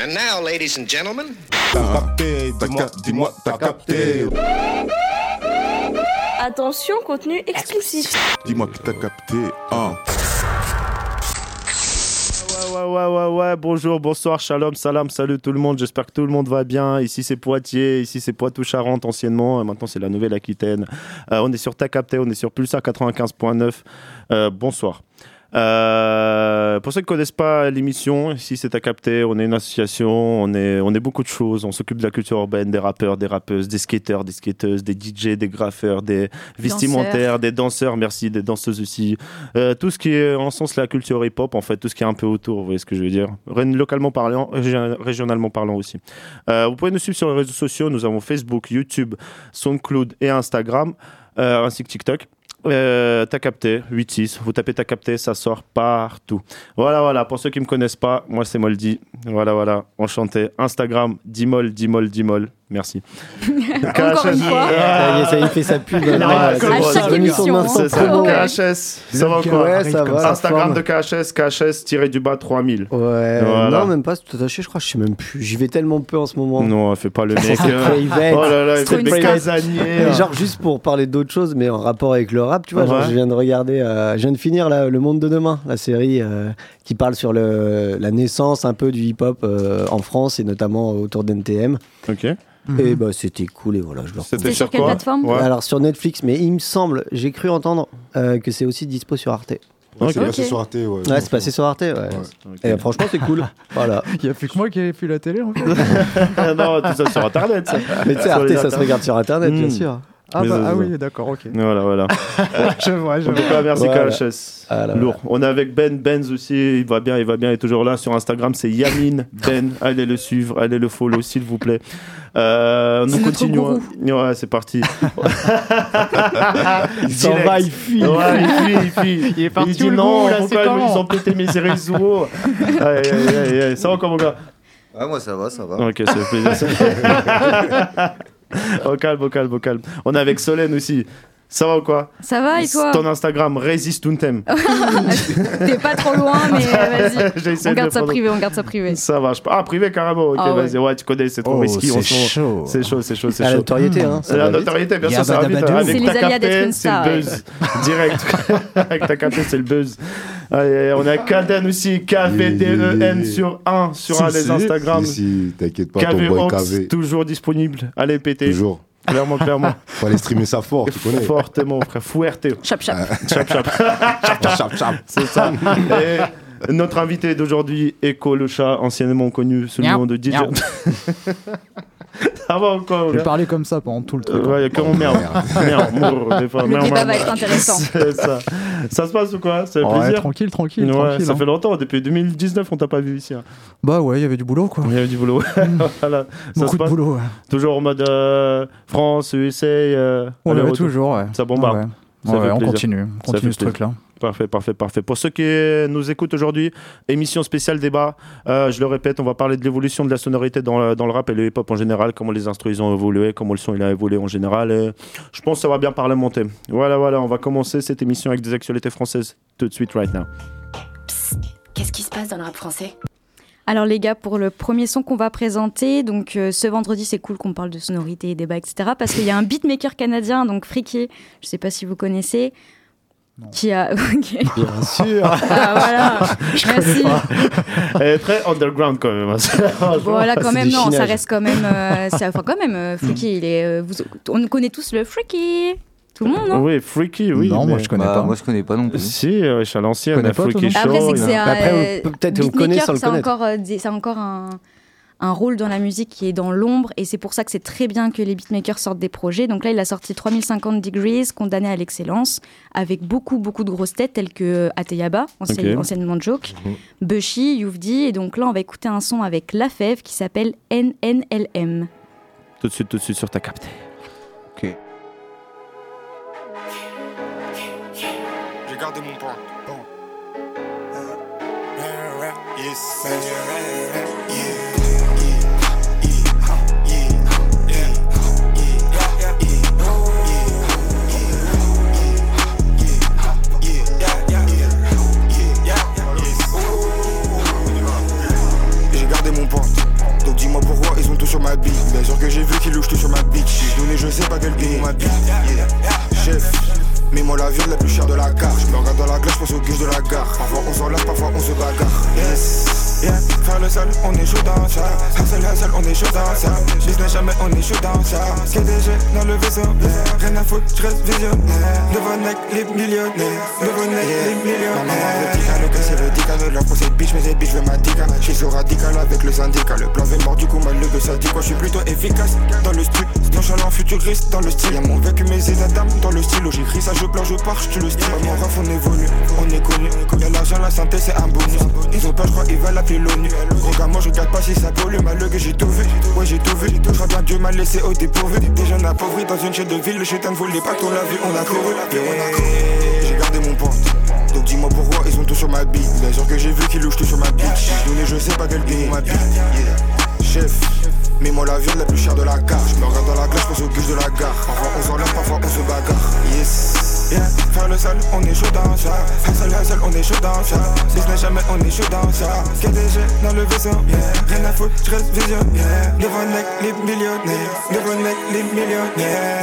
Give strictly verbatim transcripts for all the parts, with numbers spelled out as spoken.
And now, ladies and gentlemen... T'as capté, dis-moi, dis-moi, t'as capté. Attention, contenu explicite. Dis-moi que t'as capté, hein. Ouais, ouais, ouais, ouais, bonjour, bonsoir, shalom, salam, salut tout le monde, j'espère que tout le monde va bien. Ici c'est Poitiers, ici c'est Poitou-Charentes anciennement, et maintenant c'est la Nouvelle-Aquitaine. Euh, on est sur T'as capté, on est sur Pulsar quatre-vingt-quinze point neuf. Euh, bonsoir. Euh, pour ceux qui ne connaissent pas l'émission, ici c'est T'as capté, on est une association, on est, on est beaucoup de choses, on s'occupe de la culture urbaine, des rappeurs, des rappeuses, des skateurs, des skateuses, des D J, des graffeurs, des vestimentaires, des danseurs, merci, des danseuses aussi, euh, tout ce qui est en sens la culture hip-hop en fait, tout ce qui est un peu autour, vous voyez ce que je veux dire, localement parlant, régionalement parlant aussi. Euh, vous pouvez nous suivre sur les réseaux sociaux, nous avons Facebook, YouTube, SoundCloud et Instagram, euh, ainsi que TikTok. Euh, T'as capté, huit six, vous tapez T'as capté, ça sort partout. Voilà, voilà, pour ceux qui ne me connaissent pas, moi c'est Moldy, voilà, voilà, enchanté. Instagram, Dimol, Dimol, Dimol, merci. Encore une fois. Ah, ça y fait sa pub. À chaque émission. C'est ça, K H S, ça va quoi? Ouais, ça va. Instagram de K H S, K H S-du-bas trois mille. Ouais, voilà. Non, même pas, c'est tout attaché, je crois, je sais même plus. J'y vais tellement peu en ce moment. Non, fais pas le mec. Private. Oh là là, il fait le casanier. Genre, juste pour parler d'autre chose, mais en rapport avec le rap, tu vois, ouais. genre, je viens de regarder, euh, je viens de finir là, Le Monde de Demain, la série euh, qui parle sur le, la naissance un peu du hip-hop euh, en France et notamment autour d'N T M. Ok. Mm-hmm. Et bah c'était cool et voilà, je le C'était sur quelle plateforme? Ouais. Alors sur Netflix, mais il me semble, j'ai cru entendre euh, que c'est aussi dispo sur Arte. Ouais, c'est okay. passé sur Arte, ouais. Ouais, c'est passé sur Arte, ouais. ouais. Okay. Et franchement, c'est cool. Voilà. Il n'y a plus que moi qui ai fait la télé, en fait. Non, tout ça sur Internet, ça. Mais tu sais, Arte, ça se regarde sur Internet, mmh. bien sûr. Ah, bah, ah oui, d'accord, ok. Voilà, voilà. je vois, je vois. Pas, merci voilà. K H S. Ah, là, lourd. On est avec Ben Benz aussi, il va bien, il va bien, il est toujours là. Sur Instagram, c'est Yamin Ben. Allez le suivre, allez le follow, s'il vous plaît. Euh, nous continuons. Ouais, c'est parti. Il s'en va, il fuit. Ouais, il fuit, il fuit. Il est parti il dit où, non, là, pourquoi ils ont pété mes réseaux. Aïe, aïe, aïe, aïe. Ça va comment, gars? Ouais, moi ça va, ça va. Ok, ça fait plaisir. Au calme, au calme, au calme. On est avec Solène aussi. Ça va ou quoi? Ça va et toi? Ton Instagram, Resistuntem. T'es pas trop loin, mais vas-y. On garde ça privé, on garde ça privé. Ça va. Je... Ah, privé carrément. Ok, ah, vas-y. Ouais. ouais, tu connais, c'est trop oh, risqué. C'est chaud. C'est chaud, c'est chaud, c'est La chaud. notoriété, hein. C'est la notoriété, bien sûr, ça va vite. C'est les aléas d'être une star. C'est le buzz. Direct. Avec T'as capté, c'est le buzz. Allez, on a Kaden aussi, K V D E N sur un, sur un des Instagram. Si, si, t'inquiète pas, K V ton boy Ox, K V. toujours disponible. Allez, péter. Toujours. Clairement, clairement. Faut aller streamer ça fort, tu connais. Fortement, frère. Fuerte. Chap, chap. Chap, chap. Chap, chap, chap. C'est ça. Et notre invité d'aujourd'hui, Eko le chat, anciennement connu sous le nom de D J. Ça va encore? Je vais parler comme ça pendant tout le truc. Euh, ouais, comment merde. Merde, merde. Des fois, Le merde, débat merde. va être intéressant. C'est ça. Ça se passe ou quoi? Ça fait ouais, plaisir? Tranquille, tranquille. Ouais, tranquille ça hein. fait longtemps. Depuis deux mille dix-neuf, on t'a pas vu ici. Hein. Bah ouais, il y avait du boulot quoi. Il y avait du boulot. Voilà. Ça Beaucoup se de passe boulot. Ouais, toujours en mode euh, France, U S A. Euh, ouais, allez, ouais retour. toujours. Ouais. Ça bombarde. Ouais, ouais. Ça ouais, fait on plaisir. continue. On continue ce truc-là. Parfait, parfait, parfait. Pour ceux qui nous écoutent aujourd'hui, émission spéciale débat. Euh, je le répète, on va parler de l'évolution de la sonorité dans le, dans le rap et le hip-hop en général, comment les instruments ont évolué, comment le son il a évolué en général. Et je pense que ça va bien parlementer. Voilà, voilà, on va commencer cette émission avec des actualités françaises tout de suite, right now. Psst, qu'est-ce qui se passe dans le rap français? Alors les gars, pour le premier son qu'on va présenter, donc euh, ce vendredi, c'est cool qu'on parle de sonorité, débat, et cetera. Parce qu'il y a un beatmaker canadien, donc Freaky, je sais pas si vous connaissez, non. Qui a... Okay. Bien sûr. Ah voilà, merci. Elle est très underground quand même. Voilà, quand même, non, chinage. ça reste quand même... Euh, c'est, enfin quand même, euh, Freaky, il est... Euh, vous, on connaît tous le Freaky. Tout le monde, non? Oui, Freaky, oui. Non, mais... moi je connais bah, pas. Moi je connais pas non plus. Si, euh, je suis à l'ancienne, connais la pas, Freaky Show. Après, c'est que c'est un... Après, on peut peut-être on connaît sans le c'est connaître. encore, euh, c'est encore un... un rôle dans la musique qui est dans l'ombre et c'est pour ça que c'est très bien que les beatmakers sortent des projets. Donc là, il a sorti trois mille cinquante Degrees, condamné à l'excellence, avec beaucoup, beaucoup de grosses têtes telles que Ateyaba, ancien, okay. anciennement Joke, Mm-hmm. Bushy, Youvdi. Et donc là, on va écouter un son avec La Fève qui s'appelle N N L M. Tout de suite, tout de suite sur T'as capté. Ok. J'ai gardé mon point. Bon. Yes. J'ai gardé mon point. Mets-moi la viande la plus chère de la carte. Je me regarde dans la glace, je pense au guiche de la gare. Parfois on s'enlève, parfois on se bagarre. Yes, yeah, faire le sale, on est chaud dans ça. Hassel, hassel, on est chaud dans ça. Business jamais, on est chaud dans ça. K D G dans le vaisseau, yeah. Rien à foutre, je reste visionnaire. Devant nec, les millionnaires. Devant nec, les millionnaires. Le dica, le casse et le dica de leur procès bitch, mais ces bitch, je veux ma dica. J'suis sur radical avec le syndicat. Le plan V mort du coup, mal le que ça dit quoi. J'suis plutôt efficace dans le street. Nonchalant, futuriste dans le style. Y'a mon vécu, mes états d'âme dans le stylo. J'écris ça, je pleure, je pars, j'tue le style. Mon ref, on évolue, on est connu. Y'a l'argent, la santé, c'est un bonus. Ils ont peur, j'crois, ils veulent appeler l'ONU. Gros gars, moi je regarde pas si ça pollue. Malheureux que j'ai tout vu, ouais j'ai tout vu. J'crois bien Dieu m'a laissé au dépourvu. Des jeunes appauvris dans une chaîne de ville. Le chétan ne voulait pas qu'on l'a vu, on a couru. J'ai gardé mon pote. Donc dis-moi pourquoi ils sont tous sur ma bite. Bien sûr que j'ai vu qu'ils louchent tous sur ma bitch. Donné je sais pas quel game ma bite. Chef, mets-moi la viande la plus chère de la carte. Je me regarde dans la glace, je pense au guiche de la gare. Parfois on s'enlève, parfois on se bagarre. Yes, yeah, faire le sale, on est chaud dans ça. Hassel, hassel, on est chaud dans ça. Business jamais, on est chaud dans ça. K D G dans le vaisseau, yeah. Rien à foutre, je reste visionnaire. Devant nec, les millionnaires. Devant nec, les millionnaires.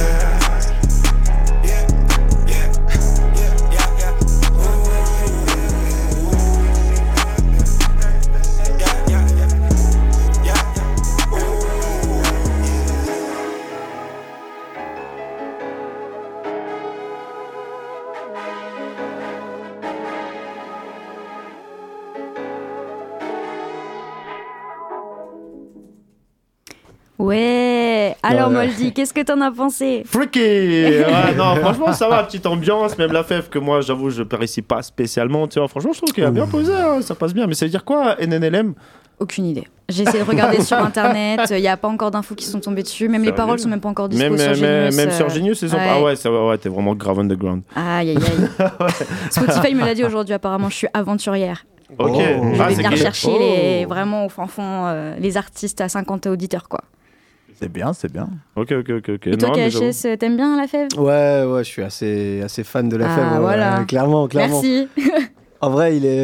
Ouais. Alors Ouais, ouais. Moldy, qu'est-ce que t'en as pensé? Freaky. Ouais, non, franchement, ça va, petite ambiance. Même la fève que moi, j'avoue, je apprécie pas spécialement. Tu vois, franchement, je trouve qu'il a bien posé, hein, ça passe bien. Mais ça veut dire quoi, N N L M? Aucune idée. J'ai essayé de regarder sur internet, il n'y a pas encore d'infos qui sont tombées dessus, même les Sérieux paroles sont même pas encore dispo Même, sur même, Genius. même euh, sur Genius, ils sont ouais. pas. Ah ouais, ça, ouais, ouais, t'es vraiment grave underground. Aïe aïe aïe. Spotify me l'a dit aujourd'hui, apparemment, je suis aventurière. Ok. Oh. Je Ah, vais c'est venir gay. chercher Oh. les, vraiment au fin fond euh, les artistes à cinquante auditeurs, quoi. C'est bien, c'est bien. Ok, ok, ok. ok. Et toi, Non, mais K H S, t'aimes bien la fève? Ouais, ouais, je suis assez, assez fan de la Ah, fève. ouais, voilà. ouais, clairement, clairement. Merci. En vrai, il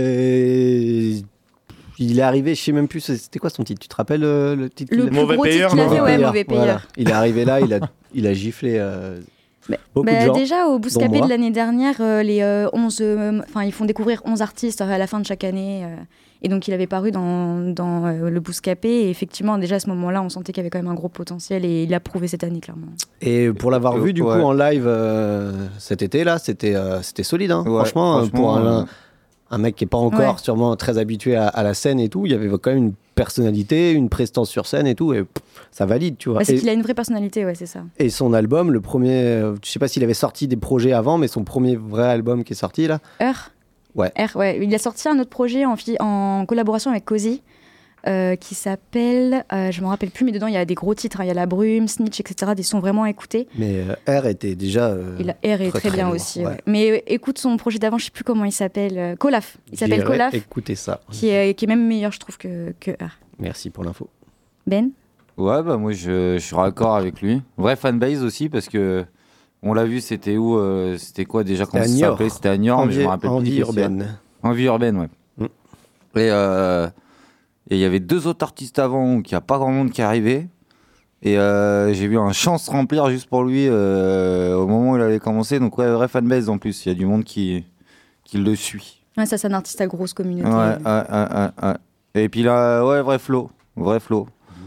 est. Il est arrivé, je sais même plus, c'était quoi son titre? Tu te rappelles euh, le titre Le qu'il plus a- Mauvais gros payeur, titre qu'il a non fait, ouais, Payeur, Mauvais voilà. payeur. Il est arrivé là, il a, il a giflé euh, beaucoup Bah, de gens. déjà, au Bouscapé moi. de l'année dernière, euh, les, euh, onze, euh, enfin, ils font découvrir onze artistes à la fin de chaque année. euh, et donc, il avait paru dans, dans euh, le Bouscapé. Et effectivement, déjà à ce moment-là, on sentait qu'il y avait quand même un gros potentiel. Et il a prouvé cette année, clairement. Et pour l'avoir vu, du Ouais. coup, en live euh, cet été, là, c'était euh, c'était solide. Hein. Ouais, franchement, euh, franchement, pour un, euh, un mec qui n'est pas encore Ouais. sûrement très habitué à, à la scène et tout, il y avait quand même une personnalité, une prestance sur scène et tout. Et pff, ça valide, tu vois. Bah, c'est et, qu'il a une vraie personnalité, ouais, c'est ça. et son album, le premier, euh, je sais pas s'il avait sorti des projets avant, mais son premier vrai album qui est sorti, là. Heure Ouais. Heure, ouais. Il a sorti un autre projet en, fi- en collaboration avec Cozy. euh, qui s'appelle, euh, je me rappelle plus, mais dedans il y a des gros titres, hein. Il y a La Brume, Snitch, et cetera. Des sons vraiment à écouter. Mais euh, R était déjà. euh, Et la R est très, très, très bien lourd, aussi. ouais. ouais. Mais euh, écoute son projet d'avant, je sais plus comment il s'appelle. euh, Colaf. Il s'appelle j'irai Colaf, Écoutez ça. qui est, qui est même meilleur, je trouve, que, que R. Merci pour l'info. Ben? Ouais, bah moi je, je suis raccord avec lui. Vrai fanbase aussi parce que on l'a vu, c'était où euh, C'était quoi déjà quand C'était à ça Niort. s'appelait C'était à Niort, mais je me Envie, rappelle plus envie du festival. urbaine. Envie urbaine, ouais. Mm. Et euh, et il y avait deux autres artistes avant qui a pas grand monde qui est arrivé. Et euh, j'ai vu un champ se remplir juste pour lui euh, au moment où il allait commencer. Donc ouais, vrai fanbase en plus. Il y a du monde qui qui le suit. Ouais, ça, c'est un artiste à grosse communauté. Ouais, ouais, ouais, ouais, ouais. Et puis là, ouais, vrai flow, vrai flow.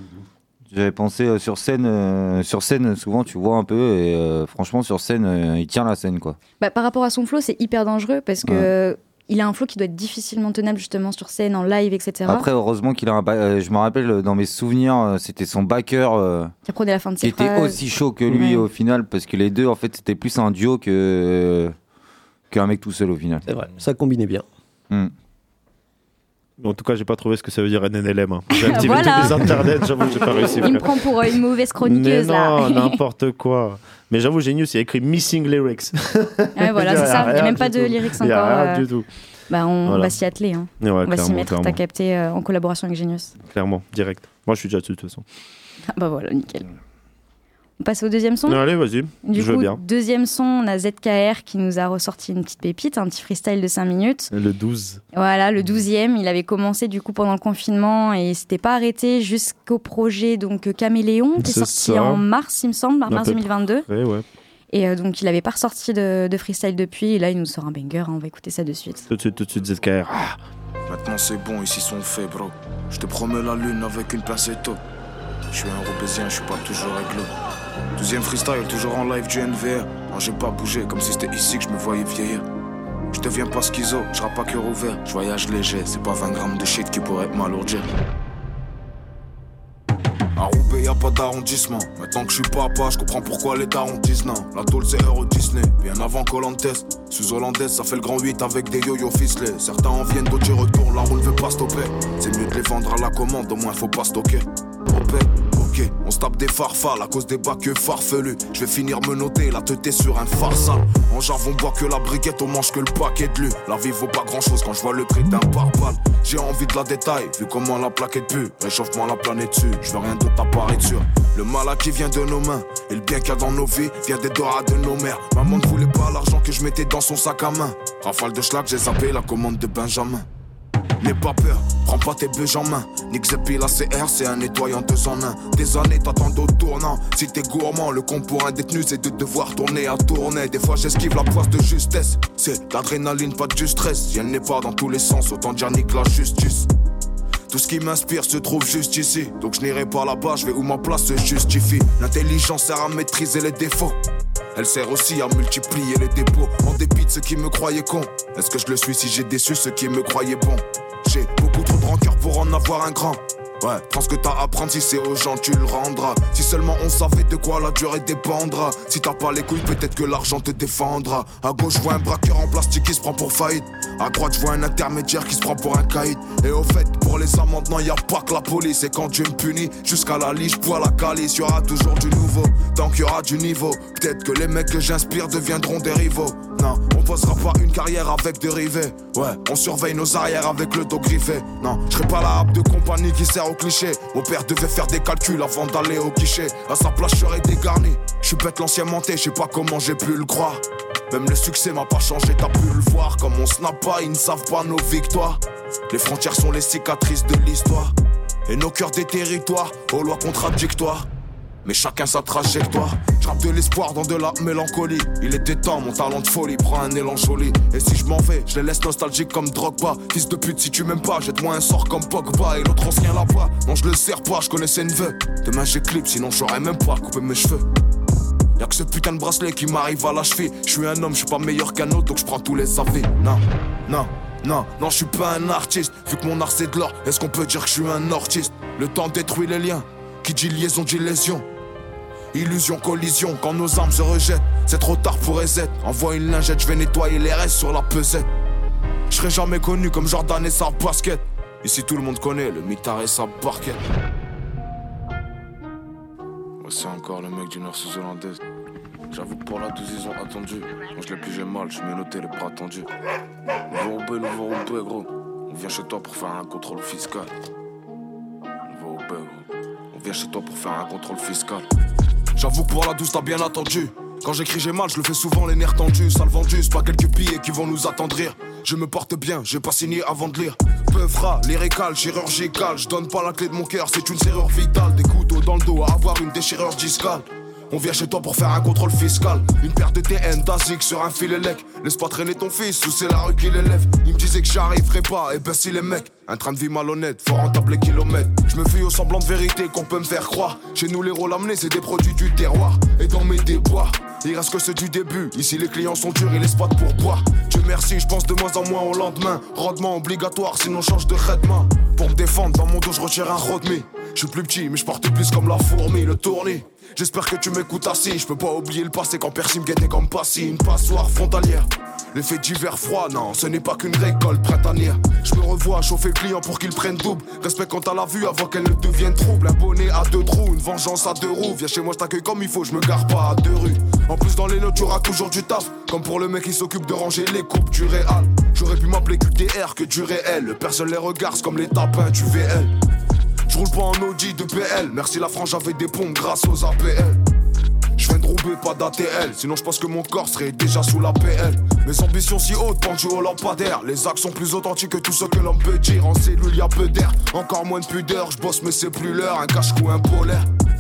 J'avais pensé euh, sur scène, euh, sur scène souvent tu vois un peu et euh, franchement sur scène euh, il tient la scène quoi. Bah, par rapport à son flow, c'est hyper dangereux parce que euh, il a un flow qui doit être difficilement tenable justement sur scène, en live, et cetera. Après heureusement qu'il a un, ba- euh, je me rappelle euh, dans mes souvenirs euh, c'était son backer euh, Qui apprenait la fin de qui ses était phrases. aussi chaud que lui Ouais. au final parce que les deux en fait c'était plus un duo que qu'un mec tout seul au final. C'est vrai, ça combinait bien. Mm. En tout cas, j'ai pas trouvé ce que ça veut dire N N L M. Hein. J'ai activé Voilà. tous les internets, j'avoue, j'ai pas réussi. Il me frère. prend pour euh, une mauvaise Mais chroniqueuse non, là. n'importe quoi. Mais j'avoue, Genius, il y a écrit Missing Lyrics. Ouais, voilà, Il y a c'est ça. Il n'y a rien même pas du de tout. lyrics Il y a encore. rien euh, du tout. Bah, on, Voilà. on va s'y atteler. Hein. Et ouais, On va s'y clairement, mettre, t'as clairement, capté, euh, en collaboration avec Genius. clairement, direct. Moi, je suis déjà dessus de toute façon. Ah, bah voilà, nickel. On passe au deuxième son. Allez, vas-y, Du je coup, veux bien. deuxième son, on a Z K R qui nous a ressorti une petite pépite, un petit freestyle de cinq minutes. Le douze. Voilà, le douzième, il avait commencé du coup pendant le confinement et il s'était pas arrêté jusqu'au projet donc Caméléon qui est C'est sorti ça. en mars, il me semble, Un mars peu deux mille vingt-deux. Ouais, ouais. Et euh, donc il n'avait pas ressorti de, de freestyle depuis, et là il nous sort un banger, hein, on va écouter ça de suite. Tout de suite, tout de suite, Z K R. Ah. Maintenant c'est bon, ici sont faits, bro. Je te promets la lune avec une pincette. Je suis un robésien, je suis pas toujours réglo. Deuxième freestyle, toujours en live du N V R. Non, j'ai pas bougé, comme si c'était ici que je me voyais vieillir. Je deviens pas schizo, je rappe à cœur ouvert. Je voyage léger, c'est pas vingt grammes de shit qui pourrait m'alourdir. À Roubaix y'a pas d'arrondissement. Maintenant que je suis papa, je comprends pourquoi les darons disent non. La tôle c'est Euro Disney, bien avant Colantes. Sous hollandaise, ça fait le grand huit avec des yo-yo ficelés. Certains en viennent, d'autres y retournent, la roue ne veut pas stopper. C'est mieux de les vendre à la commande, au moins faut pas stocker. Opé, ok, on se tape des farfales à cause des bacs farfelus. Je vais finir me noter, la teuté sur un farsal. En jarve on boit que la briquette, on mange que le paquet de lu. La vie vaut pas grand chose quand je vois le prix d'un pare-balles. J'ai envie de la détail, vu comment la plaquette pue. Réchauffement la planète dessus, je veux rien d'autre apparaître sûr. Le mal à qui vient de nos mains, et le bien qu'il y a dans nos vies vient des doigts de nos mères. Maman ne voulait pas l'argent que je mettais dans son sac à main. Rafale de schlag, j'ai zappé la commande de Benjamin. N'aie pas peur, prends pas tes beuges en main. Nick Zeppi, la C R, c'est un nettoyant deux en un. Des années t'attends d'autres tournants. Si t'es gourmand, le compte pour un détenu, c'est de devoir tourner à tourner. Des fois j'esquive la poisse de justesse. C'est l'adrénaline, pas du stress. Si elle n'est pas dans tous les sens, autant dire nique la justice. Tout ce qui m'inspire se trouve juste ici. Donc je n'irai pas là-bas, je vais où ma place se justifie. L'intelligence sert à maîtriser les défauts. Elle sert aussi à multiplier les dépôts. En dépit de ceux qui me croyaient con. Est-ce que je le suis si j'ai déçu ceux qui me croyaient bon? J'ai beaucoup trop de rancœur pour en avoir un grand. Ouais, prends ce que t'as à prendre, si c'est aux gens tu le rendras. Si seulement on savait de quoi la durée dépendra. Si t'as pas les couilles, peut-être que l'argent te défendra. À gauche, je vois un braqueur en plastique qui se prend pour faillite. À droite, je vois un intermédiaire qui se prend pour un caïd. Et au fait, pour les amendes, non, y a pas que la police. Et quand Dieu me punit, jusqu'à la liche, poil la calice. Y'aura toujours du nouveau, tant qu'il y aura du niveau. Peut-être que les mecs que j'inspire deviendront des rivaux. Non, on posera pas une carrière avec des rivets. Ouais, on surveille nos arrières avec le dos griffé. Non, je serai pas la happe de compagnie qui sert au cliché. Mon père devait faire des calculs avant d'aller au guichet. À sa place, je serais dégarni. Je suis bête l'ancien menté, je sais pas comment j'ai pu le croire. Même le succès m'a pas changé, t'as pu le voir. Comme on snap pas, ils ne savent pas nos victoires. Les frontières sont les cicatrices de l'histoire. Et nos cœurs des territoires, aux lois contradictoires. Mais chacun sa trajectoire. J'rappe de l'espoir dans de la mélancolie. Il était temps, mon talent de folie prend un élan joli. Et si je m'en vais, je les laisse nostalgiques comme Drogba. Fils de pute, si tu m'aimes pas, jette-moi un sort comme Pogba. Et l'autre ancien là-bas, non je le sers pas, je connaissais une veuve. Demain j'éclippe, sinon j'aurais même pas coupé mes cheveux. Y'a que ce putain de bracelet qui m'arrive à la cheville. Je suis un homme, je suis pas meilleur qu'un autre, donc je prends tous les avis. Non, non, non, non, je suis pas un artiste. Vu que mon art c'est de l'or, est-ce qu'on peut dire que je suis un artiste? Le temps détruit les liens, qui dit liaison dit lésion. Illusion, collision, quand nos armes se rejettent. C'est trop tard pour reset. Envoie une lingette, je vais nettoyer les restes sur la pesette. Je serai jamais connu comme Jordan et sa basket. Ici tout le monde connaît le mitard et sa barquette. C'est encore le mec du nord sous-hollandaise. J'avoue que pour la douze ils ont attendu. Quand je l'ai plus j'ai mal, je me noté les bras tendus. Nouveau Roubaix, nouveau Roubaix gros. On vient chez toi pour faire un contrôle fiscal. Nouveau Roubaix gros. On vient chez toi pour faire un contrôle fiscal. J'avoue que pour la douce t'as bien attendu. Quand j'écris j'ai mal, je le fais souvent les nerfs tendus. Sale vendu, c'est pas quelques billets qui vont nous attendrir. Je me porte bien, j'ai pas signé avant de lire. Peuvra, lyrical, chirurgical. Je donne pas la clé de mon cœur, c'est une serrure vitale. Des couteaux dans le dos à avoir une déchirure discale. On vient chez toi pour faire un contrôle fiscal. Une paire de T N d'Azik sur un fil élec. Laisse pas traîner ton fils ou c'est la rue qui l'élève. Il me disait que j'arriverais pas, et ben si les mecs. Un train de vie malhonnête, faut rentable les kilomètres. Je me fie au semblant de vérité qu'on peut me faire croire. Chez nous les rôles amenés c'est des produits du terroir. Et dans mes déboires, il reste que ceux du début. Ici les clients sont durs et les spots pour boire. Dieu merci, je pense de moins en moins au lendemain. Rendement obligatoire, sinon change de traitement. Pour me défendre, dans mon dos je retire un rodmi. Je suis plus petit mais je porte plus comme la fourmi, le tournis. J'espère que tu m'écoutes assis. Je peux pas oublier le passé quand Percy me guettait comme Passy. Une passoire frontalière. Les faits d'hiver froid, non, ce n'est pas qu'une récolte printanière. Je me revois chauffer le client pour qu'il prenne double. Respect quand à la vue avant qu'elle ne devienne trouble. Un bonnet à deux trous, une vengeance à deux roues. Viens chez moi, je t'accueille comme il faut, je me gare pas à deux rues. En plus dans les notes, tu auras toujours du taf. Comme pour le mec qui s'occupe de ranger les coupes du Réal. J'aurais pu m'appeler Q T R que du réel. Personne les regarde, c'est comme les tapins du V L. Je roule pas en Audi de P L. Merci la France, j'avais des pompes grâce aux A P L. Je viens de Roubaix, pas d'A T L. Sinon je pense que mon corps serait déjà sous la P L. Mes ambitions si hautes, pendues au lampadaire. Les actes sont plus authentiques que tout ce que l'on peut dire. En cellule y'a peu d'air, encore moins de pudeur. Je bosse mais c'est plus l'heure, un cache-cou, un polaire.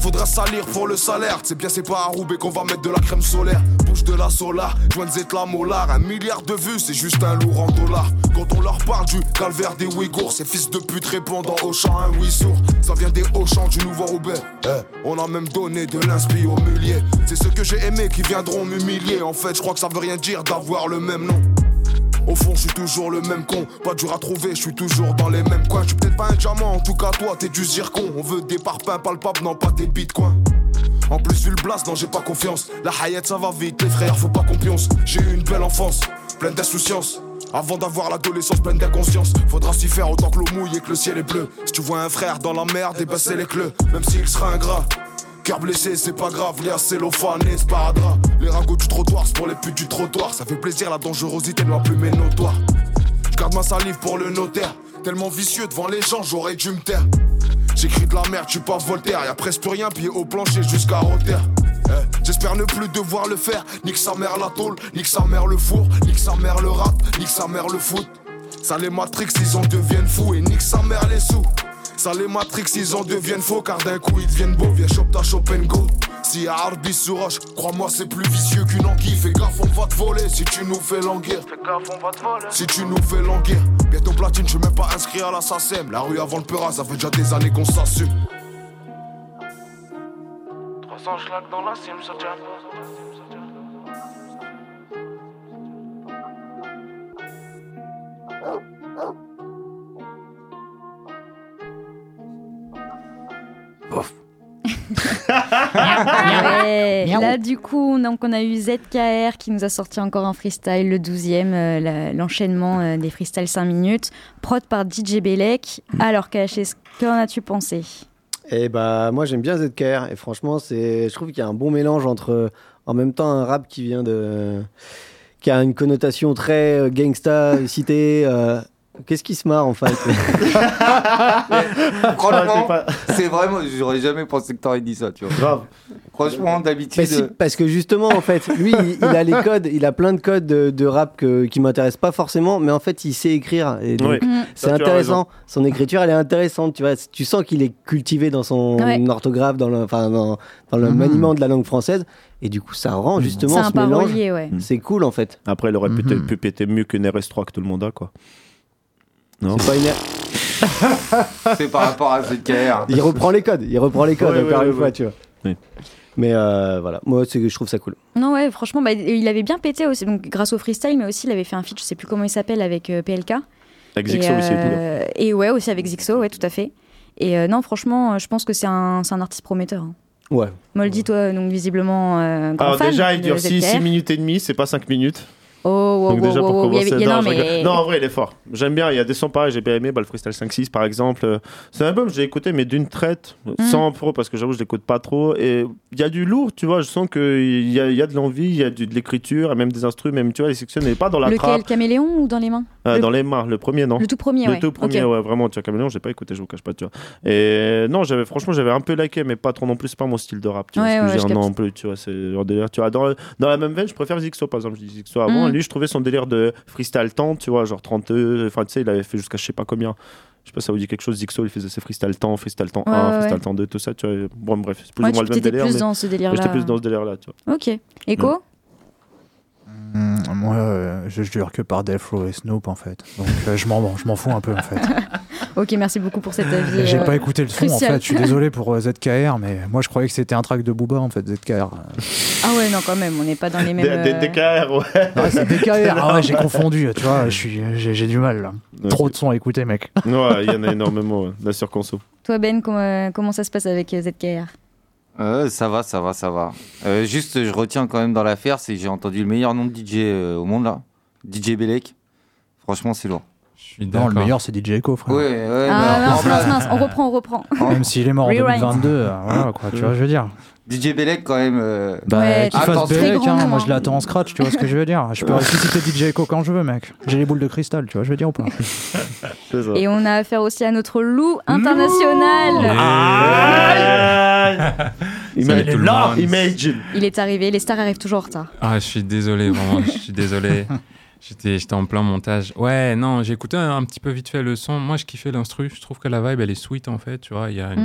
Faudra salir pour le salaire. C'est bien, c'est pas à Roubaix qu'on va mettre de la crème solaire. Bouge de la solar, joint Z la molar. Un milliard de vues, c'est juste un lourd en dollars. Quand on leur parle du calvaire des Ouïghours, ces fils de pute répondant au chant un oui sourd. Ça vient des hauts champs du nouveau Roubaix. Eh, on a même donné de l'inspi aux muliers. C'est ceux que j'ai aimés qui viendront m'humilier. En fait, je crois que ça veut rien dire d'avoir le même nom. Au fond, je suis toujours le même con. Pas dur à trouver, je suis toujours dans les mêmes coins. Je suis peut-être pas un diamant, en tout cas, toi, t'es du zircon. On veut des parpaings palpables, non pas des bitcoins. En plus, vu le blast, non, j'ai pas confiance. La Hayat, ça va vite, les frères, faut pas qu'on pionce. J'ai eu une belle enfance, pleine d'insouciance. Avant d'avoir l'adolescence pleine d'inconscience, faudra s'y faire autant que l'eau mouille et que le ciel est bleu. Si tu vois un frère dans la merde, et ben c'est les cleux. Même s'il sera ingrat. Cœur blessé, c'est pas grave, lié à cellophane et sparadrap. Les ragots du trottoir, c'est pour les putes du trottoir. Ça fait plaisir, la dangerosité de ma plume est notoire. Je garde ma salive pour le notaire. Tellement vicieux devant les gens, j'aurais dû me taire. J'écris de la merde, je suis pas Voltaire. Y'a presque plus rien, pied au plancher jusqu'à Rotter. Eh, j'espère ne plus devoir le faire. Nique sa mère la tôle, nique sa mère le four, nique sa mère le rap, nique sa mère le foot. Ça les Matrix, ils en deviennent fous et nique sa mère les sous. Ça les Matrix, ils en deviennent faux car d'un coup ils deviennent beaux. Viens chope ta shop and go. Si y'a Arbis sur roche, crois-moi c'est plus vicieux qu'une anguille. Fais gaffe, on va te voler si tu nous fais languir. Fais gaffe, on va te voler si tu nous fais languir. Bientôt platine, je suis même pas inscrit à la S A C E M. La rue avant le Peura, ça fait déjà des années qu'on s'assume. trois cents schlags dans la cime, ça tient. Ouais. Là du coup donc on a eu Z K R qui nous a sorti encore un freestyle, le douzième, euh, la, l'enchaînement euh, des freestyles cinq minutes, prod par D J Belek. Alors K H S, qu'en as-tu pensé? Et bah moi j'aime bien Z K R et franchement c'est, je trouve qu'il y a un bon mélange entre en même temps un rap qui vient de, qui a une connotation très gangsta, cité. Euh, Qu'est-ce qui se marre en fait? Franchement, c'est vraiment, j'aurais jamais pensé que t'aurais dit ça, tu vois. Grave. Franchement, d'habitude. Bah si, parce que justement, en fait, lui, il, il a les codes, il a plein de codes de, de rap que, qui m'intéressent pas forcément, mais en fait, il sait écrire. Et donc, Oui. c'est Ça, tu as intéressant. Son écriture, elle est intéressante. Tu vois, tu sens qu'il est cultivé dans son Ouais. orthographe, dans le, enfin, dans, dans le Mhm. maniement de la langue française. Et du coup, ça rend justement C'est un ce mélange. parolier, ouais. C'est cool en fait. Après, il aurait Mhm. peut-être pu péter mieux qu'une R S trois que tout le monde a, quoi. Non. C'est pas une... C'est par rapport à Z K R. Il reprend les codes. Il reprend les codes Ouais, encore ouais, une ouais, fois, ouais. tu vois. Oui. Mais euh, voilà, moi, c'est, je trouve ça cool. Non ouais franchement bah, il avait bien pété aussi donc grâce au freestyle, mais aussi il avait fait un feat, je sais plus comment il s'appelle, avec euh, P L K. Avec Zixo et, aussi et tout. là. euh, et ouais aussi avec Zixo, ouais tout à fait. Et euh, non franchement je pense que c'est un, c'est un artiste prometteur, hein. Ouais. Moldy, toi donc visiblement euh, grand Alors fan déjà, il de dure Z K R. six minutes et demie, c'est pas cinq minutes. Oh, wow, Donc wow, déjà wow, pour wow. Il y commencer, avait- il y a- non, non, je mais- rigole. Non, en vrai il est fort. J'aime bien, il y a des sons pareils, j'ai bien aimé, bah, le freestyle cinq six par exemple. C'est un album que j'ai écouté mais d'une traite, Mm. sans pro parce que j'avoue je l'écoute pas trop. Et il y a du lourd, tu vois, je sens qu'il y a, il y a de l'envie, il y a du, de l'écriture, et même des instruments, même tu vois, les sections n'est pas dans la Lequel, trappe, Caméléon ou dans les mains? euh, le- dans les mains, le premier non. Le tout premier, Le ouais. tout premier, Ok. ouais, vraiment, tu vois, Caméléon, j'ai pas écouté, je vous cache pas, tu vois. Et non, j'avais, franchement, j'avais un peu liké, mais pas trop non plus, c'est pas mon style de rap, tu vois, Ouais, ce que ouais, je veux je dire, non capte. plus, tu vois, c'est genre délire, tu vois. Dans, dans la même veine, je préfère Zixo, par exemple, je dis Zixo avant, Mm. lui, je trouvais son délire de freestyle temps, tu vois, genre trente-deux, enfin, tu sais, il avait fait jusqu'à je sais pas combien. Je sais pas si ça vous dit quelque chose, Zixo, il faisait ses freestyle temps, freestyle temps Ouais, un, ouais, freestyle ouais. temps deux, tout ça, tu vois. Bon, bref, c'est plus Ouais, ou moins tu le même étais délire, plus mais dans ce délire-là. j'étais plus dans ce délire-là, tu vois. Ok. Echo? Mmh, moi, euh, je jure que par Death Row et Snoop, en fait. Donc, euh, je m'en je m'en fous un peu, en fait. Ok, merci beaucoup pour cet avis. J'ai euh, pas écouté le son, en crucial. fait. Je suis désolé pour euh, Z K R, mais moi, je croyais que c'était un track de Booba, en fait, Z K R. Ah ouais, non, quand même, on n'est pas dans les mêmes. Des euh, D K R, ouais. Ouais, c'est D K R. Ah ouais, j'ai confondu, tu vois. je suis- J'ai j'ai du mal, là. Trop de sons à écouter, mec. Ouais, il y en a énormément, ouais, la surconso. Toi, Ben, com- euh, comment ça se passe avec euh, Z K R? Euh, ça va, ça va, ça va. Euh, juste, je retiens quand même dans l'affaire, c'est que j'ai entendu le meilleur nom de D J euh, au monde là, D J Belek. Franchement, c'est lourd. Je suis Non, d'accord. le meilleur, c'est D J Echo, frère. Ouais, ouais. Ah mais mince, en- mince, mince, on reprend, on reprend. Même s'il est mort en Rewind. deux mille vingt-deux, euh, voilà, quoi, tu vois, je veux dire. D J Belek quand même. euh, Bah, Ouais, qu'il très fasse grand Belek, hein, nom, moi hein. je l'attends en scratch, tu vois ce que je veux dire. Je peux ressusciter D J Echo quand je veux, mec. J'ai les boules de cristal, tu vois, je veux dire ou pas. C'est ça. Et on a affaire aussi à notre loup international. Ah Salut tout le monde. Imagine. Il est arrivé, les stars arrivent toujours en retard. Ah, je suis désolé, vraiment, je suis désolé. J'étais, j'étais en plein montage. Ouais, non, j'ai écouté un, un petit peu vite fait le son. Moi, je kiffais l'instru. Je trouve que la vibe, elle est sweet, en fait. Tu vois, il y a une, Mm.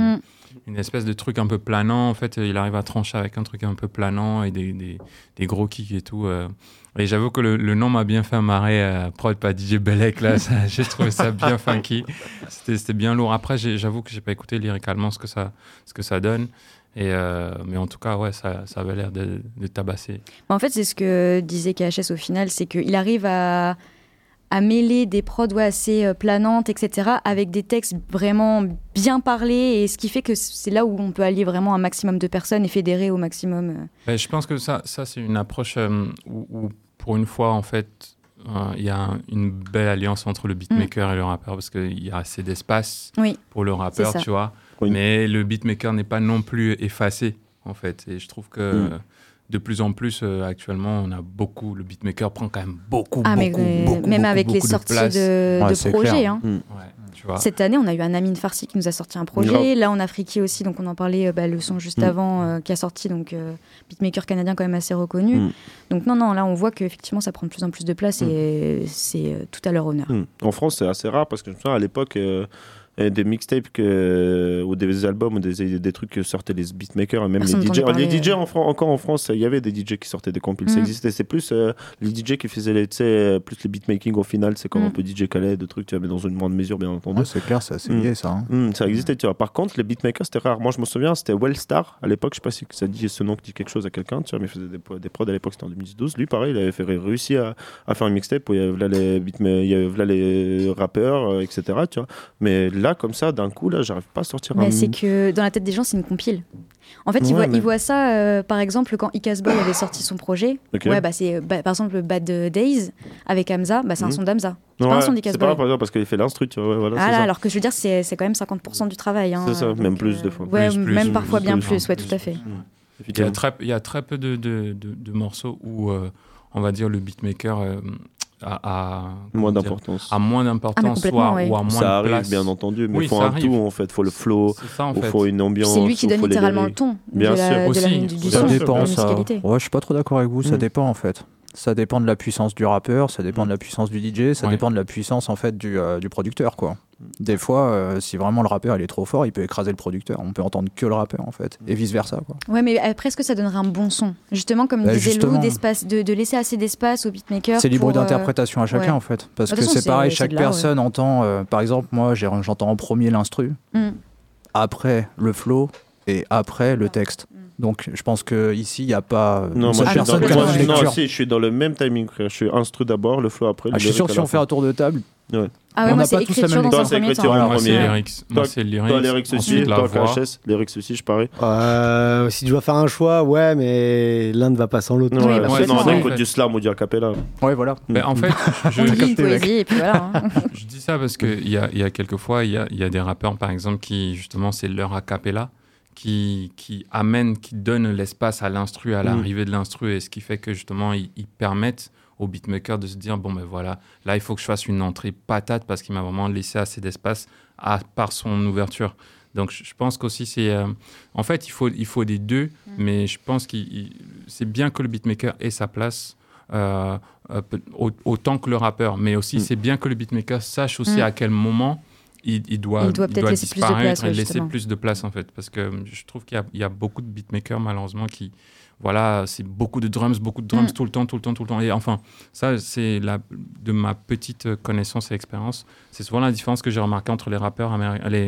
une espèce de truc un peu planant. En fait, il arrive à trancher avec un truc un peu planant et des, des, des gros kicks et tout. Euh. Et j'avoue que le, le nom m'a bien fait marrer, euh, prod par D J Belek, là. Ça, j'ai trouvé ça bien funky. C'était, c'était bien lourd. Après, j'ai, j'avoue que j'ai pas écouté lyricalement ce que ça, ce que ça donne. Et euh, mais en tout cas, ouais, ça, ça avait l'air de, de tabasser. En fait, c'est ce que disait K H S au final, c'est qu'il arrive à, à mêler des prods ouais, assez euh, planantes, et cetera, avec des textes vraiment bien parlés, et ce qui fait que c'est là où on peut allier vraiment un maximum de personnes et fédérer au maximum. Euh... Ben, je pense que ça, ça c'est une approche euh, où, où, pour une fois, en fait, il euh, y a une belle alliance entre le beatmaker mmh. et le rappeur, parce qu'il y a assez d'espace oui, pour le rappeur, tu vois. Oui. Mais le beatmaker n'est pas non plus effacé, en fait. Et je trouve que mmh. de plus en plus, euh, actuellement, on a beaucoup... Le beatmaker prend quand même beaucoup, ah, beaucoup, mais beaucoup, Même beaucoup, avec beaucoup les sorties de, de, ouais, de projets. Hein. Mmh. Ouais, tu vois. Cette année, on a eu un Amine Farsi qui nous a sorti un projet. Là, on a Friki aussi, donc on en parlait, euh, bah, le son juste mmh. avant, euh, qui a sorti, donc euh, beatmaker canadien quand même assez reconnu. Mmh. Donc non, non, là, on voit qu'effectivement, ça prend de plus en plus de place mmh. et c'est euh, tout à leur honneur. Mmh. En France, c'est assez rare parce que je me souviens, à l'époque... Euh... des mixtapes que, ou des albums ou des, des trucs que sortaient les beatmakers et même Personne les D J. Parler, les D J en Fran- encore en France, il y avait des D J qui sortaient des compiles, mmh. ça existait. C'est plus euh, les D J qui faisaient les, plus les beatmaking au final, c'est comme mmh. un peu D J Khaled, de trucs, tu vois, mais dans une moindre mesure, bien entendu. Ouais, c'est clair, c'est assez lié mmh. ça. Hein. Mmh, ça existait, tu vois. Par contre, les beatmakers, c'était rare. Moi, je me souviens, c'était Wellstar à l'époque, je sais pas si ça dit ce nom qui dit quelque chose à quelqu'un, tu vois, mais il faisait des, des prods à l'époque, c'était en deux mille douze. Lui, pareil, il avait fait, réussi à, à faire une mixtape où il y avait là les, beatma- il y avait là les rappeurs, euh, et cetera, tu vois. Mais là, comme ça, d'un coup, là, j'arrive pas à sortir mais un... c'est que dans la tête des gens, c'est une compile. En fait, ils, ouais, voient, mais... ils voient ça, euh, par exemple, quand Icaz Boy avait sorti son projet. Okay. Ouais, bah, c'est, bah, par exemple, Bad Days avec Hamza, bah, c'est mmh. un son d'Hamza. C'est ouais, pas un son d'Icaz Boy. C'est pas par parce qu'il fait l'instru, tu vois. Voilà, ah c'est là, ça. alors que je veux dire, c'est, c'est quand même cinquante pour cent du travail. Hein, c'est ça, donc, même plus euh, de fois. Ouais, plus, même plus, parfois plus, bien plus, plus, ouais, plus, tout à fait. Mmh. Il y a très, il y a très peu de, de, de, de morceaux où, euh, on va dire, le beatmaker... Euh, À, à, moins dire, d'importance. à moins d'importance, ah, soit ouais. ou à moins ça de arrive, place. bien entendu, mais il oui, faut un arrive. tout en fait. Il faut le flow, il fait. faut une ambiance. C'est lui qui donne littéralement le ton. Bien de la, sûr, de aussi. La, du, du ça son, dépend. de Ça. Ouais, je suis pas trop d'accord avec vous. Ça mmh. dépend en fait. Ça dépend de la puissance du rappeur, ça dépend de la puissance du D J, ça ouais. dépend de la puissance en fait du, euh, du producteur quoi. Des fois, euh, si vraiment le rappeur il est trop fort, il peut écraser le producteur. On peut entendre que le rappeur en fait, et vice versa quoi. Ouais, mais après, est-ce que ça donnerait un bon son ? Justement, comme bah, disait Lou, d'espace, de, de laisser assez d'espace au beatmaker. C'est libre pour, d'interprétation à chacun ouais. en fait, parce bah, que façon, c'est pareil, c'est, chaque c'est là, personne ouais. entend. Euh, par exemple, moi, j'ai, j'entends en premier l'instru, mm. après le flow et après le texte. Donc je pense qu'ici, il n'y a pas non, une seule moi, personne qui a une lecture. Non, si, je suis dans le même timing. Je suis instru d'abord, le flow après. Ah, je suis sûr que si on fait un tour de table, ouais. Ah ouais, on moi, n'a c'est pas tous la même écriture dans un c'est premier temps. Moi, moi, c'est lyrics. Moi, c'est lyrics. Toi, lyrics aussi. Toi, K H S. Lyrics aussi, je parie. Euh, si tu dois faire un choix, ouais, mais l'un ne va pas sans l'autre. Ouais, ouais, ouais, non, on écoute du slam ou du a cappella. Ouais, voilà. Mais en fait, je dis poésie et puis voilà. Je dis ça parce qu'il y a, y a quelques fois, il y a, y a des rappeurs, par exemple, qui, justement, c'est leur a cappella. Qui, qui amène, qui donne l'espace à l'instru, à l'arrivée de l'instru, et ce qui fait que justement ils, ils permettent au beatmaker de se dire bon ben voilà, là il faut que je fasse une entrée patate parce qu'il m'a vraiment laissé assez d'espace à par son ouverture. Donc je, je pense qu'aussi c'est euh, en fait il faut il faut des deux, mm. mais je pense que c'est bien que le beatmaker ait sa place. Euh, euh, autant que le rappeur, mais aussi mm. c'est bien que le beatmaker sache aussi mm. à quel moment Il, il doit, il doit il peut-être doit laisser disparaître plus de place, et ouais, laisser justement. plus de place en fait, parce que je trouve qu'il y a, il y a beaucoup de beatmakers malheureusement qui, voilà, c'est beaucoup de drums, beaucoup de drums mm. tout le temps, tout le temps, tout le temps. Et enfin, ça c'est la, de ma petite connaissance et expérience, c'est souvent la différence que j'ai remarqué entre les rappeurs américains, les,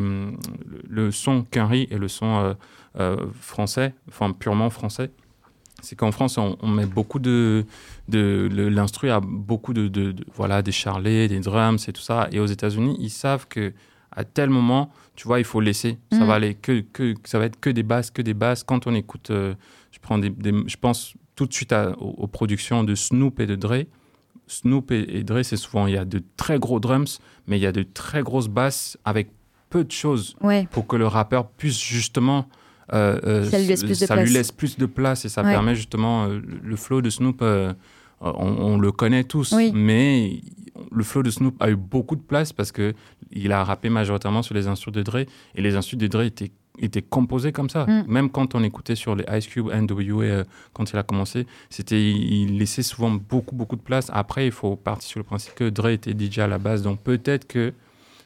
le son curry et le son euh, euh, français, enfin purement français. C'est qu'en France, on, on met beaucoup de... de le, l'instru a beaucoup de, de, de... Voilà, des charlets, des drums et tout ça. Et aux États-Unis, ils savent qu'à tel moment, tu vois, il faut laisser. Mm. Ça va aller que, que... Ça va être que des basses, que des basses. Quand on écoute... Euh, je, prends des, des, je pense tout de suite à, aux, aux productions de Snoop et de Dre. Snoop et, et Dre, c'est souvent... Il y a de très gros drums, mais il y a de très grosses basses avec peu de choses ouais. pour que le rappeur puisse justement... Euh, euh, ça lui laisse plus de ça place. lui laisse plus de place et ça ouais. permet justement euh, le flow de Snoop euh, on, on le connaît tous oui. mais le flow de Snoop a eu beaucoup de place parce que il a rappé majoritairement sur les instrus de Dre et les instrus de Dre étaient, étaient composés comme ça mm. même quand on écoutait sur les Ice Cube, N W A euh, quand il a commencé c'était, il laissait souvent beaucoup beaucoup de place. Après il faut partir sur le principe que Dre était D J à la base, donc peut-être que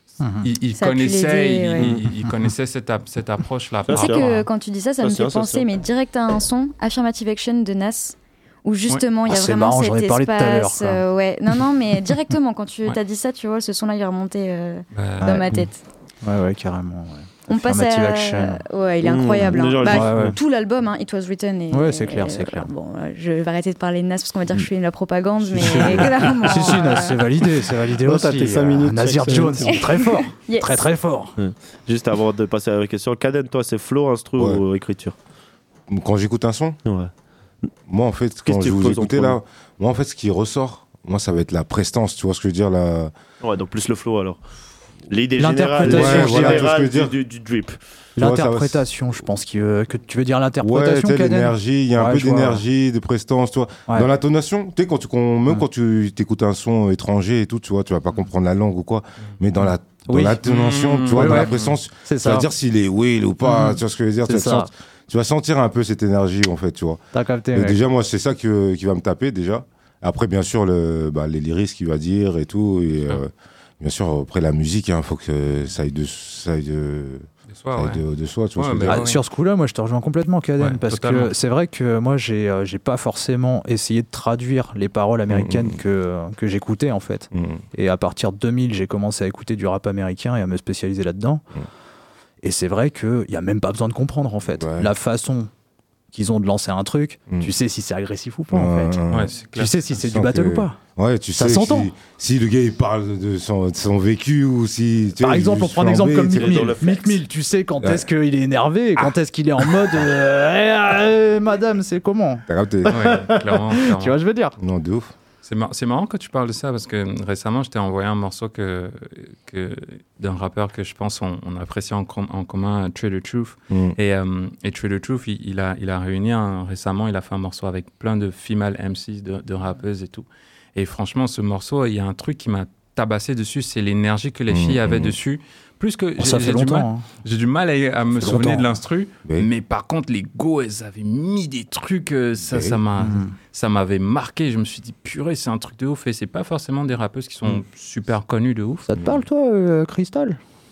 il, il Ça a pu connaissait, l'aider, il, ouais. il- il connaissait cette, ap- cette approche-là. Ça, par Tu sais rapport que à- quand tu dis ça, ça Ça, me c'est fait un, ça, penser, c'est un. mais direct à un son, Affirmative Action de Nas, où justement il y Ah, a c'est vraiment marrant, j'en ai cet parlé tout à l'heure, espace. quoi. euh, ouais, non, non, mais directement quand tu Ouais. t'as dit ça, tu vois, ce son-là il est remonté euh, Bah, dans Ouais. ma tête. Ouais, ouais, carrément. Ouais. On passe Affirmative à... Action. Ouais, il est Mmh, incroyable. hein. déjà, Bah, ouais, ouais. Tout l'album, hein, It Was Written. Et, Ouais, c'est clair, et, c'est clair. Bon, euh, je vais arrêter de parler de Nas parce qu'on va dire que je fais de la propagande, mais clairement. Si, si, euh, Nas, c'est validé, c'est validé Oh, aussi. t'as tes cinq Euh, minutes Nasir chaque Jones, semaine. c'est très fort. yes. Très, très fort. Juste avant de passer à la question, Kaden, toi, c'est flow, instru Ouais. ou écriture? Quand j'écoute un son, Ouais. moi en fait, Qu'est-ce quand que je tu vous poses en écoutez premier là, moi en fait, ce qui ressort, moi ça va être la prestance, tu vois ce que je veux dire là. Ouais, donc plus le flow alors. L'idée générale, L'interprétation, l'idée ouais, voilà, générale tout ce que je veux du, du, du drip. Tu vois, ça va- L'interprétation, je pense que, que tu veux dire Ouais, l'interprétation, tu sais, Kaden. l'énergie, il y a un Ouais, peu je vois. d'énergie, de prestance, tu vois. Ouais. Dans l'intonation, tu sais, quand tu, quand- même Ouais. quand tu écoutes un son étranger et tout, tu vois, tu vas pas comprendre la langue ou quoi, mais dans la dans Oui. l'intonation, Mmh, tu vois, ouais, dans ouais. la prestance, C'est ça ça. veut dire s'il est will ou pas, Mhm. tu vois ce que je veux dire, tu C'est vas, ça. te sent- tu vas sentir un peu cette énergie en fait, tu vois. T'as capté, Et ouais. déjà, moi, c'est ça que, qui va me taper déjà. Après, bien sûr, le, bah, les lyrics qu'il va dire et tout, et euh, bien sûr, après la musique, il faut que ça aille de, ça aille de, des soirs, ça ouais. aille de, de soi, tu vois Ouais, ce que je veux mais dire. Ah, sur ce coup-là, moi je te rejoins complètement, Kaden, Ouais, parce totalement. que c'est vrai que moi j'ai euh, j'ai pas forcément essayé de traduire les paroles américaines Mhm. que, que j'écoutais en fait. Mhm. Et à partir de deux mille, j'ai commencé à écouter du rap américain et à me spécialiser là-dedans. Mhm. Et c'est vrai qu'il n'y a même pas besoin de comprendre en fait. Ouais. La façon qu'ils ont de lancer un truc, Mhm. tu sais si c'est agressif ou pas en Ouais, fait. ouais, ouais. Ouais, c'est clair. Tu sais si c'est Tu du sens battle que- ou pas. Ouais, tu Ça sais s'entend. Si, si le gars il parle de son, de son vécu ou si. tu Par sais, exemple, on juste prend un exemple comme flambé, Mick tu sais. dans le Mill. flex. Mick Mill, tu sais quand Ouais. est-ce qu'il est énervé et quand est-ce qu'il est en mode euh, Eh, eh, madame, c'est comment. T'as capté? Ouais, clairement, clairement. Tu vois, je veux dire. Non, de ouf. C'est mar- c'est marrant que tu parles de ça parce que récemment, je t'ai envoyé un morceau que, que, d'un rappeur que je pense on, on apprécie en, com- en commun, Trey the Truth. Mm. Et, euh, et Trey the Truth, il, il a, il a réuni un- récemment, il a fait un morceau avec plein de female M Cs, de, de rappeuses et tout. Et franchement, ce morceau, il y a un truc qui m'a tabassé dessus, c'est l'énergie que les Mm, filles avaient mm. dessus. Plus que Bon, ça j'ai- fait j'ai du mal- longtemps. hein. J'ai du mal à, à me fait souvenir longtemps. de l'instru, Oui. mais par contre, les go, elles avaient mis des trucs, euh, ça, Oui. ça m'a, Mhm. ça m'avait marqué. Je me suis dit, purée, c'est un truc de ouf. Et c'est pas forcément des rappeuses qui sont Mm. super connues de ouf. Ça te parle, toi, euh, Crystal?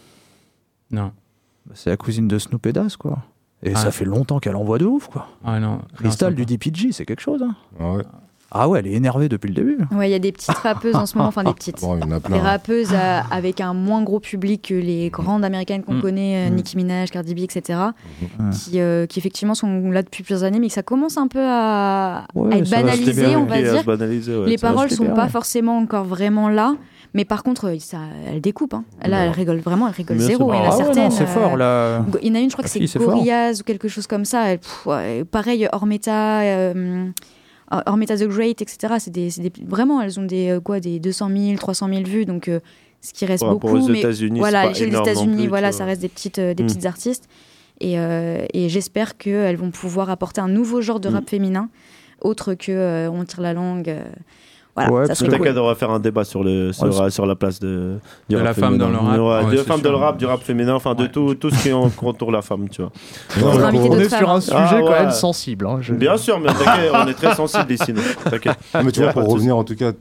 Non. Bah, c'est la cousine de Snoop et Dazz, quoi. Et Ah. ça fait longtemps qu'elle envoie de ouf, quoi. Ah non. Crystal Non, du D P G, c'est quelque chose, hein. Ah ouais. Ah ouais, elle est énervée depuis le début. Ouais, il y a des petites rappeuses en ce moment, enfin des petites. Bon, il y en a Des plein. rappeuses euh, avec un moins gros public que les grandes américaines qu'on Mm. connaît, euh, Mm. Nicki Minaj, Cardi B, et cetera, Mm. qui, euh, qui effectivement sont là depuis plusieurs années, mais que ça commence un peu à, Ouais, à être ça va, banalisé, c'était bien, on va Ok, à dire. se banaliser, ouais, Les ça va. paroles c'était sont bien, pas ouais. forcément encore vraiment là, mais par contre, euh, ça, elle découpe. Hein. Là, elle rigole vraiment, elle rigole Bien zéro. sûr. Il y en a Ah ouais, certaines. non, c'est euh, fort, là. Go- Il y en a une, je crois La que c'est fille, c'est fort. Gorillaz ou quelque chose comme ça. Elle- pff, ouais, pareil, Ormeta, euh, Ormeta the Great, et cetera. C'est des, c'est des- vraiment, elles ont des, euh, quoi, des deux cent mille, trois cent mille vues, donc euh, ce qui reste Par rapport beaucoup. aux mais États-Unis, voilà, c'est pas chez les énorme non États-Unis, plus, voilà, tu ça vois. reste des petites, euh, des Mm. petites artistes. Et, euh, et j'espère qu'elles vont pouvoir apporter un nouveau genre de rap Mm. féminin, autre que euh, on tire la langue. euh, voilà, Ouais, ça parce serait que- cool. T'inquiète, on va faire un débat sur, le, sur, Ouais, sur la place de, du De rap la femme dans le féminin. rap. Ouais, Ouais, de la c'est femme, de sûr. le rap, du rap féminin, enfin de Ouais. tout, tout ce qui en- entoure la femme, tu vois. Non, Faudra inviter On d'autres est sur femmes, un hein. sujet Ah quand ouais. même sensible. hein, je- Bien sûr, mais t'inquiète, on est très sensible ici, nous. T'inquiète. Ah, mais tu Y a vois, pas pour de revenir en tout cas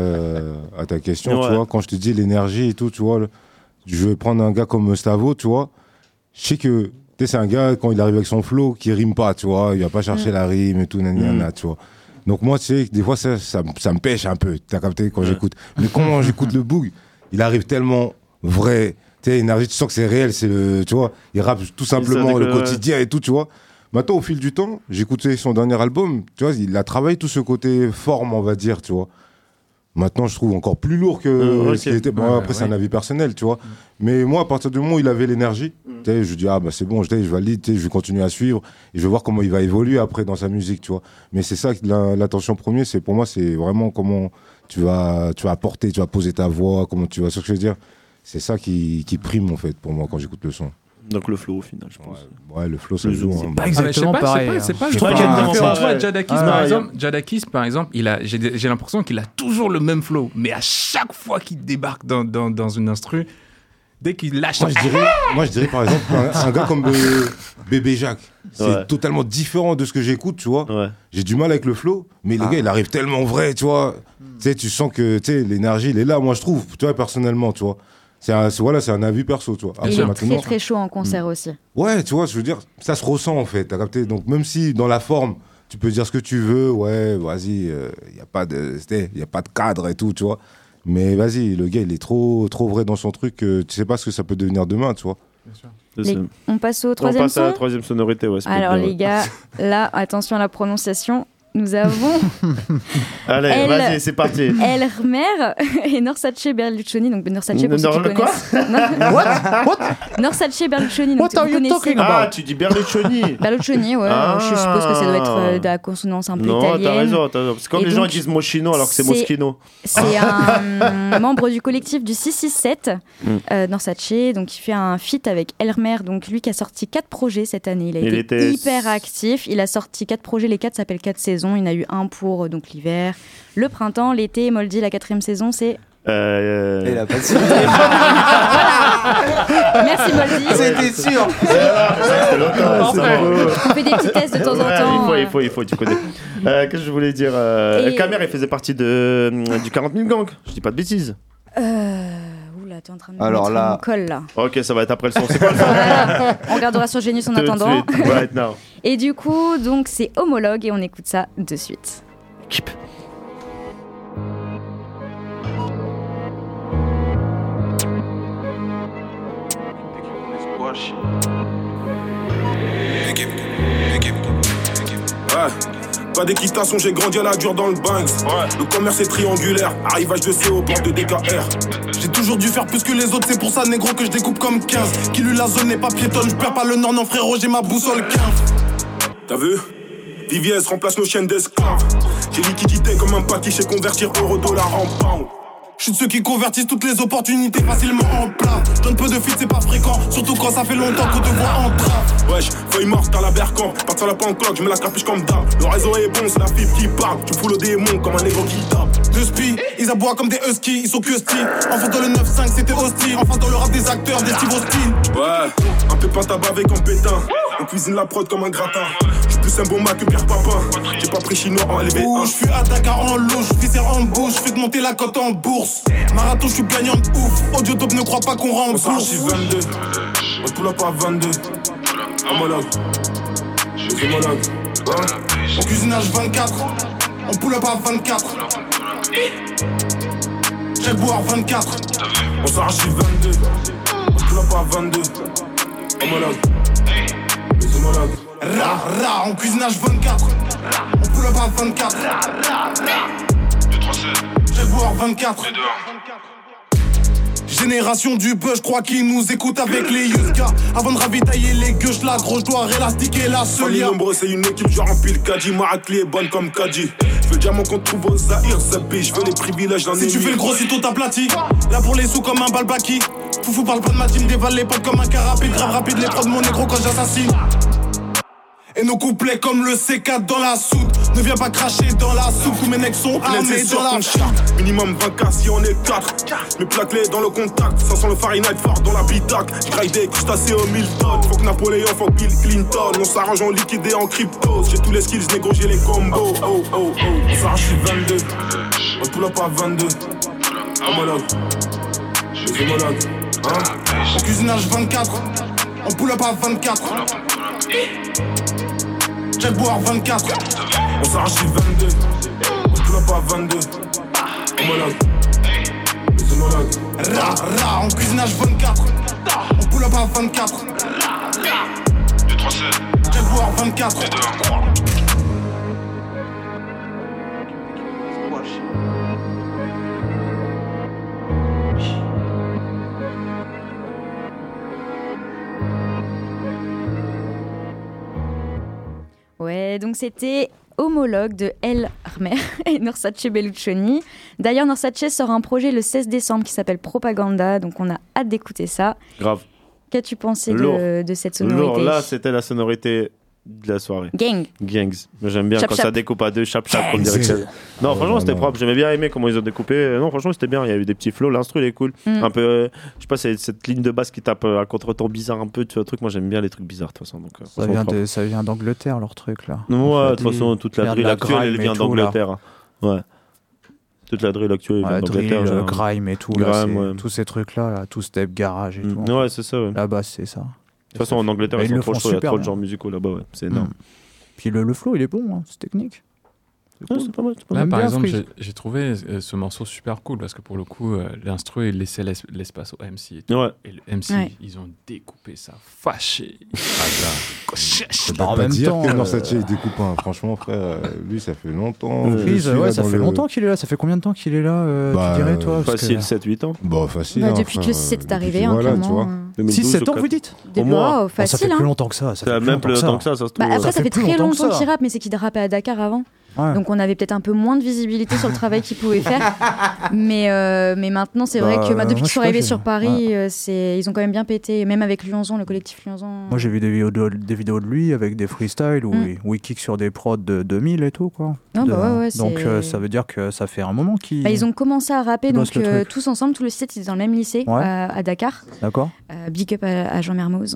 ta- à ta question, Ouais. tu vois, quand je te dis l'énergie et tout, tu vois, le- je vais prendre un gars comme Stavo, tu vois, je sais que, tu sais, c'est un gars, quand il arrive avec son flow, qui rime pas, tu vois, il va pas chercher Mm. la rime et tout, nanana, tu vois. Donc moi, tu sais, des fois, ça, ça, ça me pêche un peu, t'as capté, quand Ouais. j'écoute. Mais quand j'écoute le Boog, il arrive tellement vrai, tu sais, énergie, tu sens que c'est réel, c'est le, tu vois, il rappe tout simplement ça le décolle, quotidien et tout, tu vois. Maintenant, au fil du temps, j'ai écouté son dernier album, tu vois, il a travaillé tout ce côté forme, on va dire, tu vois. Maintenant, je trouve encore plus lourd que Euh, ok. ce qu'il était. Bon, Ouais, après, c'est ouais. un avis personnel, tu vois. Mais moi, à partir du moment où il avait l'énergie, tu sais, je dis, ah, bah, c'est bon, je, tu sais, je valide, tu sais, je vais continuer à suivre et je vais voir comment il va évoluer après dans sa musique, tu vois. Mais c'est ça, la- l'attention première, c'est pour moi, c'est vraiment comment tu vas, tu vas apporter, tu vas poser ta voix, comment tu vas, ce que je veux dire. C'est ça qui, qui prime, en fait, pour moi, quand j'écoute le son. Donc le flow au final, je pense. Ouais, ouais, le flow, ça Le joue. zoom, hein. pas Ah, mais je sais exactement pas, pareil. C'est pas, c'est hein. pas, Je je crois trouve qu'il y a qu'il y a une une différence. différence. Tu vois, Jadakis, Ah, par ouais. exemple, Jadakis, par exemple, il a, j'ai, j'ai l'impression qu'il a toujours le même flow. Mais à chaque fois qu'il débarque dans, dans, dans une instru, dès qu'il lâche Moi, je dirais, moi, je dirais, par exemple, un, un gars comme euh, Bébé Jacques. C'est Ouais. totalement différent de ce que j'écoute, tu vois. Ouais. J'ai du mal avec le flow, mais le Ah. gars, il arrive tellement vrai, tu vois. Tu sais, tu sens que, tu sais, l'énergie, il est là, moi, je trouve, tu vois, personnellement, tu vois. C'est un, c'est, voilà, c'est un avis perso, tu vois. Et il Après, est très très chaud en concert aussi. Ouais, tu vois, je veux dire, ça se ressent en fait, t'as capté. Donc même si dans la forme, tu peux dire ce que tu veux, ouais, vas-y, il euh, y a pas de, il y a pas de cadre et tout, tu vois. Mais vas-y, le gars, il est trop, trop vrai dans son truc, que tu sais pas ce que ça peut devenir demain, tu vois. Bien sûr. Les... On passe au troisième On passe son à la troisième sonorité, ouais. Alors les gars, là, attention à la prononciation. Nous avons. Allez, El... vas-y, c'est parti. Elmer et Norsace Berluccioni. Donc Norsace pour ceux qui le quoi connaissent. What What Norsace Berluccioni. Donc, What are you talking about? Ah, tu dis Berluccioni. Berluccioni, ouais. Ah. Je suppose que ça doit être euh, de la consonance un peu non, italienne. Non, t'as raison, t'as raison. C'est comme et les donc, gens qui disent Moschino alors que c'est, c'est Moschino. C'est un membre du collectif du six six sept, mm. euh, Norsace, donc il fait un feat avec Elmer, donc lui qui a sorti quatre projets cette année. Il a il été était... hyper actif. Il a sorti quatre projets, les quatre s'appellent quatre saisons. Il y en a eu un pour pour donc l'hiver, le printemps, l'été. Moldy, la quatrième saison, c'est... Euh... Et la passion. Merci Moldy. C'était sûr. C'était longtemps. On fait des petits tests de temps en temps. Ouais, il faut, il faut, il faut, tu connais. Euh, qu'est-ce que je voulais dire euh, Et... Kamer, il faisait partie de, du quarante mille gang. Je dis pas de bêtises. Euh... Oula, t'es en train de me Alors mettre là... mon col là. Ok, ça va être après le son. C'est quoi le son? Voilà. On regardera sur Genius en attendant. Suite, right now. Et du coup, donc c'est Homologue et on écoute ça de suite. Keep. Équipe, équipe, ouais. Pas d'équitation, j'ai grandi à la dure dans le Banks. Ouais. Le commerce est triangulaire, arrivage de C O, porte de D K R. J'ai toujours dû faire plus que les autres, c'est pour ça négro que je découpe comme quinze. Qui lui la zone n'est pas piétonne, je perds pas le nord, non frérot, j'ai ma boussole quinze. T'as vu? Viviez remplace nos chaînes d'esclaves. J'ai liquidité comme un paquet, j'ai convertir euro-dollar en pound. Je suis de ceux qui convertissent toutes les opportunités facilement en plat. Donne peu de feats, c'est pas fréquent, surtout quand ça fait longtemps qu'on te voit en train. Wesh, feuille morte à la bercamp, partir la pancloque, je mets la capuche comme d'hab. Le réseau est bon, c'est la fibre qui parle. Tu fous le démon comme un négro qui tape. De spi, ils aboient comme des huskies, ils sont que sti. Enfin dans le neuf cinq c'était hostile, enfin dans le rap des acteurs, des Steve Austin. Ouais, un pépin tabac avec un pétain. On cuisine la prod comme un gratin. J'suis plus un bon mec que Pierre Papin. J'ai pas pris chinois en L V un. Je suis à Dakar en louche, viscère en bouche, j'fais de monter la cote en bourse. Marathon, j'suis gagnant de ouf. Audio top ne crois pas qu'on rembourse. On s'archive vingt-deux, on pull up à vingt-deux. Homologue, c'est homologue. Hein? On cuisinage vingt-quatre, on pull up à vingt-quatre. J'ai boire vingt-quatre. On s'archive vingt-deux, on pull up à vingt-deux. Homologue, c'est homologue. Ra, ra, on cuisinage vingt-quatre. On pull up à vingt-quatre. J'ai boire vingt-quatre. Génération du buzz, je crois qu'ils nous écoutent avec les Yuska. Avant de ravitailler les gueux, la grosse doigt élastiquer la solia. Nombreux, c'est une équipe, je remplis le caddie. Ma raclée est bonne comme caddie. Je veux le diamant qu'on trouve aux Zahir, Zabi. Je veux les privilèges d'un Si tu fais le gros, sitôt t'aplatis. Là pour les sous comme un balbaki. Foufou parle pas de ma team, dévale les potes comme un car rapide. Grave rapide, les prods de mon négro quand j'assassine. Et nos couplets comme le C quatre dans la soude. Ne viens pas cracher dans la soupe. Tous mes necks sont armés dans la chute. Minimum vingt K si on est quatre. Mes plaqués dans le contact. cinq cents le Fahrenheit fort dans la bitac. J'graille des crustacés au mille tonnes. Faut que Napoléon, faut que Bill Clinton. On s'arrange en liquide et en crypto. J'ai tous les skills, négro, j'ai les combos. Oh oh oh. On s'arrache vingt-deux. On pull up à vingt-deux. Homologue. Les homologues. Hein? On cuisinage vingt-quatre. On pull up à vingt-quatre. J'ai boire vingt-quatre. On s'arrache vingt-deux. On pull up à vingt-deux. Homologue. Les homologues. Ra, ra, on cuisinage vingt-quatre. On pull up à vingt-quatre. J'ai boire vingt-quatre. Ouais, donc c'était Homologue de Elmer et Norsace Berluccioni. D'ailleurs, Norsace sort un projet le seize décembre qui s'appelle Propaganda, donc on a hâte d'écouter ça. Grave. Qu'as-tu pensé de, de cette sonorité? Lourd. Là, c'était la sonorité de la soirée. Gang. Gangs. J'aime bien chap, quand chap. ça découpe à deux, chap chap. Comme dirait que non, oh, franchement, c'était propre. J'aimais bien aimer comment ils ont découpé. Non, franchement, c'était bien. Il y a eu des petits flows. L'instru, il est cool. Mm. Un peu, euh, je sais pas, c'est cette ligne de basse qui tape à contre-temps bizarre un peu. Tu vois, truc. Moi, j'aime bien les trucs bizarres de toute façon. Donc, euh, ça, vient de, ça vient d'Angleterre, leur truc là. Ouais, de toute façon, toute la drill actuelle, elle vient d'Angleterre. Ouais. Toute la drill actuelle Ouais, vient d'Angleterre. drill, genre. grime et tout, Grime, là, c'est- ouais. tous ces trucs-là, là, tout step, garage et Mm. tout. Ouais, c'est ça. Ouais. Là-bas, c'est ça. De toute façon, en Angleterre, Mais ils ils sont le trop font chauds. Il y a super trop de bien. genres musicaux là-bas. Ouais. C'est énorme. Mm. Puis le, le flow, il est bon, hein, c'est technique. Ouais, c'est pas mal. c'est pas Là, mal. par bien exemple, Freeze. j'ai j'ai trouvé euh, ce morceau super cool parce que pour le coup, euh, l'instru, il laissait l'es- l'espace au M C. Et, tout. Ouais. Et le M C, Ouais. ils ont découpé ça, fâché. Ah, là. Je peux En pas même dire temps, que euh, Norsace il découpe un. Franchement, frère, euh, lui, ça fait longtemps. Euh, Je Freeze, suis ouais, là ça dans fait le- longtemps qu'il est là. Ça fait combien de temps qu'il est là, euh, Bah, tu dirais, toi parce Facile, que- sept huit ans. Bon, facile. Bah, hein, depuis que frère, le six sept est euh, arrivé, depuis- hein, voilà, tu clairement. vois. euh. deux mille douze six sept ou ans, vous quatre- dites Depuis- moins. oh, Oh, ça facile, fait hein. plus longtemps que ça. Ça fait Ça a plus même longtemps plus que ça. longtemps que ça, ça se Bah, trouve. après, ça, fait fait plus très longtemps que longtemps ça. qu'il rappe, mais c'est qu'il rappait à Dakar avant. Ouais. Donc on avait peut-être un peu moins de visibilité sur le travail qu'il pouvait faire. Mais, euh, mais maintenant, c'est vrai Bah, que bah, depuis moi, qu'ils je sont sais pas, arrivés j'ai- sur Paris, euh, c'est... ils ont quand même bien pété. Même avec Lyonzon, le collectif Lyonzon. Moi, j'ai vu des vidéos, de, des vidéos de lui avec des freestyles où, Mm. il, où il kick sur des prods de deux mille et tout, quoi. Non, De- bah ouais, ouais, Donc, c'est- euh, ça veut dire que ça fait un moment qu'ils. Bah, ils ont commencé à rapper Ils donc, bossent le euh, truc. tous ensemble, tout le site, ils étaient dans le même lycée Ouais. à, à Dakar. D'accord. Euh, big up à, à Jean Mermoz.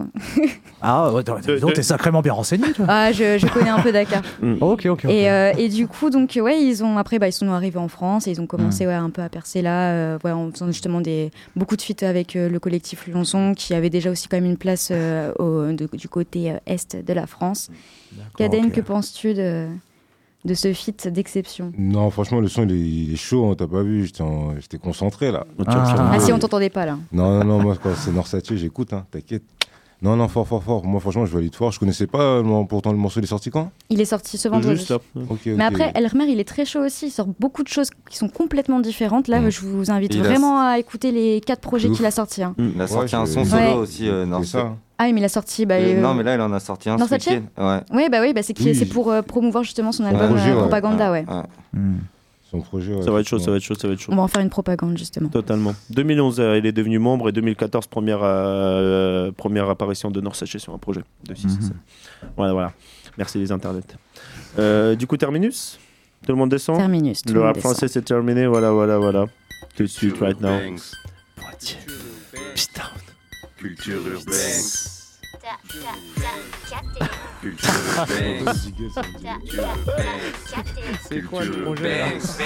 Ah, ouais, t'es- dis donc, t'es sacrément bien renseigné, toi. Ah, je, je connais un peu Dakar. Ok, ok, ok. Et, euh, et du coup, donc, ouais, ils ont, après, bah, ils sont arrivés en France et ils ont commencé Mm. ouais, un peu à percer là, euh, ouais, en faisant justement des, beaucoup de feats avec euh, le collectif Lyonzon, qui avait déjà aussi quand même une place euh, au, de- du côté euh, est de la France. Kaden, ok. que penses-tu de, de ce feat d'exception? Non, franchement, le son, il est, il est chaud, hein, t'as pas vu, j'étais en- j'étais concentré là. Ah. Ah si, on t'entendait pas là. Non, non, non, moi, quand c'est Norsace, j'écoute, hein, t'inquiète. Non, non, fort, fort, fort. Moi, franchement, je valide fort. Je connaissais pas, euh, pourtant, le morceau, il est sorti quand? Il est sorti ce vendredi. Juste là. Ok, ok. Mais après, Elmer, il est très chaud aussi. Il sort beaucoup de choses qui sont complètement différentes. Là, Mm. je vous invite Il a- vraiment à écouter les quatre projets De ouf. qu'il a sortis. hein. Il a sorti Ouais, un je- son Ouais. solo Ouais. aussi, euh, C'est Norsace. ça. Ah, mais il a sorti. Bah, Euh, euh, Non, mais là, il en a sorti un ce Norsace week-end. Ouais. Ouais, bah oui, bah c'est qui- Oui. c'est pour euh, promouvoir justement son Son album projet, euh, ouais. Propaganda, ouais. Ouais. Hmm. Son projet, ouais, Ça va être chaud, effectivement. ça va être chaud, ça va être chaud. On va en faire une propagande justement. Totalement. deux mille onze, euh, il est devenu membre et deux mille quatorze, première, euh, première apparition de Norsace sur un projet de six Mhm. Voilà, voilà. Merci les internets. Euh, du coup, Terminus Tout le monde descend Terminus. tout Le monde rap descend. français c'est terminé, voilà, voilà, voilà. Tout de suite, right now. Poitiers. Putain. Culture urbaine. C'est quoi le projet là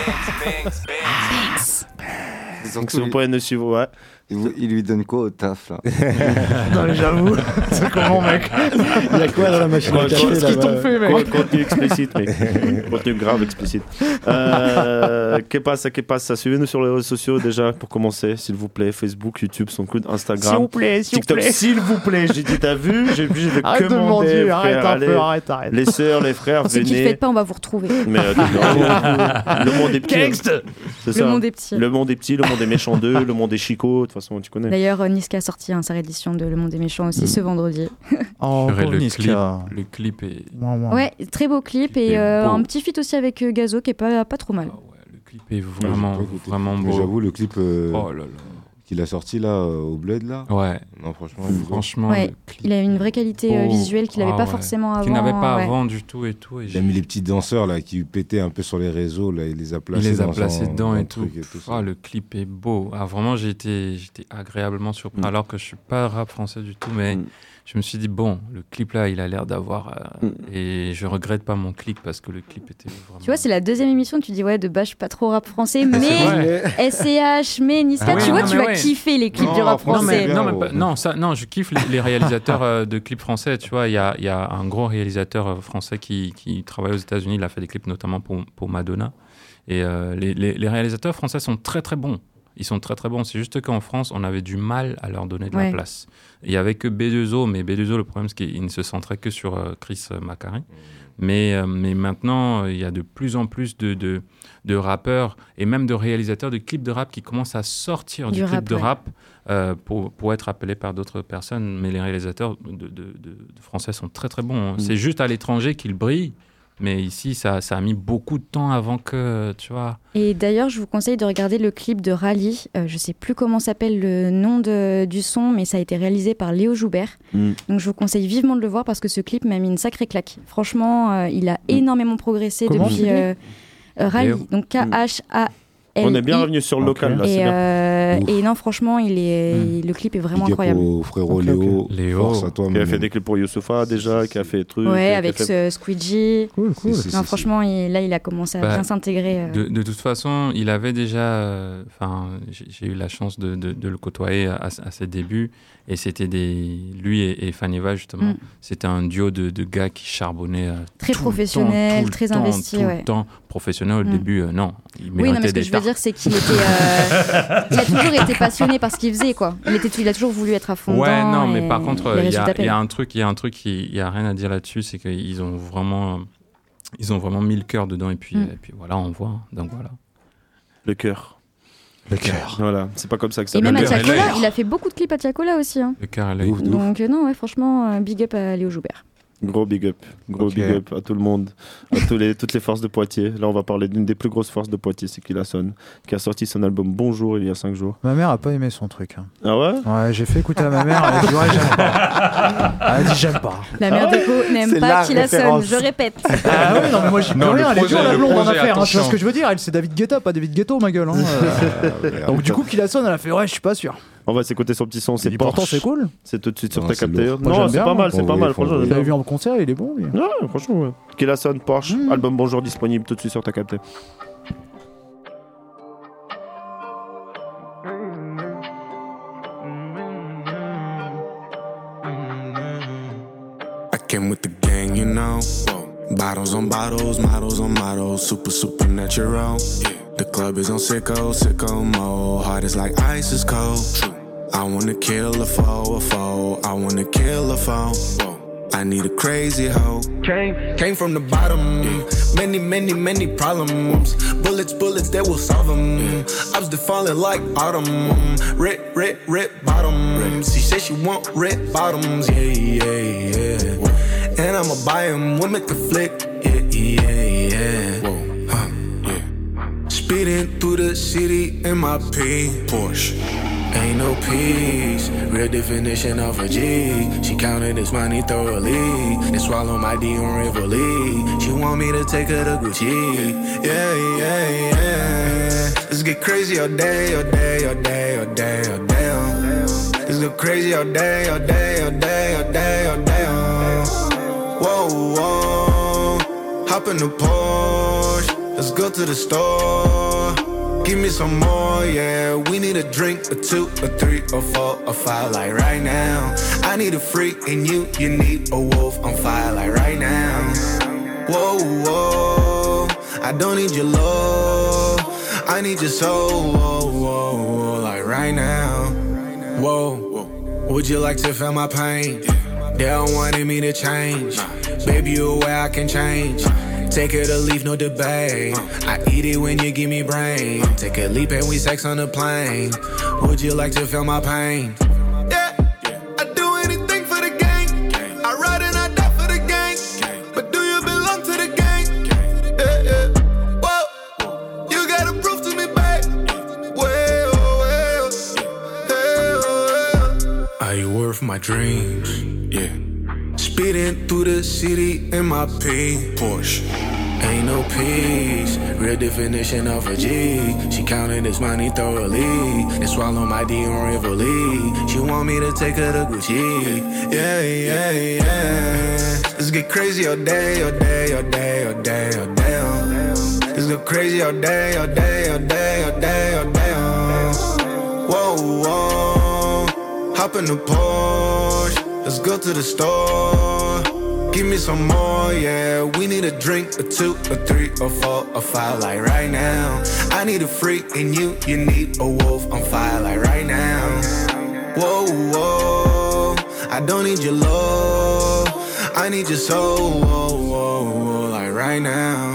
C'est Donc, surtout, si vous il- pouvez nous suivre, ouais. il, vous- il lui donne quoi au taf là? Non, mais j'avoue, c'est comment, mec? Il y a quoi dans la machine à café Qu'est-ce qu'ils là-bas t'ont fait, Con- mec? Contenu explicite, mec. Contenu grave explicite. Euh, que passe, que passe Suivez-nous sur les réseaux sociaux déjà pour commencer, s'il vous plaît. Facebook, YouTube, SoundCloud, Instagram. S'il vous plaît, s'il vous TikTok, plaît. s'il vous plaît. J'ai dit, t'as vu? J'ai obligé de Arrête de commander. mentir, frère, arrête un allez. peu, arrête, arrête. Les sœurs, les frères, Pour ceux qui ne venez. faites pas, on va vous retrouver. Mais euh, non, le monde est petit. Gangsta. C'est Le ça. monde est petit. Le monde est petit, le monde est méchant deux, le monde est chicot. De toute façon, tu connais. D'ailleurs, euh, Niska a sorti hein, sa réédition de Le Monde des Méchants aussi Mm. ce vendredi. Oh, Purée, pauvre le Niska. clip, le clip est. Mouah, mouah. Ouais, très beau clip Il et est euh, beau. un petit feat aussi avec euh, Gazo qui est pas, pas trop mal. Ah ouais, le clip est vraiment, j'ai pas écouté. vraiment Mais beau. j'avoue, le clip euh, Oh là là. qu'il a sorti là, euh, au Bled, là. Ouais, Non, franchement, il est beau. franchement. Ouais, le clip Il a une est vraie qualité euh, beau. visuelle qu'il n'avait Ah pas ouais. forcément avant. Qu'il n'avait pas ouais. avant du tout et tout. Et Il a j'ai- mis les petits danseurs là qui pétaient un peu sur les réseaux, là, il les a Il placés. les a dans placés son- dedans dans et le tout. truc et tout ça. Ah, le clip est beau. Ah, vraiment, j'ai été, j'étais agréablement surpris. Mm. Alors que je suis pas rap français du tout, mais Mm. je me suis dit bon, le clip là, il a l'air d'avoir. euh, Mm. Et je regrette pas mon clip parce que le clip était vraiment. Tu vois, c'est la deuxième émission, tu dis ouais, de base, je suis pas trop rap français, C'est mais vrai. S C H, mais Niska, Ah ouais, tu vois, non, tu mais vas ouais. kiffer les clips Non, du rap franchement, Non, mais, français. non, bien, mais pas- ouais. non, ça, non, je kiffe les, les réalisateurs euh, de clips français. Tu vois, il y a, il y a un gros réalisateur euh, français qui, qui travaille aux États-Unis. Il a fait des clips notamment pour, pour Madonna. Et euh, les, les, les réalisateurs français sont très très bons. Ils sont très très bons. C'est juste qu'en France, on avait du mal à leur donner de Ouais. la place. Il n'y avait que B deux O, mais B deux O, le problème, c'est qu'il ne se centrait que sur euh, Chris Macari. Mais, euh, mais maintenant, il y a de plus en plus de, de, de rappeurs et même de réalisateurs de clips de rap qui commencent à sortir du, Du clip rap, de ouais. rap euh, pour, pour être appelés par d'autres personnes. Mais les réalisateurs de, de, de- de français sont très très bons. Mm. C'est juste à l'étranger qu'ils brillent. Mais ici, ça, ça a mis beaucoup de temps avant que, tu vois... Et d'ailleurs, je vous conseille de regarder le clip de Rally. Euh, je sais plus comment s'appelle le nom de- du son, mais ça a été réalisé par Léo Joubert. Mm. Donc je vous conseille vivement de le voir parce que ce clip m'a mis une sacrée claque. Franchement, euh, il a énormément progressé Comment tu depuis dis euh, euh, Rally. Léo. Donc K H A On est bien L I. revenu sur le local, là, Et, c'est bien. euh, et non, franchement, il est, Mm. le clip est vraiment Big up incroyable. au frérot Ok, Léo. ok. Léo. Force à toi, Qui a mon fait gars. des clips pour Youssoufa déjà, qui a fait des trucs. Ouais, qui a avec fait- ce Squeegee. Cool, cool. Si, si, Non, si, franchement, il- là, il a commencé à Bah, bien s'intégrer. euh. De, de toute façon, il avait déjà. Enfin, j'ai j'ai eu la chance de, de, de le côtoyer à, à ses débuts. Et c'était des. Lui et, et Faniva, justement, Mm. c'était un duo de, de gars qui charbonnaient. euh, Très tout le professionnel, temps, tout le très temps, investi, Tout ouais. le temps professionnel. Au Mm. début, euh, non. Il Oui, non, méritait mais ce que des je veux tartes. dire, c'est qu'il était. euh, il a toujours été passionné par ce qu'il faisait, quoi. Il, était, il a toujours voulu être à fond Ouais, dedans. non, mais et par contre, les il y, a- résultats il y a payent. un truc, il y a un truc, qui- il y a rien à dire là-dessus, c'est qu'ils ont vraiment, ils ont vraiment mis le cœur dedans, et puis, Mm. et puis voilà, on voit. Donc voilà. Le cœur. Le cœur. Voilà, c'est pas comme ça que ça Et même à Le cœur et Tiakola, l'œil. il a fait beaucoup de clips à Tiakola aussi. Hein. Le cœur et l'œil. Ouf, de ouf. Donc, euh, non, ouais, franchement, euh, big up à Léo Joubert. Gros big up, gros Ok. big up à tout le monde, à tous les, toutes les forces de Poitiers. Là, on va parler d'une des plus grosses forces de Poitiers, c'est Kilasson, qui a sorti son album Bonjour il y a cinq jours. Ma mère a pas aimé son truc. hein. Ah ouais? Ouais, j'ai fait écouter à ma mère, elle a dit ouais, j'aime pas. Elle a dit j'aime pas. La mère de Pau n'aime C'est pas la qui la sonne, référence. je répète. Ah ouais, non, mais moi j'y peux Non, le rien, elle est projet- dure la le blonde en projet, affaire, hein, tu vois attention. ce que je veux dire? Elle c'est David Guetta, pas David Ghetto, ma gueule. Hein, euh. Donc du coup, qui la sonne, elle a fait ouais, je suis pas sûr. On va s'écouter son petit son, c'est Et pourtant, Porsche. c'est cool. C'est tout de suite sur Non, ta c'est capteur. lourd. Moi, Non, j'aime c'est bien, pas moi. mal, c'est Oh, pas oui, mal, faut franchement. le Vous j'aime l'avez bien. vu en concert, il est bon. Lui. Ouais, franchement, ouais. Kilasson, Porsche, Mm. album Bonjour disponible tout de suite sur ta capteur. I came with the gang, you know. Bottles on bottles, models on models, super supernatural. The club is on sicko, sicko mode. Heart is like ice is cold. I wanna kill a foe, a foe. I wanna kill a foe. I need a crazy hoe. Came, came from the bottom. Many, many, many problems. Bullets, bullets, they will solve them. I was falling like autumn. Red, red, red bottoms. She said she want red bottoms. Yeah, yeah, yeah. And I'ma buy them. We'll make a flick. Yeah, yeah, yeah. Whoa, huh, yeah. Speeding through the city in my P Porsche. Ain't no peace, real definition of a G. She counted this money thoroughly, and swallow my D on Rivoli. She want me to take her to Gucci. Yeah, yeah, yeah. Let's get crazy all day, all day, all day, all day, all day. oh. Let's go crazy all day, all day, all day, all day, all day. oh. Whoa, whoa. Hop in the Porsche, let's go to the store. Give me some more, yeah. We need a drink, a two, a three, a four, a five, like right now. I need a freak, and you, you need a wolf on fire, like right now. Whoa, whoa. I don't need your love, I need your soul, whoa, whoa, whoa, like right now. Whoa, would you like to feel my pain? They don't wanted me to change. Baby, you aware I can change. Take it or leave, no debate. I eat it when you give me brain. Take a leap and we sex on the plane. Would you like to feel my pain? Yeah, I'd do anything for the gang. I ride and I die for the gang. But do you belong to the gang? Yeah, yeah. Whoa, you gotta prove to me, babe. Well, well, well. Are you worth my dreams? Yeah. Speeding through the city in my P Porsche. Ain't no peace, real definition of a G. She counted this money thoroughly, and swallow my D on Rivoli. She want me to take her to Gucci. Yeah, yeah, yeah. Let's get crazy all day, all day, all day, all day, all day. oh. Let's go crazy all day, all day, all day, all day, all day. oh. Whoa, whoa. Hop in the Porsche. Let's go to the store. Give me some more, yeah. We need a drink, a two, a three, a four, a five, like right now. I need a freak, and you, you need a wolf on fire, like right now. Whoa, whoa. I don't need your love, I need your soul, whoa, whoa, whoa, like right now.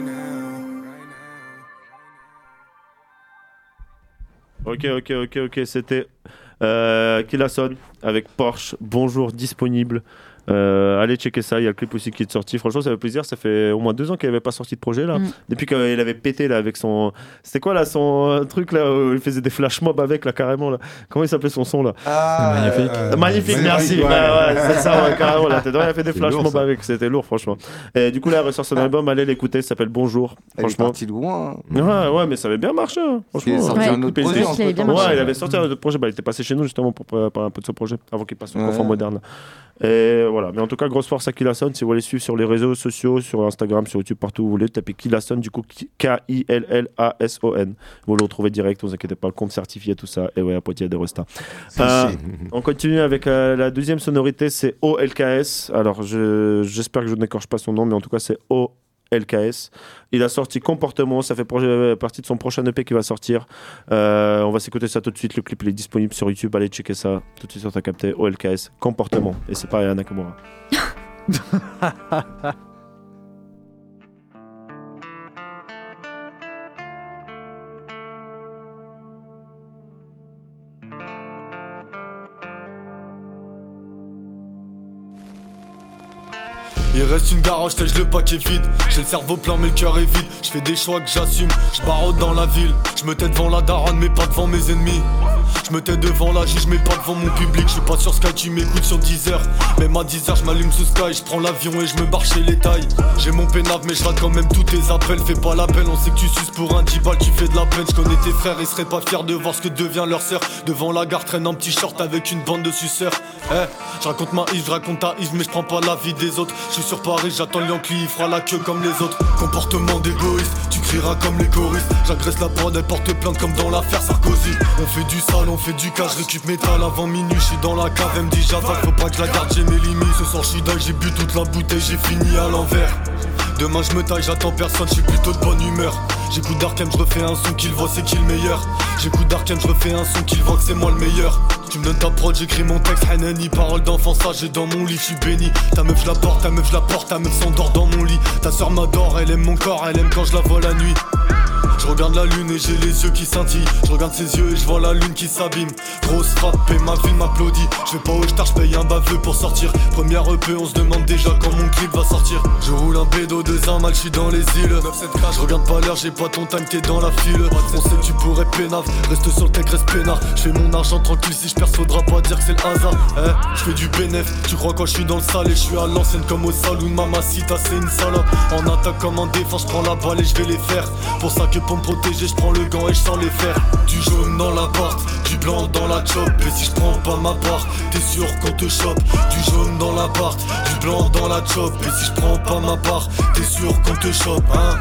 Ok, ok, ok, ok, c'était euh, Kilasson avec Porsche, Bonjour disponible. Euh, allez checker ça, il y a le clip aussi qui est sorti. Franchement, ça fait plaisir. Ça fait au moins deux ans qu'il n'avait pas sorti de projet là. Mm. Depuis qu'il avait pété là avec son. C'était quoi là son euh, truc là où il faisait des flash mobs avec là carrément là. Comment il s'appelait son son là? Ah, magnifique. Euh, magnifique, magnifique, merci. Ouais, ouais, ouais, c'est ça, ouais, carrément là. Il a fait des flash mobs avec. C'était lourd, franchement. Et du coup là, il ressort son album. Allez l'écouter. Ça s'appelle Bonjour. Elle franchement. est partie loin. Ouais, ouais, mais ça avait bien marché. Hein, franchement. Il est sorti Ouais, un autre projet. il avait bien marché. Ouais, il avait sorti un autre projet. Bah, il était passé chez nous justement pour parler un peu de ce projet avant qu'il passe au Ouais. confort moderne. Et voilà. Mais en tout cas, grosse force à Killason. Si vous voulez suivre sur les réseaux sociaux, sur Instagram, sur YouTube, partout où vous voulez, tapez Killason, du coup K I L L A S O N. Vous le retrouvez direct, vous inquiétez pas, le compte certifié, tout ça. Et ouais, à Poitiers, des restas. Euh, on continue avec euh, la deuxième sonorité, c'est O L K S. Alors, je, j'espère que je n'écorche pas son nom, mais en tout cas, c'est O L K S. Il a sorti Comportement, ça fait projet, partie de son prochain E P qui va sortir. Euh, on va s'écouter ça tout de suite. Le clip il est disponible sur YouTube. Allez checker ça tout de suite sur ta capté. O L K S, Comportement. Et c'est pas Aya Nakamura. Il reste une garage, tèche le paquet vide. J'ai le cerveau plein mais le cœur est vide. Je fais des choix que j'assume, je barre dans la ville. Je me tais devant la daronne mais pas devant mes ennemis. Je me tais devant la juge mais pas devant mon public. Je suis pas sur Sky, tu m'écoutes sur Deezer. Même à dix heures je m'allume sous Sky. Je prends l'avion et je me barre chez les tailles. J'ai mon pénave mais je rate quand même tous tes appels. Fais pas la peine, on sait que tu suces pour un dix balles. Tu fais de la peine, je connais tes frères. Ils seraient pas fiers de voir ce que devient leur sœur. Devant la gare traîne un petit short avec une bande de suceurs. Eh, je raconte ma Yves, je raconte ta Yves mais je prends pas la vie des autres. Je suis sur Paris, j'attends Yankee, il fera la queue comme les autres. Comportement d'égoïste, tu crieras comme les choristes. J'agresse la prod, elle porte plainte comme dans l'affaire Sarkozy. On fait du sale, on fait du cash, je récup métal avant minuit. Je suis dans la cave, elle me dit Java, faut pas que je la garde, j'ai mes limites. Ce soir je suis dingue, j'ai bu toute la bouteille, j'ai fini à l'envers. Demain je me taille, j'attends personne, je suis plutôt de bonne humeur. J'écoute Darkem, je refais un son qu'il voit, c'est qui le meilleur. J'écoute Darkem, je refais un son qu'il voit que c'est moi le meilleur. Tu me donnes ta prod, j'écris mon texte, Hanani, parole d'enfant sage et dans mon lit, je suis béni. Ta meuf je la porte, ta meuf je la porte, ta meuf s'endort dans mon lit. Ta soeur m'adore, elle aime mon corps, elle aime quand je la vois la nuit. Je regarde la lune et j'ai les yeux qui scintillent. Je regarde ses yeux et je vois la lune qui s'abîme. Grosse frappe et ma ville m'applaudit. Je vais pas au star, je paye un baveux pour sortir. Première E P, on se demande déjà quand mon clip va sortir. Je roule un bédo de Zamal, je suis dans les îles. Je regarde pas l'heure, j'ai pas ton time, t'es dans la file. On sait que tu pourrais pénave, reste sur le tech, reste peinard. Je fais mon argent tranquille, si je perce faudra pas dire que c'est le hasard. Eh, je fais du bénéf, tu crois quand je suis dans le sale et je suis à l'ancienne comme au saloon. Mamacita c'est une salope. En attaque comme en défense, je prends la balle et je vais les faire. Pour ça que pour me protéger, je prends le gant et je sens les faire. Du jaune dans l'appart, du blanc dans la chop. Et si je prends pas ma part, t'es sûr qu'on te chope. Du jaune dans l'appart, du blanc dans la chop. Et si je prends pas ma part, t'es sûr qu'on te chope, hein.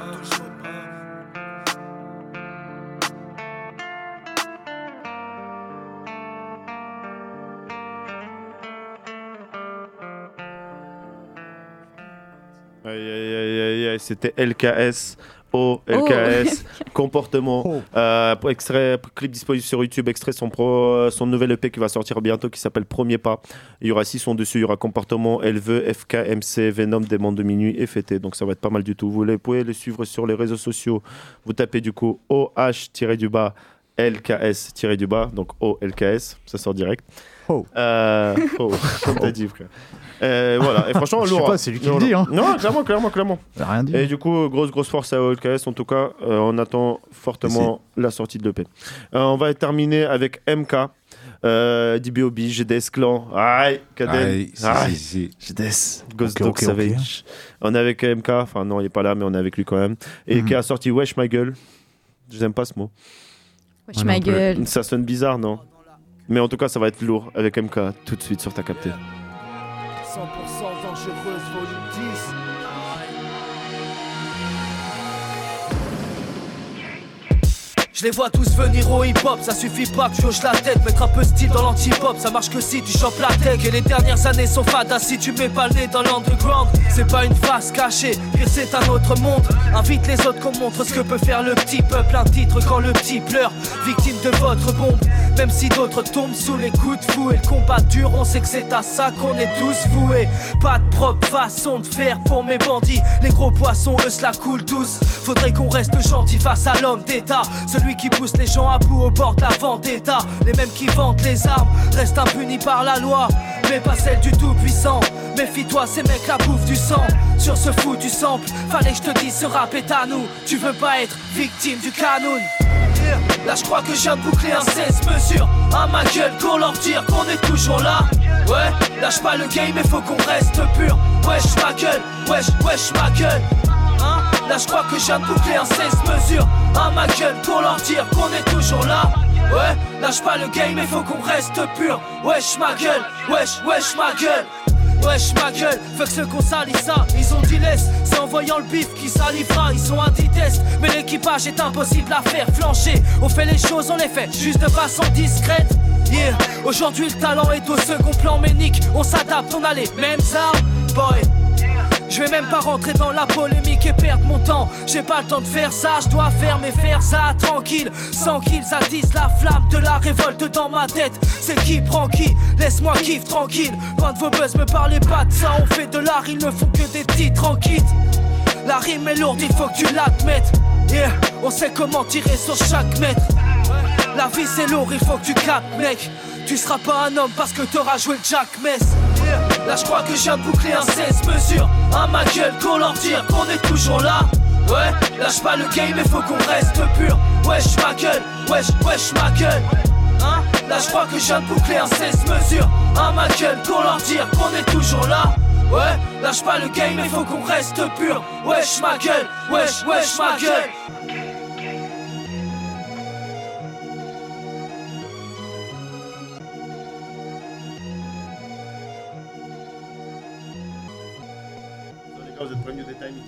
Aïe aïe aïe aïe aïe, c'était L K S. O L K S, oh. Comportement, oh. Euh, extrait, clip disponible sur YouTube, extrait son, pro, son nouvel E P qui va sortir bientôt qui s'appelle Premier Pas. Il y aura six sons dessus, il y aura Comportement, Elle veut, F K, M C, Venom, Démon de minuit et Fêté. Donc ça va être pas mal du tout. Vous les pouvez les suivre sur les réseaux sociaux. Vous tapez du coup O H du bas L K S du bas, donc O L K S, ça sort direct. Oh, euh, oh comme t'as dit, frère. Euh, voilà, et franchement, je lourd. sais pas, c'est lui qui le dit, hein. Non, clairement, clairement, clairement. J'ai rien dit. Et du coup, grosse, grosse force à O L K S. En tout cas, euh, on attend fortement la sortie de l'E P. Euh, on va terminer avec M K, euh, D B O B, G D S Clan. Aïe, Kaden. Aïe, si, si. G D S, Ghost okay, Dog okay, Savage. Okay. On est avec M K, enfin non, il est pas là, mais on est avec lui quand même. Et mm-hmm. qui a sorti Wesh My Gueule. Je n'aime pas ce mot. Wesh My Gueule. Ça sonne bizarre, non? Mais en tout cas, ça va être lourd avec M K tout de suite sur ta captée. cent pour cent dangereuse, volume dix. Je les vois tous venir au hip-hop, ça suffit pas que je hoche la tête. Mettre un peu style dans l'anti-pop, ça marche que si tu chopes la tech. Et les dernières années sont fadas si tu mets pas le nez dans l'underground. C'est pas une face cachée, pire c'est un autre monde. Invite les autres qu'on montre ce que peut faire le petit peuple. Un titre quand le petit pleure, victime de votre bombe. Même si d'autres tombent sous les coups de fou. Et le combat dur, on sait que c'est à ça qu'on est tous voués. Pas de propre façon de faire pour mes bandits. Les gros poissons, eux, cela coule tous. Faudrait qu'on reste gentil face à l'homme d'État. Celui qui pousse les gens à bout au bord de la vendetta. Les mêmes qui vendent les armes restent impunis par la loi, mais pas celle du tout-puissant. Méfie-toi, ces mecs la bouffent du sang. Sur ce fou du sample, fallait que je te dise ce rap est à nous. Tu veux pas être victime du canon. Là je crois que je viens de boucler un seize mesures. À ma gueule qu'on leur dire qu'on est toujours là. Ouais, lâche pas le game, mais faut qu'on reste pur. Wesh ma gueule, wesh, wesh ma gueule. Hein? Là je crois que je viens de boucler un seize mesures. À ma gueule pour leur dire qu'on est toujours là. Ouais, lâche pas le game, mais faut qu'on reste pur. Wesh ma gueule, wesh, wesh ma gueule. Wesh ma gueule, fuck ceux qu'on salit ça. Ils ont dit laisse, c'est en voyant le bif qui salivera. Ils sont anti-test, mais l'équipage est impossible à faire flancher. On fait les choses, on les fait juste de façon discrète. Yeah, aujourd'hui le talent est au second plan, mais nique, on s'adapte, on a les mêmes armes. Boy, je vais même pas rentrer dans la polémique et perdre mon temps. J'ai pas le temps de faire ça, je dois faire mes faire ça tranquille. Sans qu'ils attisent la flamme de la révolte dans ma tête. C'est qui prend qui, laisse-moi kiffe tranquille. Loin de vos buzz, me parlez pas de ça. On fait de l'art, ils ne font que des titres en kit. La rime est lourde, il faut que tu l'admettes. Yeah, on sait comment tirer sur chaque mètre. La vie c'est lourd, il faut que tu captes mec. Tu seras pas un homme parce que t'auras joué le Jack Mess. Là je crois que je viens de boucler un seize mesures. À ma gueule qu'on leur dire qu'on est toujours là. Ouais, lâche pas le game, mais faut qu'on reste pur. Wesh ma gueule, wesh, wesh ma gueule. Hein? Là je crois que je viens de boucler un seize mesures. À ma gueule qu'on leur dire qu'on est toujours là. Ouais, lâche pas le game, mais faut qu'on reste pur. Wesh ma gueule, wesh, wesh ma gueule. Vous êtes prévenus des timings.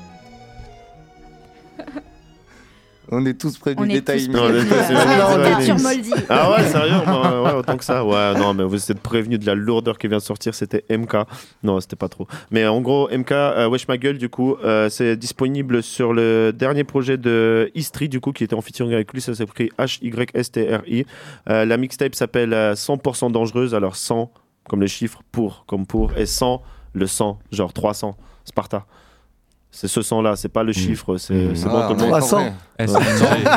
On est tous prévenus On des est tous timings. prévenus. Non, on est sur Moldy. Ah ouais, sérieux bah, ouais, autant que ça. Ouais, non, mais vous êtes prévenus de la lourdeur qui vient de sortir. C'était M K. Non, c'était pas trop. Mais en gros, M K, euh, Wesh Ma Gueule, du coup, euh, c'est disponible sur le dernier projet de History, du coup, qui était en featuring avec lui. Ça s'écrit H Y S T R I. Euh, la mixtape s'appelle euh, cent pour cent dangereuse. Alors cent, comme les chiffres, pour, comme pour, et cent, le cent, genre trois cents. Sparta. C'est ce sang-là, c'est pas le chiffre, c'est, Mmh. c'est Ah, bon tout le monde. trois cents. S Tu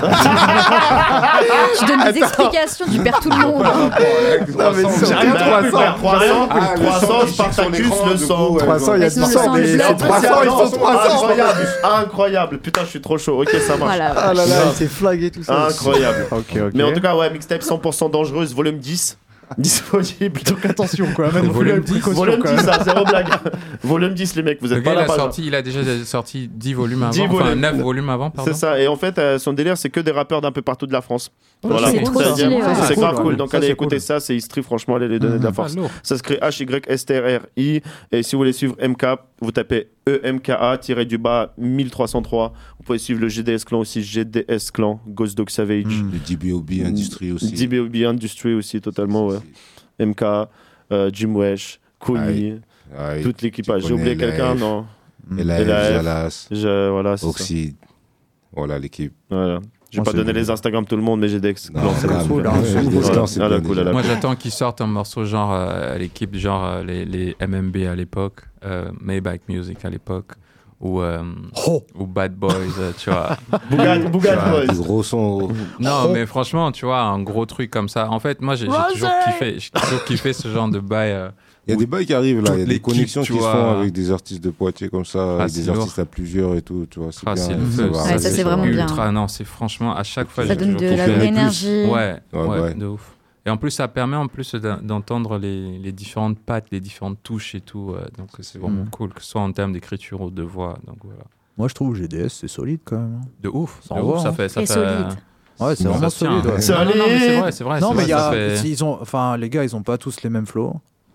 donnes des explications, tu perds tout le monde. Non, mais sur J'arrive trois cents. à trois cents, Ah, le trois sang cents, qui chiffre sur Spartacus, l'écran, le du sang. coup, ouais. trois cents, il y a Mais du sinon, le sang, sang, mais le c'est blood. trois cents, ils sont trois cents. Incroyable, incroyable. Putain, je suis trop chaud. Ok, ça marche. Voilà. Ah là là, il s'est flagué tout ça. Incroyable. Ok, ok. Mais en tout cas, ouais, mixtape cent pour cent dangereuse, volume dix. Disponible. Donc attention quoi, même Volume dix, Volume dix, ça, zéro blague. Volume dix, les mecs, vous Le êtes gars, pas il là, a, pas sorti, il a déjà sorti dix volumes avant, dix enfin volumes. neuf volumes avant, pardon. C'est ça, et en fait, euh, son délire, c'est que des rappeurs d'un peu partout de la France. Ok, c'est trop C'est-à-dire, stylé, ouais. c'est C'est grave cool, cool. ouais. Donc, Ça, allez c'est écouter cool. ça, c'est History, franchement, allez les donner de la force. Ah, lourd. Ça se crée H Y S T R I. Et si vous voulez suivre M K, vous tapez E M K A du bas mille trois cent trois. Vous pouvez suivre le G D S Clan aussi, G D S Clan, Ghost Dog Savage. Le D B O B Industry aussi. D B O B Industry aussi, totalement, ouais. M K, euh, Jim Wesh, Kony, Aïe, toute l'équipage. tu J'ai oublié connais quelqu'un, L A F. non L A F, L A F. Jalas, Je, voilà, c'est ça. Oxide. Voilà l'équipe. Voilà. Je vais Moi, pas c'est donner bien. les Instagram de tout le monde, mais j'ai des Non, Clan, c'est grave, cool. grave. c'est Ouais, cool. Des Voilà. Clans, c'est Ah, la bien cool, déjà. ah, la Moi, cool. j'attends qu'ils sortent un morceau genre euh, à l'équipe, genre euh, les, les M M B à l'époque, euh, Maybach Music à l'époque, ou, euh, ou Bad Boys, euh, tu vois. Bougat, Bougat Tu vois, Boys. du gros son. Non, mais franchement, tu vois, un gros truc comme ça. En fait, moi, j'ai j'ai toujours kiffé, j'ai toujours kiffé ce genre de bail. euh, Il y a des bails qui arrivent là, il y a Toute des l'équipe, connexions tu qui se vois. font avec des artistes de Poitiers comme ça, avec c'est des lourd. artistes à plusieurs et tout, tu vois. C'est Ah, bien. c'est le ça feu. va Ouais, ça, arraser, c'est vraiment va. bien. ultra, non, c'est franchement, à chaque fois, Ça j'ai donne toujours de la kiffé. vraie plus. énergie. Ouais, Ouais, ouais, ouais. de ouf. Et en plus, ça permet en plus d'en- d'entendre les, les différentes pattes, les différentes touches et tout. euh, donc, c'est vraiment Mhm. cool, que ce soit en termes d'écriture ou de voix. Donc, voilà. Moi je trouve G D S c'est solide quand même. De ouf, Ça de envoie, ouf, ça hein. fait. Ça Et fait solide. Ouais, c'est ça vraiment se tient. solide. ouais. C'est- Non, non, non, mais c'est vrai, c'est vrai. Non c'est mais vrai, il y a, ça fait- ils ont, enfin les gars ils ont pas tous les mêmes flows.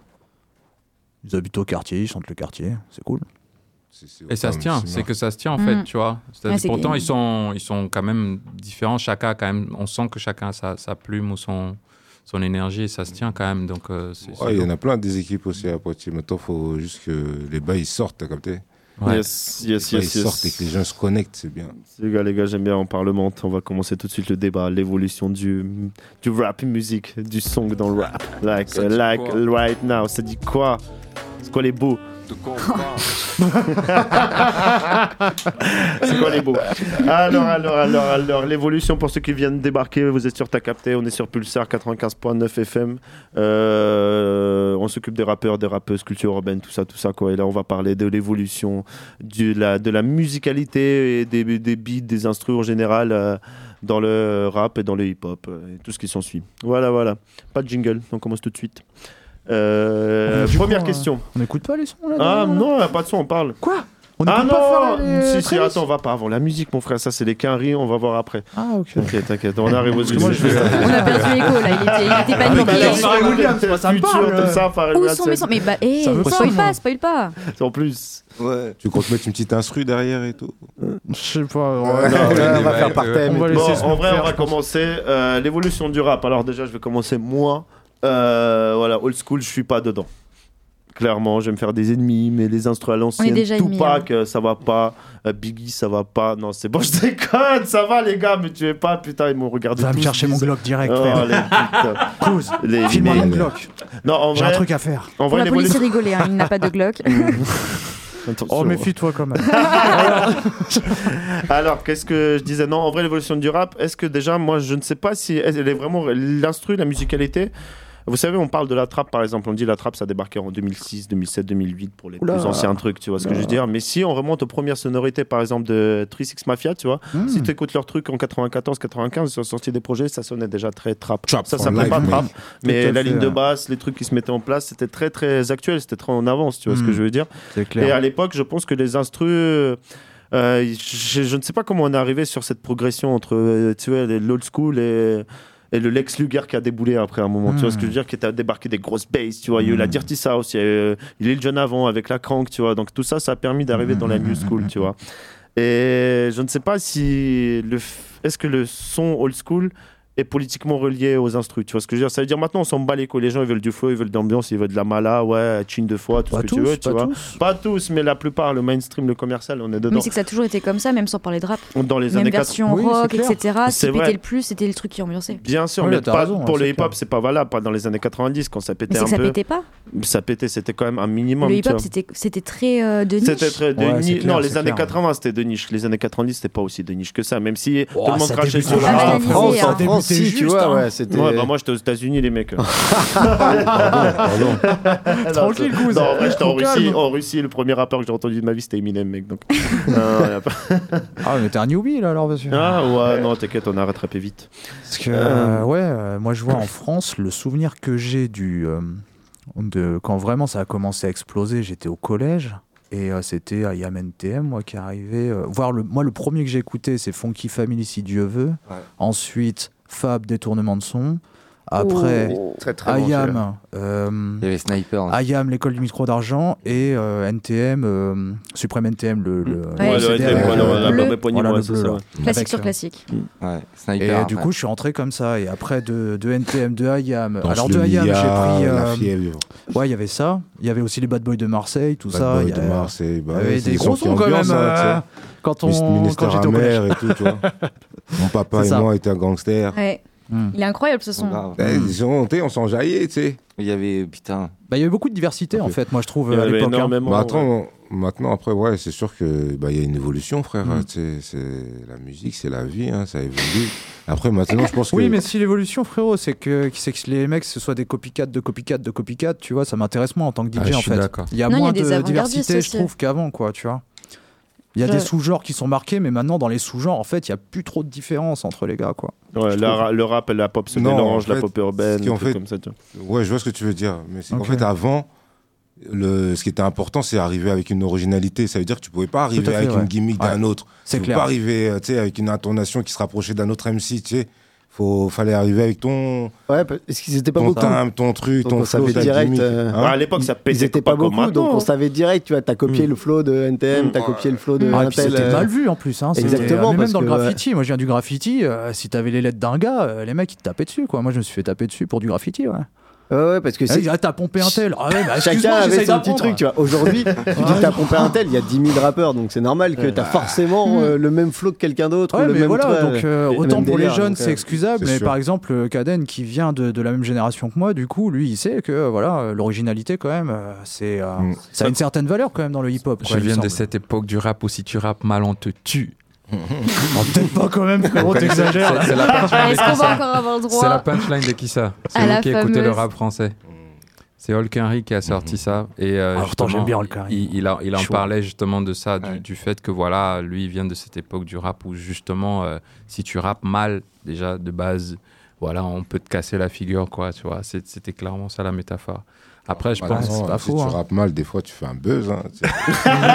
Ils habitent au quartier, ils chantent le quartier, c'est cool. C'est- c'est Et ça se comme tient, c'est c'est marrant. que ça se tient en Mm. fait, tu vois. C'est-à-dire, Ouais, c'est pourtant, que- ils sont, ils sont quand même différents. Chacun, a quand même, on sent que chacun a sa, sa plume ou son, son énergie et ça se tient quand même. Donc, euh, c'est, c'est Ouais, il y en lourd. a plein des équipes aussi à Poitiers. Maintenant, il faut juste que les bails sortent, t'as capté. Ouais. Yes, yes, yes, Ils yes. sortent et que les gens se connectent, c'est bien. Les gars, les gars, j'aime bien, on parlemente. On va commencer tout de suite le débat, l'évolution du, du rap music, du song dans le rap. Like, uh, like right now, ça dit quoi? C'est quoi les beaux? De quoi on C'est quoi les beaux? Alors, alors, alors, alors, l'évolution pour ceux qui viennent débarquer, vous êtes sur T'as capté, on est sur Pulsar quatre-vingt-quinze virgule neuf F M. Euh, on s'occupe des rappeurs, des rappeuses, culture urbaine, tout ça, tout ça, quoi. Et là, on va parler de l'évolution, de la, de la musicalité et des, des beats, des instruments en général euh, dans le rap et dans le hip-hop euh, et tout ce qui s'ensuit. Voilà, voilà. Pas de jingle, on commence tout de suite. Euh, première coup, question. On n'écoute pas les sons là? Ah derrière, non, pas de son, on parle. Quoi? On Ah n'écoute pas non faire les Si, si, playlists attends, on va pas avant. La musique, mon frère, ça c'est les quinries, on va voir après. Ah, ok. T'inquiète, t'inquiète, on arrive au Moi, je vais- On a perdu l'écho là, il était, il était pas Ah, nickel. mais Pharrell Williams, moi, ça me Futur, parle. tout ça, Pharrell Où Williams, sont mes sons? Mais bah, hé, Ça me spoil parle, pas, moi. spoil pas. en plus. Ouais. Tu comptes mettre une petite instru derrière et tout? Je sais pas. Ouais, ouais. non, on ouais, va ouais, faire par ouais. thème. On va et tout. laisser Bon, se en vrai, faire, on va je pense. commencer euh, l'évolution du rap. Alors déjà, je vais commencer moi. Euh, voilà, old school, je suis pas dedans. Clairement, je vais me faire des ennemis, mais les instruments à l'ancienne, déjà ennemis, Tupac, euh, ça va pas. Euh, Biggie, ça va pas. Non, c'est bon, je déconne, ça va les gars, mais tu es pas, putain, ils m'ont regardé. Va me tous, chercher mon disent- Glock direct, Oh, frère. les putain. Cause. Les- File-moi les- mon Glock. Non, en J'ai un vrai, truc à faire. en Pour vrai, la police, l'évolution- il rigolait, hein, il n'a pas de Glock. Attention. Oh, méfie-toi quand même. Alors, qu'est-ce que je disais? Non, en vrai, l'évolution du rap, est-ce que déjà, moi, je ne sais pas si elle est vraiment l'instru, la musicalité. Vous savez, on parle de la trappe, par exemple. On dit la trappe, ça a débarqué en deux mille six, deux mille sept, deux mille huit pour les Oula. plus anciens trucs, tu vois ce que je veux dire. Mais si on remonte aux premières sonorités, par exemple, de trois six Mafia, tu vois, Mm. si tu écoutes leurs trucs en quatre-vingt-quatorze quatre-vingt-quinze, ils ont sorti des projets, ça sonnait déjà très trap. Trap ça for s'appelait life, pas man. trap, mais Tout à la fait, ligne de ouais. basse, les trucs qui se mettaient en place, c'était très très actuel, c'était très en avance, tu vois ce Mm. que je veux dire. C'est Et clair. à l'époque, je pense que les instrus. euh, je, je ne sais pas comment on est arrivé sur cette progression entre euh, tu vois, l'old school et, et le Lex Luger qui a déboulé après un moment. Mm. Tu vois ce que je veux dire? Qui a débarqué des grosses basses. Tu vois, il y a eu la Mm. Dirty South, il y a eu il est le jeune avant avec la Crank. Tu vois, donc tout ça, ça a permis d'arriver Mm. dans la new school. Tu vois. Et je ne sais pas si le f- est-ce que le son old school est politiquement relié aux instrus. Tu vois ce que je veux dire? Ça veut dire maintenant on s'en bat les couilles. Les gens ils veulent du flow, ils veulent de l'ambiance, ils veulent de la mala, ouais, chine de fois, tout Pas ce que tous, tu veux. Tu pas vois. tous. Pas tous, mais la plupart, le mainstream, le commercial, on est dedans. Mais c'est que ça a toujours été comme ça, même sans parler de rap. Dans les Même années version Oui, rock, c'est clair. et cetera. Ce C'est qui vrai. pétait le plus, c'était le truc qui ambiançait. Bien sûr, Oui, mais t'as pas raison, pour c'est le hip-hop, clair. c'est pas valable. Pas dans les années quatre-vingt-dix, quand ça pétait Mais c'est un que ça peu. pétait pas. Ça pétait, c'était quand même un minimum. Le tu hip-hop, vois. c'était c'était très euh, de niche. C'était très de Ouais, c'est niche. clair, Non, les c'est années clair. quatre-vingts, c'était de niche. Les années quatre-vingt-dix, c'était pas aussi de niche que ça. Même si tout Oh, le monde ça crachait débute sur le Ah, juste rap. en banalisé, France, hein. ça En France, débutait si, tu juste, vois, hein. ouais, c'était. Ouais, bah moi j'étais aux États-Unis, les mecs. Pardon. Tranquille, Non, cousin. Non, en vrai, j'étais en Calme. Russie. En Russie, le premier rappeur que j'ai entendu de ma vie, c'était Eminem, mec. Donc. Non, y a pas- Ah, mais t'es un newbie là alors, monsieur. Ah ouais, non, t'inquiète, on a rattrapé vite. Parce que, euh, ouais, euh, moi je vois en France, le souvenir que j'ai du. euh, de, quand vraiment ça a commencé à exploser, j'étais au collège. Et euh, c'était I A M N T M, moi, qui arrivait. Euh, voir le, moi, le premier que j'ai écouté, c'est Funky Family, si Dieu veut. Ouais. Ensuite, Fab, Détournement de son. Après, Oh, très très bon, I A M, euh, Il y avait Sniper. aussi. I A M, l'école du micro d'argent. Et euh, N T M, euh, Supreme N T M, le, le, Ouais, le C D N T M, avec, ouais, euh, la- la bleu. bleu éponyme, Voilà, ouais, le c'est bleu, ça, là. ouais. Classique Avec, sur euh, classique. Ouais, Et Sniper. euh, du après. coup, je suis rentré comme ça. Et après, de, de N T M, de I A M. Danse Alors, le de I A M, j'ai Mia, pris. La euh, Fièvre, ouais, il y avait ça. Il y avait aussi les Bad Boys de Marseille, tout Bad ça. Boy Il y de a- Marseille. Bah il y avait ouais, c'est des sons gros qui sons quand même. ambiancent, euh, hein, quand tu sais. on, quand Ministère j'étais au collège. amer et tout, tu vois. Mon papa C'est et ça. moi étaient un gangster. Ouais. Hmm. Il est incroyable ce son. Grave. Eh, ils sont- t'sais, on s'enjaillait, tu sais. Il y avait, putain. Bah, il y avait beaucoup de diversité en fait, moi je trouve Il y à avait l'époque. hein. énormément. Bah, ouais. attends, maintenant, après, ouais, c'est sûr que bah, y a une évolution, frère. Mm. Tu sais, c'est la musique, c'est la vie, hein, ça évolue. Après, maintenant, je pense que. Oui, mais si l'évolution, frérot, c'est que, c'est que les mecs, ce soit des copycats, de copycats, de copycats, tu vois, ça m'intéresse moins en tant que D J Ah, je en suis fait. d'accord. Il y a Non, il y a moins des de avant-gardistes diversité, je aussi. trouve, qu'avant, quoi, tu vois. Il y a Je- des sous-genres qui sont marqués, mais maintenant, dans les sous-genres, en fait, il n'y a plus trop de différence entre les gars, quoi. Ouais, je la- trouve. le rap et la pop se Non, mélangent, en la fait, pop urbaine, ce qui, en des trucs fait, comme ça. tu vois. Ouais, je vois ce que tu veux dire. Mais c'est Ok. qu'en fait, avant, le, ce qui était important, c'est arriver avec une originalité. Ça veut dire que tu pouvais pas arriver Tout à fait, avec ouais. une gimmick Ouais. d'un autre. C'est Tu pouvais clair. pas arriver euh, tu sais, avec une intonation qui se rapprochait d'un autre M C. Tu sais, faut, fallait arriver avec ton, Ouais, parce qu'ils étaient pas ton beaucoup. timbre, ton truc, Donc, ton on flow, savait ta direct, gimmick. euh, Hein Ouais, à l'époque, ça pétait Ils étaient pas comme beaucoup, donc maintenant. on savait direct, tu vois, t'as copié Mm. le flow de N T M, t'as copié le flow de Ah, et un puis tel. c'était euh, mal vu en plus. Hein. C'était- Exactement, mais parce même dans le que, graffiti, moi je viens du graffiti, euh, si t'avais les lettres d'un gars, euh, les mecs ils te tapaient dessus, quoi. Moi je me suis fait taper dessus pour du graffiti, ouais. Ouais, ouais, parce que c'est. Ah, t'as pompé un tel. Ah ouais, bah, chacun avait son petit truc, tu vois. Aujourd'hui, tu dis que t'as pompé un tel, il y a dix mille rappeurs, donc c'est normal que t'as forcément euh, le même flow que quelqu'un d'autre. Ouais, ou le mais même voilà, toi, donc euh, le autant même pour délire, les jeunes, donc, c'est euh, excusable, c'est mais sûr. par exemple, Kaden qui vient de, de la même génération que moi, du coup, lui, il sait que voilà, l'originalité, quand même, euh, c'est, euh, Mm. ça a une certaine valeur quand même dans le hip-hop. Je quoi, il me viens de semble. cette époque du rap où si tu rappes mal, on te tue. Oh, peut-être pas quand même, frérot, t'exagères. C'est- c'est la punchline Est-ce de qu'on qui va ça encore avoir le droit C'est la punchline de qui ça C'est À vous la qui écoutez le fameuse. rap français. C'est Hulk Henry qui a sorti ça. Et euh, Ah, pourtant, justement, j'aime bien Hulk Henry. Il, il, a- il en Chaud. parlait justement de ça, du, Ouais. du fait que voilà, lui, il vient de cette époque du rap où justement, euh, si tu rappes mal, déjà de base, voilà, on peut te casser la figure, quoi, tu vois. C'est- C'était clairement ça la métaphore. Après, je Voilà, pense. non, c'est pas si faux, tu hein. rappes mal, des fois, tu fais un buzz. Hein, tu sais.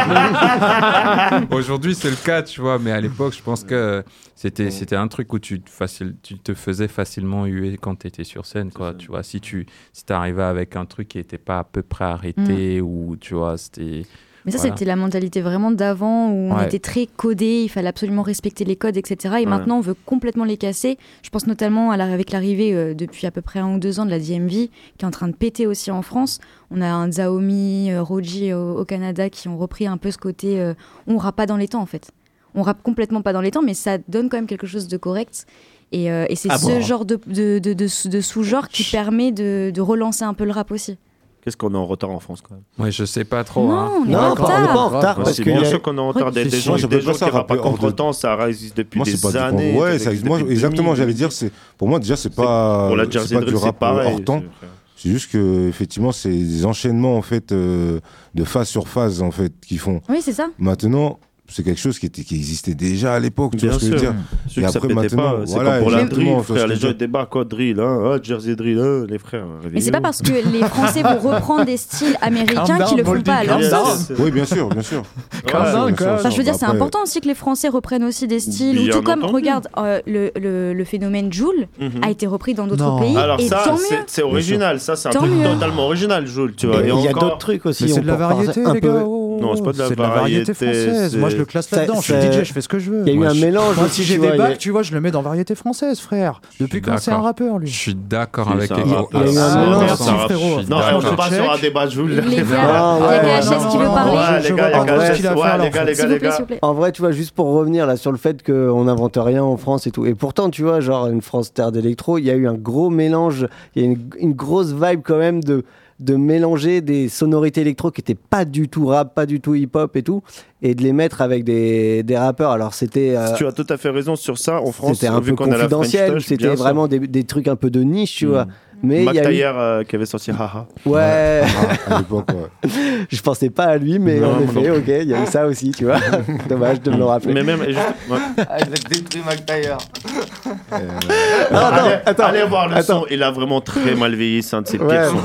Aujourd'hui, c'est le cas, tu vois, mais à l'époque, je pense que c'était, c'était un truc où tu te, facile, tu te faisais facilement huer quand tu étais sur scène, quoi, tu vois. Si tu si t'arrivais avec un truc qui n'était pas à peu près arrêté, ou tu vois, c'était. Mais ça, Voilà. c'était la mentalité vraiment d'avant où on Ouais. était très codé, il fallait absolument respecter les codes, et cetera. Et Ouais. maintenant, on veut complètement les casser. Je pense notamment à la, avec l'arrivée euh, depuis à peu près un ou deux ans de la D M V, qui est en train de péter aussi en France. On a un Xiaomi, euh, Roji au, au Canada qui ont repris un peu ce côté. Euh, on rappe pas dans les temps, en fait. On rappe complètement pas dans les temps, mais ça donne quand même quelque chose de correct. Et, euh, et c'est Ah ce bon. genre de, de, de, de, sous- de sous-genre qui permet de, de relancer un peu le rap aussi. Qu'est-ce qu'on est en retard en France quand même? Ouais, je sais pas trop. Non, hein. on est Non, en pas- on n'est pas en retard. retard Moi, parce c'est que. bien y a- sûr qu'on est en retard. Des, Ouais, des c'est gens, sûr. des Moi, gens ça qui rappelle rappent à hors de- contre-temps, ça existe depuis Moi, des c'est pas années. du... Ouais, ça ça, existe moi, depuis exactement, deux mille. j'allais dire, c'est pour moi déjà c'est pas Pour la c'est Jersey pas Drill, du c'est rap pareil. hors temps. c'est- C'est juste que effectivement, c'est des enchaînements en fait euh, de phase sur phase en fait qui font. Oui, c'est ça. Maintenant, c'est quelque chose qui était qui existait déjà à l'époque, tu Bien vois ce que je veux sûr. dire. Celui Et que ça après, pétait maintenant, pas, c'est voilà, comme pour la exactement, drill, tu vois ce frère. que Les je gens veux ils débarquent, quoi, drill, hein, ah, Jersey drill, hein, les frères. Mais c'est pas parce que les Français vont reprendre des styles américains Calm qu'ils le down, font pas à Boldy, leur calm sauce. down. Oui, bien sûr, bien sûr. Calm Bien down, sûr, quand bien même. Enfin, je veux dire, c'est Après, important aussi que les Français reprennent aussi des styles. Ou Bien tout comme, entendu. regarde, euh, le, le, le phénomène Joule Mhm. a été repris dans d'autres Non. pays. Alors et ça, tant c'est- mieux. c'est original. Ça, c'est un Tant truc mieux. totalement original, Joule, tu vois. Il Et y a encore- d'autres trucs aussi. Mais c'est on de la peut repenser variété, un les peu- gars. oh, Non, c'est pas de la c'est de la variété variété, française. Moi, je le classe c'est- là-dedans. Je suis c'est- D J, je fais ce que je veux. Il y a eu Moi, un je- mélange Moi, aussi, si j'ai tu des vois, il y a- bacs, tu vois, je le mets dans variété française, frère. Depuis quand c'est un d'accord. rappeur, lui? Je suis d'accord Oui, avec c'est un Ego. rappeur. Il y a eu un Ah, mélange. merci, Merci, frérot. je suis Non, d'accord. on peut pas check. sur un débat, Joule. Les gars, Ah, il y a ouais, K H S non, qui veut non, parler. Ouais, je- les je gars, vois les pas gars, ce qu'il a ouais, fait, alors, les gars, en les fait. gars, S'il les vous plaît, gars. s'il vous plaît. En vrai, tu vois, juste pour revenir là sur le fait qu'on n'invente rien en France et tout. Et pourtant, tu vois, genre une France terre d'électro, il y a eu un gros mélange, il y a une, une grosse vibe quand même de de mélanger des sonorités électro qui n'étaient pas du tout rap, pas du tout hip-hop et tout, et de les mettre avec des, des rappeurs. Alors c'était euh, Tu as tout à fait raison sur ça. En France, c'était un vu peu qu'on a la French confidentiel, Touch, c'était bien sûr. vraiment des, des trucs un peu de niche, tu Mm. vois. Mais il Mac y a eu... Taylor euh, qui avait sorti Haha. Ouais, Ah, à l'époque, ouais. je pensais pas à lui, mais Non, en moi effet, non ok, il y a eu ça aussi, tu vois. Dommage de me le rappeler. Mais même, et juste, ouais. Ah, je l'ai détruit, Mac Taylor. Euh, Non, attends, allez, attends. allez voir le Attends. son. Il a vraiment très mal vieilli. C'est un de ses Ouais, pires ouais, sons.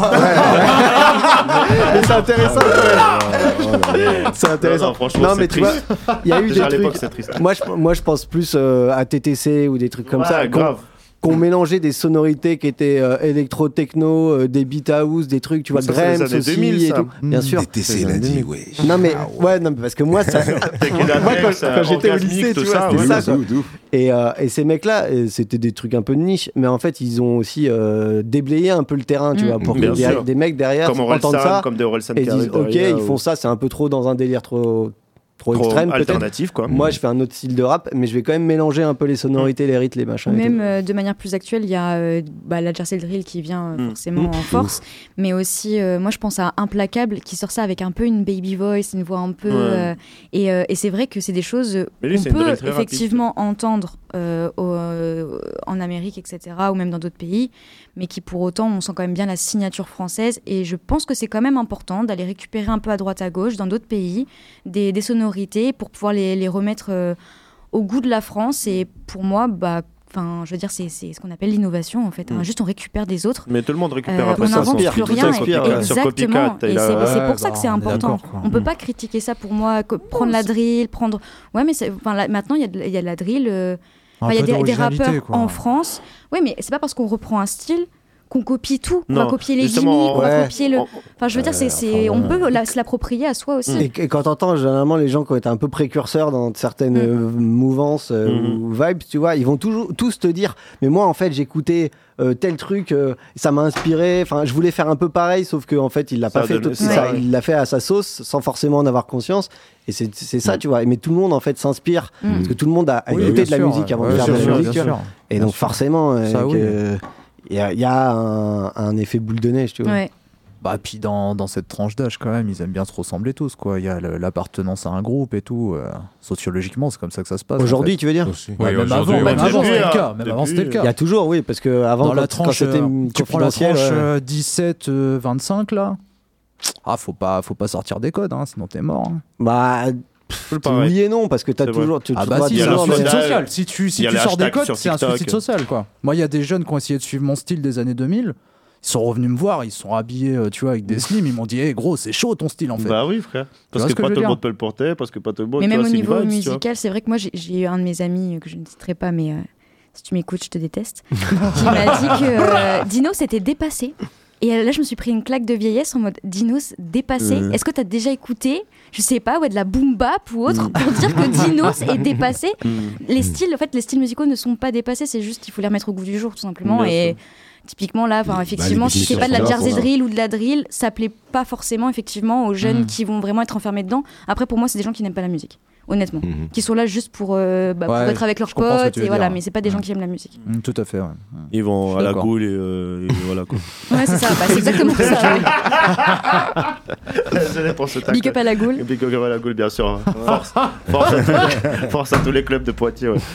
ouais. Mais c'est intéressant. quand même. C'est intéressant. Non, non, franchement, non, mais c'est tu vois, triste. il y a eu Déjà à des l'époque, trucs. c'est triste. Moi, je, moi, je pense plus euh, à T T C ou des trucs comme Ouais, ça. qu'on- grave. Qu'on mélangeait des sonorités qui étaient euh, électro-techno, euh, des beat house, des trucs, tu vois, Ça, c'est les Grams années aussi deux mille, et ça. tout. Bien sûr. T T C, il a dit, ouais. Non mais ouais, non mais parce que moi, ça, Tequila moi quand, Tex, quand j'étais au Orgasmique, lycée, tout tu vois, ça, c'était ouais. ça. Ouf, quoi. ouf, ouf. Et, euh, et ces mecs-là, euh, c'était des trucs un peu de niche, mais en fait, ils ont aussi euh, déblayé un peu le terrain, tu Mm. vois, pour que Bien des, sûr. des mecs derrière Comme Orelsan, entendent ça comme des Orelsan et qui disent arrivent ok, derrière, ils font ou ça, c'est un peu trop dans un délire trop trop, trop extrême peut-être. alternatif, quoi. Moi, je fais un autre style de rap, mais je vais quand même mélanger un peu les sonorités, les rythmes, les machins. et Même tout. euh, de manière plus actuelle, il y a euh, bah, la Jersey Drill qui vient euh, Mm. forcément Mm. en force, mais aussi, euh, moi je pense à Implacable qui sort ça avec un peu une baby voice, une voix un peu. Ouais. euh, et euh, et c'est vrai que c'est des choses Mais lui, qu'on c'est une peut drill très rapide. effectivement entendre euh, au- euh, en Amérique, et cetera, ou même dans d'autres pays, mais qui pour autant, on sent quand même bien la signature française. Et je pense que c'est quand même important d'aller récupérer un peu à droite à gauche dans d'autres pays des, des sonorités pour pouvoir les, les remettre euh, au goût de la France. Et pour moi, bah, enfin, je veux dire, c'est c'est ce qu'on appelle l'innovation en fait. hein. Mm. Juste, on récupère des autres. Mais tout le monde récupère Euh, après on ça. n'invente son plus style, rien. tout ça, et- copycat. Sur exactement. Copycat, Et il a- c'est c'est Ouais, pour ça bah, que c'est on est important. d'accord, quoi. On peut pas critiquer ça pour moi. que- prendre la drill, prendre. Ouais, mais c'est- enfin, là, maintenant, il y, a de- il y a de la drill. euh, Un enfin, il y a peu des, des d'originalité, rappeurs quoi. en France. Oui, mais c'est pas parce qu'on reprend un style qu'on copie tout, qu'on Non, va copier les justement, gimmicks, qu'on va ouais. copier le. on- Enfin, je veux dire, c'est, c'est, Ouais, on peut la- se l'approprier à soi aussi. Et, et- Enfin, je veux dire, c'est, c'est, on peut la- se l'approprier à soi aussi. Et, et quand t'entends généralement les gens qui ont été un peu précurseurs dans certaines Mm. euh, mouvances euh, Mhm. ou vibes, tu vois, ils vont toujours tous te dire, mais moi en fait j'écoutais euh, tel truc, euh, ça m'a inspiré. Enfin, je voulais faire un peu pareil, sauf qu'en fait il l'a Ça pas a fait. donné tout- ça, ça, ouais. Il l'a fait à sa sauce, sans forcément en avoir conscience. Et c'est c'est ça, tu vois. Mais tout le monde en fait s'inspire Mm. parce que tout le monde a, a Oui, écouté bien de la sûr, musique ouais. avant Ouais, de faire bien de la sûr, musique. bien tu vois. sûr. Et Bien donc sûr. forcément, euh, Ça, oui. que- il y a, il y a un, un effet boule de neige, tu vois. Ouais. Bah, puis dans, dans cette tranche d'âge, quand même, ils aiment bien se ressembler tous, quoi. Il y a le- l'appartenance à un groupe et tout. euh, sociologiquement, c'est comme ça que ça se passe. Aujourd'hui, en fait. tu veux dire Aussi. Ouais, Oui, même aujourd'hui, avant, ouais, même avant, depuis, c'était le hein, cas. Même avant, depuis, c'était le Il y cas. a toujours, oui, parce que avant, Dans quand, la quand tranche, c'était euh, tu prends la confidentiel, tranche ouais. euh, dix-sept vingt-cinq, là. Ah, faut pas, faut pas sortir des codes, hein, sinon t'es mort. hein. Bah, Tout pareil. oui et non, parce que t'as C'est vrai. toujours. Tu, Ah tu bah dois si, il y a c'est toujours un le mettre- suicide sondage, social. Si tu, si il y a tu les sors des hashtags codes, sur c'est un TikTok. suicide social, quoi. Moi, il y a des jeunes qui ont essayé de suivre mon style des années deux mille. Ils sont revenus me voir, ils sont habillés, euh, tu vois, avec des slims. Ils m'ont dit, hey, gros, c'est chaud ton style, en fait. Bah oui, frère. Parce vois que ce que pas je tout veux le dire monde peut le porter, parce que pas tout le monde. Mais tu même vois, au c'est une niveau vibes, tu vois. musical, c'est vrai que moi, j'ai, j'ai eu un de mes amis euh, que je ne citerai pas, mais euh, si tu m'écoutes, je te déteste, qui m'a dit que euh, Dinos était dépassé. Et là, je me suis pris une claque de vieillesse en mode Dinos dépassé. Euh. Est-ce que tu as déjà écouté, je sais pas, ouais, de la boom bap ou autre pour dire que Dinos est dépassé? Les styles, en fait, les styles musicaux ne sont pas dépassés, c'est juste qu'il faut les remettre au goût du jour, tout simplement. Bien et sûr. typiquement, là, enfin, Bah, effectivement, les si c'est pas de la définitions jersey sont là. drill ou de la drill, ça plaît pas forcément, effectivement, aux jeunes Mm. qui vont vraiment être enfermés dedans. Après, pour moi, c'est des gens qui n'aiment pas la musique, honnêtement. Mhm. Qui sont là juste pour, euh, bah, pour Ouais, être avec leurs je comprends ce que potes, tu et veux voilà, dire. mais c'est pas des gens Mm. qui aiment la musique. Mm, tout à fait, ouais. Ils vont Je à suis la d'accord. goule et, euh, et voilà quoi. Ouais, c'est ça, bah, c'est exactement ça. ouais. Désolé pour ce tacle. Big up à la goule. Big up à la goule, bien sûr. Force, force, à tous les, force à tous les clubs de Poitiers. Ouais.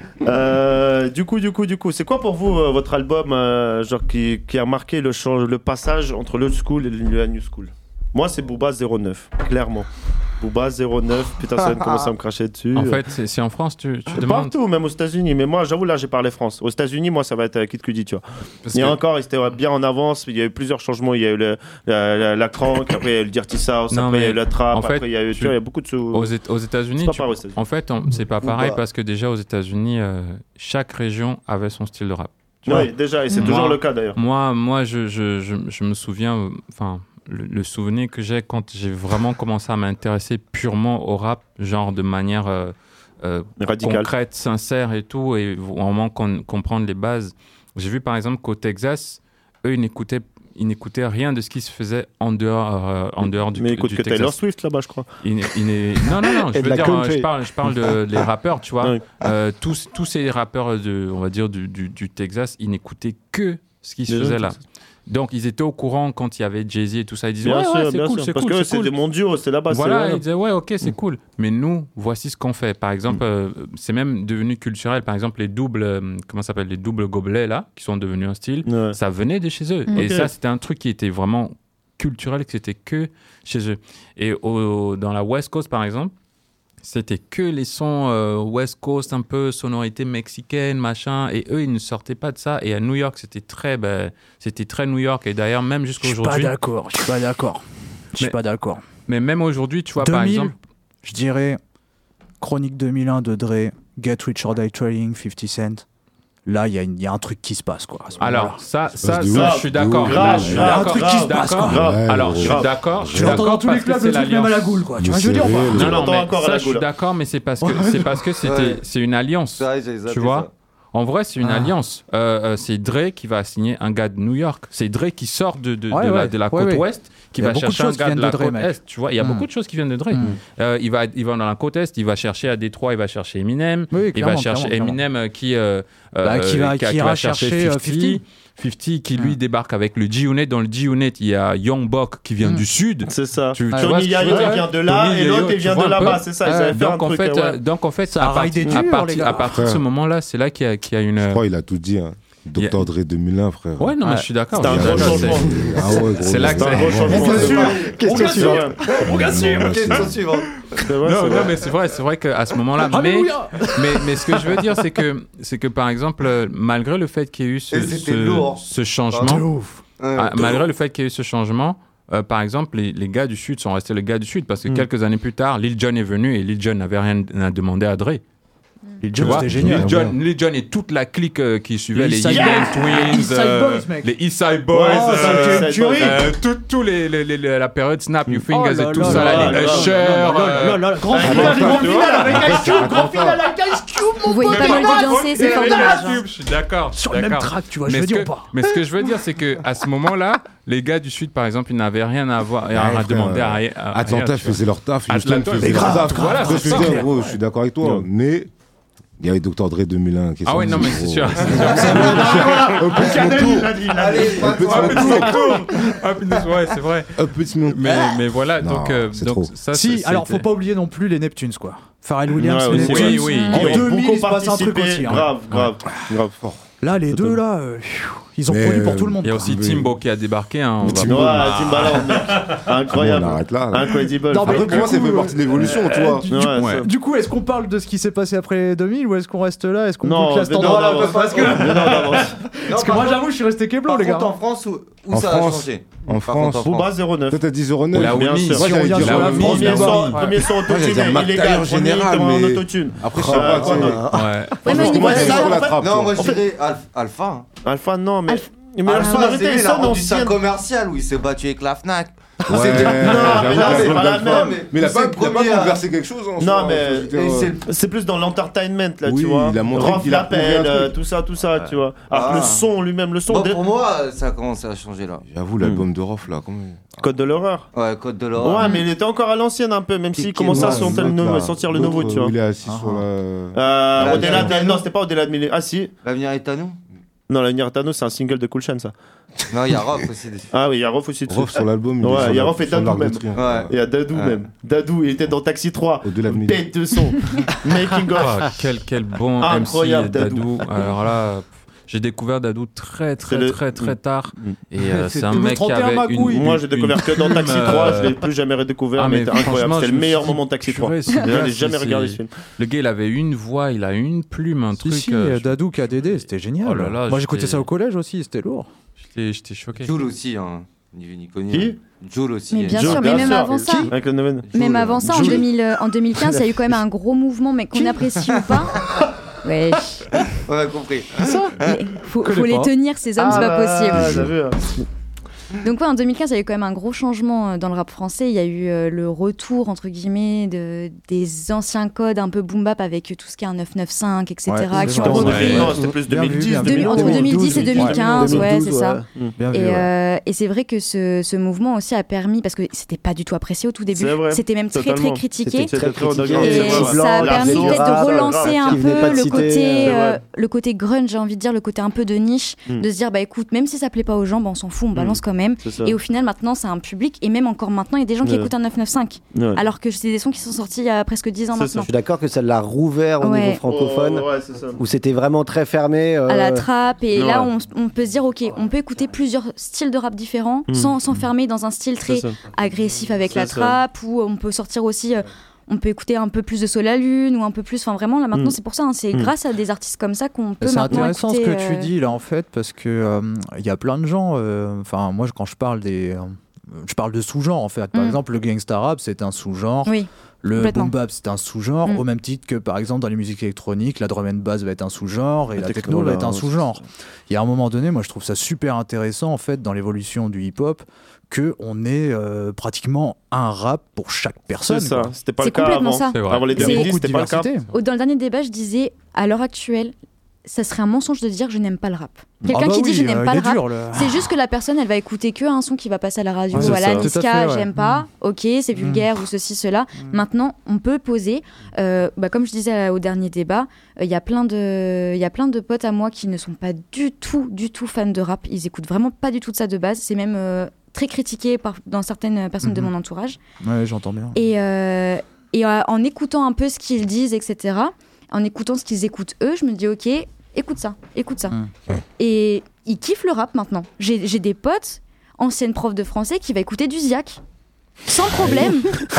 Euh, du coup, du coup, du coup, c'est quoi pour vous euh, votre album euh, genre qui, qui a marqué le, change, le passage entre l'old school et la new school? Moi, c'est Booba zéro neuf, clairement. Booba zéro neuf, putain, ça vient de commencer à me cracher dessus. En fait, c'est, c'est en France, tu, tu demandes. Partout, même aux États-Unis. Mais moi, j'avoue, là, j'ai parlé France. Aux États-Unis, moi, ça va être Kid Cudi, tu vois. Parce Il y a que- encore, ils étaient bien en avance. Il y a eu plusieurs changements. Il y a eu le, la, la, la crank, après il y a eu le Dirty South, Non, après il y a eu mais le trap, en fait, après il y a eu, tu tu- vois, il y a beaucoup de sous. Aux, Éta- aux États-Unis, C'est pas tu- pareil aux États-Unis. en fait, on- c'est pas Ou pareil pas. parce que déjà aux États-Unis, euh, chaque région avait son style de rap. Tu vois. Oui, déjà, et c'est Moi- toujours le cas d'ailleurs. Moi, moi, je, je, je, je me souviens, euh, enfin, le, le souvenir que j'ai quand j'ai vraiment commencé à m'intéresser purement au rap, genre de manière euh, euh, Radical. concrète, sincère et tout, et vraiment con- comprendre les bases. J'ai vu par exemple qu'au Texas, eux, ils n'écoutaient, ils n'écoutaient rien de ce qui se faisait en dehors, euh, en dehors du, Mais écoute du que Texas. Taylor Swift là-bas, je crois. Il n'est- il n'est- Non, non, non, je Et de veux la dire, country. euh, je parle, je parle de les rappeurs, tu vois. Oui. Euh, tous, tous ces rappeurs, de, on va dire, du, du, du Texas, ils n'écoutaient que ce qui se Déjà, faisait là. Texas. Donc, ils étaient au courant quand il y avait Jay-Z et tout ça. Ils disaient, Bien ouais, sûr, ouais, c'est bien cool, sûr. c'est Parce cool, que c'est c'est cool. des mondiaux, c'est là-bas. Voilà, c'est- ils disaient, ouais, ok, c'est cool. Mais nous, voici ce qu'on fait. Par exemple, euh, c'est même devenu culturel. Par exemple, les doubles, euh, comment ça s'appelle, les doubles gobelets, là, qui sont devenus un style, Ouais. ça venait de chez eux. Mm. Et Ok. ça, c'était un truc qui était vraiment culturel, que c'était que chez eux. Et au, dans la West Coast, par exemple, c'était que les sons euh, West Coast, un peu sonorité mexicaine, machin. Et eux, ils ne sortaient pas de ça. Et à New York, c'était très, ben, c'était très New York. Et d'ailleurs, même Je jusqu'à suis pas aujourd'hui. d'accord, je suis pas d'accord. Je suis Mais- pas d'accord. Mais même aujourd'hui, tu vois, par deux mille, exemple. je dirais Chronique deux mille un de Dre, Get Rich or Die Trying, fifty Cent. Là, il y, a une- il y a un truc qui se passe, quoi. à ce moment-là. Alors, ça, ça, passe de ça, ouf, je suis de d'accord. ouf. Là, je suis Grave, d'accord. grave, Je suis grave, d'accord. grave. Ouais, Alors, je suis grave. d'accord. Je Tu suis l'entends dans d'accord tous les parce que clubs, c'est le truc même à la l'alliance. goule, quoi. Tu Mais vois ce que je veux c'est dire ou vrai, pas le- Je Non, non, l'entends mais encore à ça, la je suis goule. d'accord, mais c'est parce que c'est parce que c'était Ouais. c'est une alliance. C'est vrai, j'ai zappé Tu vois ça. En vrai, c'est une Ah. alliance. Euh, euh, c'est Dre qui va signer un gars de New York. C'est Dre qui sort de, de, Ouais, de la, ouais. de la Ouais, côte ouais. ouest, qui Il y a va beaucoup de chercher un choses qui gars de viennent la de Dre, côte mec. est. Tu vois, il y a Mm. beaucoup de choses qui viennent de Dre. Mm. Euh, il va, il va dans la côte est, il va chercher à Détroit, il va chercher Eminem. Oui, Il clairement, va chercher clairement, Eminem euh, qui, euh, Bah, euh, qui va- qui ira chercher, euh, cinquante. cinquante. cinquante qui lui Mm. débarque avec le G-Unit. Dans le G-Unit, il y a Young Buck qui vient Mm. du sud. C'est ça. Tu- tu vois ce Tony que je Yayo, veux dire il vient de là, Tony et Yayo, l'autre, il tu vient vois de un là-bas. peu C'est ça, ils Ouais. avaient fait un Donc en, truc. fait, ouais. euh, donc en fait, Ça à, a raille partir- des à durs, partir- les gars. à partir de ce Frère. moment-là, c'est là qu'il y a, qu'il y a une. Je crois qu'il a tout dit. Hein. docteur Dre deux mille un, frère. Ouais, non, mais Ouais. je suis d'accord. C'était un je suis gros d'accord, changement. c'est- Ah ouais, gros. C'est là que C'est un c'est- gros changement. Bien sûr. C'est Question vrai. suivante. On gagne. Question suivante. C'est vrai, Non, c'est non, vrai. mais c'est vrai, c'est vrai qu'à ce moment-là, mais, Alléluia. mais, mais ce que je veux dire, c'est que, c'est que par exemple, euh, malgré le fait qu'il y ait eu ce, Et c'était ce, lourd. ce changement, ouf. ah, malgré le fait qu'il y ait eu ce changement, euh, par exemple, les, les gars du Sud sont restés les gars du Sud parce que Mm. quelques années plus tard, Lil Jon est venu et Lil Jon n'avait rien à demander à Dre. Lil Tu Jon, vois, c'était génial. Lil Jon, Lil Jon et toute la clique euh, qui suivait, Les les East Side Yemen Boys. Twins, East Side euh, Boys, mec. les East Side Boys, Ouais, euh, c'est une euh, tuerie. euh, tout- tous les, les, les- les- la période Snap, You Fingers Oh là et tout là ça, là là, là les là Usher. là là euh, là là là, grand euh, finale, euh, grand tu finale vois, avec Ice Cube, grand finale avec Ice Cube, mon Vous voyez pote. pas mal de danser, c'est Mais fort oui, dommage. la pub, je suis d'accord. je suis Sur le même d'accord. track, tu vois, Mais je veux ce dire que- ou pas Mais ce que je veux dire, c'est que à ce moment-là, les gars du Sud, par exemple, ils n'avaient rien à avoir, à frère, demander à euh, rien. à Atlanta rien, tu vois. faisait leur taf, Houston Atlanta, faisait mais leur grave, taf. voilà, Tu vois c'est ce que je veux ça. dire, gros, je suis d'accord avec toi, mais il y avait docteur Dre deux mille un. Ah ouais, non, mais c'est sûr. Un peu de mon tour. Allez, Un peu de mon tour. Ah, punaise, ouais, c'est vrai. Un peu de mon tour. Mais, mais voilà, Non, donc, euh, c'est donc trop. ça, Si, c'est- alors c'était- faut pas oublier non plus les Neptunes, quoi. Pharrell Williams, Ouais, les aussi, Neptunes. oui, oui. En Ils ont deux mille, beaucoup il se passe un truc participé, aussi. hein. grave, grave, grave. Là, les deux, là, euh, ils ont Mais, produit pour tout le monde. Il y a quoi. aussi Mais- Timbo qui a débarqué. Hein, on va- Timbo. Ouais, Ah. Timbaland, mec. Incroyable. On arrête là. Incredible. Non, mais Après, pour moi, ça du coup, fait partie de l'évolution, tu vois. Du, Ouais, du- ça. du coup, est-ce qu'on parle de ce qui s'est passé après deux mille ou est-ce qu'on reste là? Est-ce qu'on Non, boucle à cet mais non, endroit-là non, Parce que, mais non, d'avance. parce que moi, j'avoue, je suis resté Keblo, Par les gars. contre, en France, où, où En ça France. a changé En Par France. contre, en Booba zéro neuf. Toi, t'as dit zéro neuf. La Bien Winnie. sûr. Moi, Si on j'allais vient dire sur la la Winnie. France, Premier Booba. son, Ouais. premier son Moi, j'allais autotune, dire Mac illégal. Taylor Premier, général, il était en mais- autotune. Après, je Ah, sais pas, quoi tu sais. d'autre Ouais. Ouais, mais au Moi, niveau c'est des sur sons, la trappe. Non, tu moi vois. je dirais Alpha. Alpha. hein. Alpha, non, mais. Alpha. Mais la Alpha, sonorité, c'est lui, il il a sonne rendu ça ancienne. commercial où il s'est battu avec la Fnac. Ouais, C'était- j'avoue, mais là, j'avoue, c'est pas la j'avoue. même. Mais il a C'est pas le il a pas premier à- bouleversé quelque chose. en Non, soi, mais je veux dire, et euh, c'est- c'est plus dans l'entertainment, là, Oui, tu vois. il a montré Ralph qu'il a prouvé un l'appelle, truc. euh, tout ça, tout ça, tu vois. Alors que Ah. le son lui-même, le son. Bon, de- pour moi, ça a commencé à changer là. J'avoue, l'album de Rof, là, comment Code de l'horreur. Ouais, Code de l'Or. Ouais, mais il était encore à l'ancienne un peu, même s'il commençait à sortir le nouveau, sortir le nouveau, tu vois. Il est assis sur la. Euh, Au-delà de. Non, c'était pas au-delà de mille. Ah, si. L'avenir est à nous. Non, l'avenir Thanos, c'est un single de Cool Chain, ça. Non, il y a Rof aussi dessus. Ah oui, il y a Rof aussi dessus. Rof sur l'album. Ouais, il y a Rof et sur Dadou l'Arc de même. Triomphe. Ouais. Il y a Dadou Ouais. même. Dadou, il était dans Taxi trois. Au-delà de mille. Bête de son. Making Ah, of. quel, quel bon Incroyable, M C Dadou. Alors là, pff, j'ai découvert Dadou très très C'est le- très très tard. Mm. Et euh, C'est c'est un le mec qui trente et un avait ma une. couille. Moi, une- j'ai découvert que dans une Taxi plume, trois, euh, je l'ai plus jamais redécouvert, ah, mais mais c'était incroyable. franchement, C'était je le me meilleur suis dit, moment de Taxi trois. purée, ce Je gars, l'ai c'est- jamais regardé c'est- ce film. Le gars, il avait une voix, il a une plume, un Si, truc. si, euh, Dadou, K D D, c'était génial. Oh là là, Moi, j'écoutais j'étais- ça au collège aussi, c'était lourd. J'étais j'étais choqué. Jules aussi, hein. Ni vu ni connu. Qui hein. Jules aussi. Mais hein. bien Joe, sûr, bien mais même sûr. avant ça. Avec le Neven. Même Joule. avant ça, en, Joule. deux mille, euh, en deux mille quinze, il y a eu quand même un gros mouvement, mais qu'on apprécie ou pas. Ouais, On a compris. mais faut, Connais faut les pas. tenir, ces hommes, c'est Ah pas bah, possible. t'as vu, hein. Donc ouais, en deux mille quinze, il y a eu quand même un gros changement euh, dans le rap français. Il y a eu euh, le retour, entre guillemets, de, des anciens codes un peu boom bap avec tout ce qui est un neuf neuf cinq, et cetera. Ouais, qui c'est ont vrai. repris. Non, c'était plus Bien vu, deux mille dix, bien vu. Deux- deux mille onze. entre deux mille dix et deux deux mille quinze, ouais, c'est ça. Bien vu, Et, ouais. euh, et c'est vrai que ce, ce mouvement aussi a permis, parce que c'était pas du tout apprécié au tout début, C'est vrai, c'était même très totalement. très critiqué. C'était très critiqué. underground, Et c'est vrai, ouais. ça a La permis sauce, peut-être grave, de relancer grave, un qui venait peu pas de le citer, côté, c'est euh, vrai. le côté grunge, j'ai envie de dire, le côté un peu de niche, Mm. de se dire bah écoute, même si ça plaît pas aux gens, bah, on s'en fout, on balance quand même. C'est ça. Et au final, maintenant, c'est un public, et même encore maintenant, il y a des gens qui Ouais. écoutent un neuf neuf cinq, Ouais. alors que c'est des sons qui sont sortis il y a presque dix ans C'est ça. Je maintenant. suis d'accord que ça l'a rouvert au Ouais. niveau francophone, Oh, ouais, c'est ça. où c'était vraiment très fermé. euh, À la trappe, et Ouais. là, on, on peut se dire, ok, on peut écouter plusieurs styles de rap différents, Mm. sans s'enfermer dans un style très C'est ça. agressif avec C'est la ça. trappe, ou on peut sortir aussi, euh, on peut écouter un peu plus de Sol à Lune, ou un peu plus, enfin vraiment là maintenant Mm. c'est pour ça, hein, c'est Mm. grâce à des artistes comme ça qu'on peut C'est maintenant intéressant écouter, ce que tu euh, dis là en fait parce que euh, il y a plein de gens. euh, Enfin moi je- quand je parle des, euh, je parle de sous-genres en fait. Par Mm. exemple le gangsta rap c'est un sous-genre. Oui, Le complètement. boom bap c'est un sous-genre. Mm. Au même titre que par exemple dans les musiques électroniques la drum and bass va être un sous-genre et La la, techno, techno, va là, être un ouais, sous-genre. Il y a un moment donné moi je trouve ça super intéressant en fait dans l'évolution du hip-hop que on ait euh, pratiquement un rap pour chaque personne. C'est ça. quoi. C'était pas C'est le cas complètement avant. ça. C'est vrai. Avant les Il y a C'est- deux mille dix, beaucoup de c'était pas le cas. diversité. Au- Dans le dernier débat, je disais, à l'heure actuelle, ça serait un mensonge de dire je n'aime pas le rap. Quelqu'un Ah bah qui oui, dit je n'aime euh, pas il le est rap, dur, le- c'est juste que la personne, elle va écouter que un son qui va passer à la radio, Ouais, c'est voilà, ça. Tout à Niska, fait, ouais. j'aime pas, ok, c'est vulgaire ou ceci, cela. Maintenant, on peut poser, euh, bah, comme je disais au dernier débat, euh, il y a plein de, il y a plein de potes à moi qui ne sont pas du tout, du tout fans de rap. Ils écoutent vraiment pas du tout de ça de base. C'est même euh, très critiqué par, dans certaines personnes de Mhm. mon entourage. Ouais j'entends bien. Et, euh, et euh, en écoutant un peu ce qu'ils disent, et cetera, en écoutant ce qu'ils écoutent eux, je me dis ok, écoute ça, écoute ça. Mm. Et ils kiffent le rap maintenant. J'ai j'ai des potes, anciennes profs de français, qui va écouter du Ziak. Sans problème.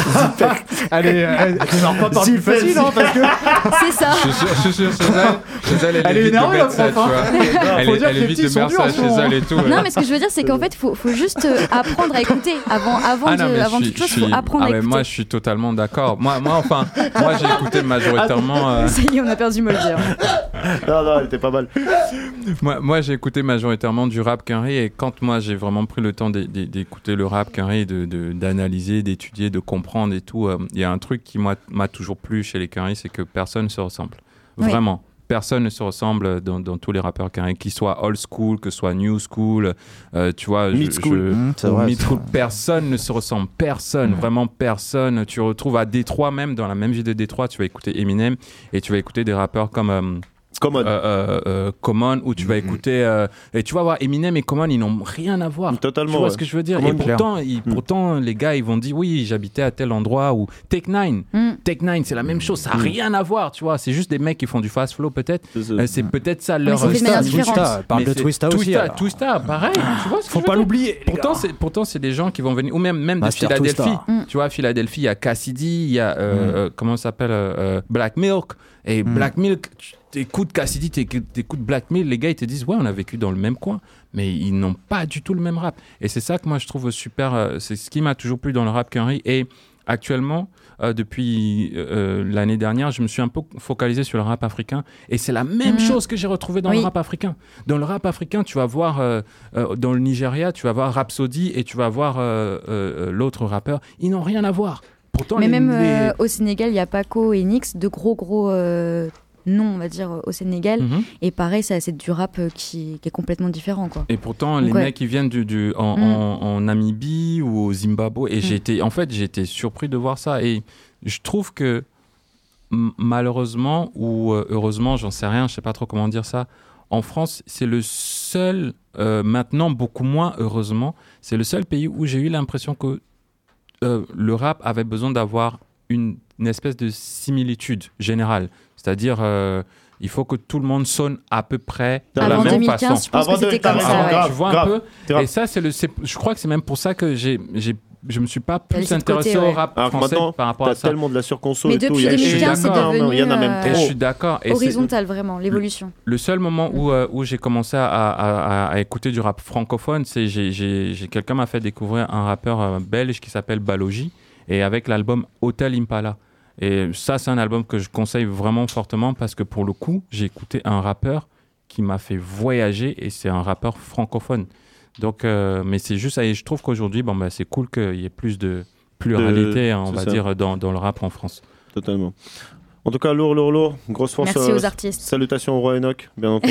Allez, tu n'en pas par plus facile, hein, parce que. C'est ça. Je suis sûr, je suis sûr, chez elle, chez elle, elle, Elle est évite énervée, de la mettre ça, tu prof, vois. hein. Elle, Faut est- dire elle que les évite petits de sont mettre durs en ça ce chez moment. elle et tout. Non, ouais. mais ce que je veux dire, c'est qu'en fait, il faut, faut juste euh, apprendre à écouter. Avant, avant, Ah de, non, mais avant je suis- toute chose, je il suis- faut apprendre ah à mais écouter. moi, je suis totalement d'accord. Moi, moi, enfin, moi, j'ai écouté majoritairement. euh, Ça y est, on a perdu Molder. Non, non, elle était pas mal. Moi, moi, j'ai écouté majoritairement du rap Quinry et quand moi j'ai vraiment pris le temps d'é- d'é- d'écouter le rap Quinry, de, de, d'analyser, d'étudier, de comprendre et tout, euh, il y a un truc qui moi, m'a toujours plu chez les Quinry, c'est que personne ne se ressemble. Oui. Vraiment. Personne ne se ressemble dans, dans tous les rappeurs Quinry, qu'ils soient old school, que ce soit new school, euh, tu vois. Mid je- school. je- Mmh, c'est ou vrai, mid c'est school. vrai. Personne ne se ressemble. Personne. Vraiment personne. Tu retrouves à Détroit, même dans la même ville de Détroit, tu vas écouter Eminem et tu vas écouter des rappeurs comme. euh, Common. Euh, euh, euh, Common, où tu vas écouter euh, et tu vas voir Eminem et Common, ils n'ont rien à voir. Totalement. Tu vois ouais. ce que je veux dire? Common, Et pourtant, ils, Mm. pourtant, les gars, ils vont dire oui, j'habitais à tel endroit ou Tech Nine. Mm. Tech Nine, c'est la même chose, ça n'a Mm. rien à voir, tu vois. C'est juste des mecs qui font du fast flow peut-être. C'est ça. Euh, c'est peut-être ça leur. c'est fait de manière style. différente. Twista, parle Mais de c'est- Twista aussi. Twista, alors. Twista, pareil. Tu vois ce que Faut je veux pas dire? l'oublier. les Pourtant, gars. c'est pourtant c'est des gens qui vont venir ou même même de Master Philadelphie. Twista. Mm. Tu vois, à Philadelphie, il y a Cassidy, il y a euh, euh, comment ça s'appelle euh, euh, Black Milk et Mm. Black Milk. tu- T'écoutes Cassidy, t'écoutes t'écoutes Black Milk, les gars ils te disent ouais on a vécu dans le même coin, mais ils n'ont pas du tout le même rap. Et c'est ça que moi je trouve super. euh, c'est ce qui m'a toujours plu dans le rap Quinry. Et actuellement, euh, depuis euh, l'année dernière, je me suis un peu focalisé sur le rap africain. Et c'est la même Mhm. chose que j'ai retrouvé dans Oui. le rap africain. Dans le rap africain, tu vas voir, euh, euh, dans le Nigeria, tu vas voir Rhapsody et tu vas voir euh, euh, l'autre rappeur. Ils n'ont rien à voir. Pourtant, Mais les- même les- euh, au Sénégal, il y a Paco et Nix, de gros, gros euh, noms, on va dire, au Sénégal. Mhm. Et pareil, ça, c'est du rap euh, qui, qui est complètement différent, quoi. Et pourtant, Donc, les ouais. mecs, ils viennent du, du, en, Mm. en, en Namibie ou au Zimbabwe. Et Mm. j'ai été, en fait, j'ai été surpris de voir ça. Et je trouve que m- malheureusement ou euh, heureusement, j'en sais rien, je sais pas trop comment dire ça. En France, c'est le seul, euh, maintenant beaucoup moins heureusement, c'est le seul pays où j'ai eu l'impression que euh, le rap avait besoin d'avoir une, une espèce de similitude générale. C'est-à-dire, euh, il faut que tout le monde sonne à peu près de Avant la même deux mille quinze, façon. je pense Avant que c'était deux- t'as comme raison, ça. ouais. grave. Tu vois un grave. peu. Grave. Et ça, c'est le. c'est- je crois que c'est même pour ça que j'ai, j'ai, je me suis pas T'as plus laissé de intéressé côté, au ouais. rap Alors que français maintenant, par rapport t'as à ça. tellement de la surconso Mais et tout. depuis il y a- deux mille quinze, je suis c'est d'accord, devenu. non, il y en a même euh, Et je trop. suis d'accord. Et c'est horizontal, vraiment, l'évolution. le seul moment où, euh, où j'ai commencé à, à, à, à écouter du rap francophone, c'est j'ai, j'ai, j'ai quelqu'un m'a fait découvrir un rappeur euh, belge qui s'appelle Balogi et avec l'album Hotel Impala. Et ça, c'est un album que je conseille vraiment fortement parce que pour le coup, j'ai écouté un rappeur qui m'a fait voyager et c'est un rappeur francophone. Donc, euh, mais c'est juste, et je trouve qu'aujourd'hui, bon, bah, c'est cool qu'il y ait plus de pluralité, hein, on c'est va ça. dire, dans, dans le rap en France. Totalement. En tout cas, lourd, lourd, lourd. Grosse force. Merci euh, aux artistes. Salutations au roi Enoch, bien entendu.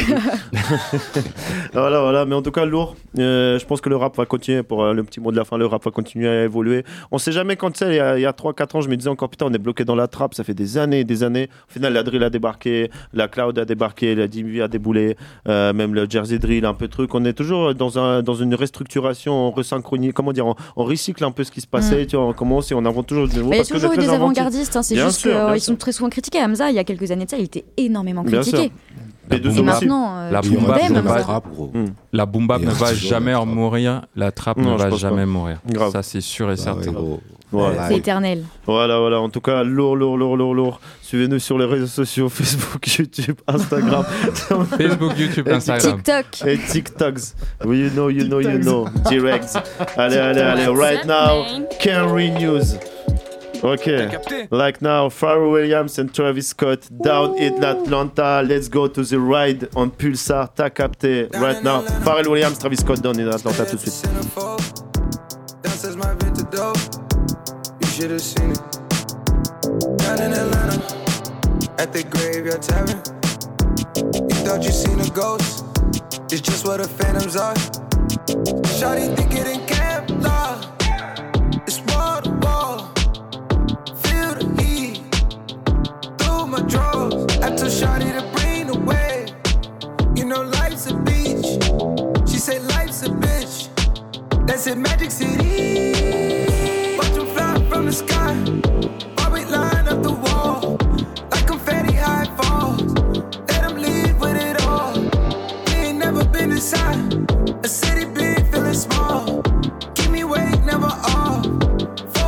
voilà, voilà. Mais en tout cas, lourd. Euh, je pense que le rap va continuer. Pour euh, le petit mot de la fin, le rap va continuer à évoluer. On sait jamais quand c'est. Il y a, il y a trois quatre ans, je me disais encore, putain, on est bloqué dans la trappe. Ça fait des années et des années. Au final, la drill a débarqué, la cloud a débarqué, la D M V a déboulé, euh, même le Jersey drill, un peu de truc. On est toujours dans, un, dans une restructuration, on resynchronise, comment dire, on, on recycle un peu ce qui se passait. Tu vois, on commence et on invente toujours du nouveau. Mais il y a parce que toujours eu c'est des très inventif. avant-gardistes, hein, c'est Bien juste sûr, bien qu'ils sûr. sont très souvent critiqués. Hamza, il y a quelques années de ça, il était énormément Bien critiqué. sûr. Les deux boom Et bap- aussi. maintenant, euh, la tout boom le monde bap aime ne Hamza. va- Rap, gros. Hmm. La boom bap Il y ne a va toujours jamais la en trappe. mourir, la trappe Non, ne je va pense jamais pas. mourir. Grave. Ça, c'est sûr et Ah ouais, certain. gros. Voilà. C'est éternel. Voilà, voilà. En tout cas, lourd, lourd, lourd, lourd, lourd. Suivez-nous sur les réseaux sociaux, Facebook, YouTube, Instagram. Facebook, YouTube, Et Instagram. TikTok. Et TikToks. Oui, you know, you know, you know. Direct. Allez, allez, allez. Right now, Kenry News. Ok. Like now, Pharrell Williams and Travis Scott down in Atlanta. Let's go to the ride on Pulsar. T'as capté. Right now, Pharrell Williams, Travis Scott down in Atlanta tout de suite. Downstairs my Venta dope. You should have seen it. Down in Atlanta, at the Graveyard Tavern. You thought you seen a ghost? It's just what the phantoms are. Shawty think it in Kevlar. It's wall to wall. Feel the heat through my drawers. I told Shawty to bring the wave. You know life's a beach. She say life's a bitch. That's in Magic City. Watch them fly from the sky. While we line up the wall. Like confetti high falls. Let them leave with it all. We ain't never been inside. A city big, feeling small. Keep me awake, never off.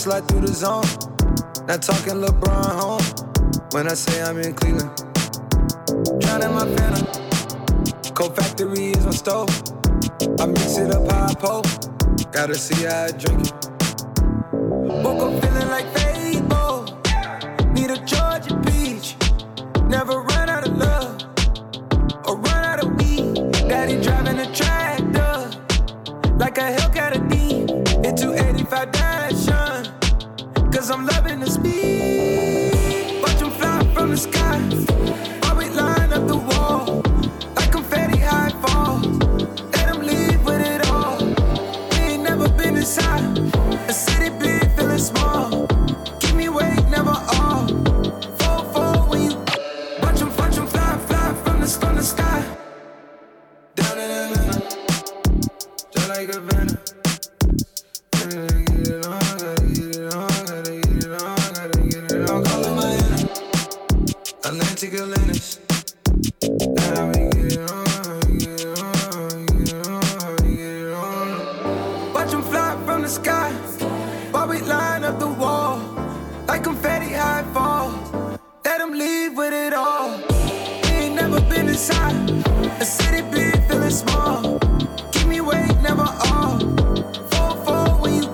slide through the zone. Not talking LeBron home. When I say I'm in Cleveland. Drowning my phantom. Coke Factory is my stove. I mix it up how I pour. Gotta see how I drink it. Woke up feeling like Fable. Need a Georgia peach. Never run out of love or run out of weed. Daddy driving a tractor like a Hellcat a D. In two eighty-five Dashun. Cause I'm loving the speed. Watch them fly from the sky. Always line up the wall. Like confetti high fall. Let them leave with it all. We ain't never been inside. A city big, feeling small. Keep me awake, never all. Fall, fall when you watch them, watch them fly, fly from the, from the sky. Down in Atlanta. Just like a venom. Gotta get it on, gotta get it on, gotta get it on, gotta get it on. Call it Miami. Atlantic Atlantis. Now we get it on, get it on, get it on, get it on. Watch them fly from the sky. While we line up the wall. Like confetti high fall. Let them leave with it all. We ain't never been inside. A city big, feeling small. Keep me awake, never all. Fall, fall when you.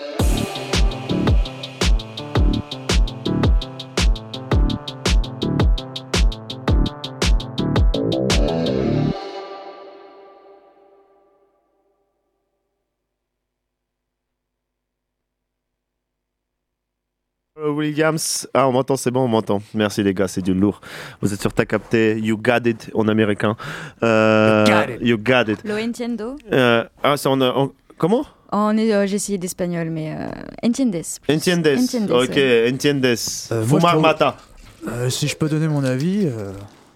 Williams, ah on m'entend, c'est bon, on m'entend. Merci les gars, c'est du lourd. Vous êtes sur Ta Capté, You Got It en américain. Euh, you Got It. You got it. Lo entiendo. Euh, ah c'est en, en comment? On est, euh, j'ai essayé d'espagnol, mais euh, entiendes. Entiendes. Entiendes, Ok, ouais. entiendes. Euh, moi, Fumar je trouve- Mata. Euh, si je peux donner mon avis, euh,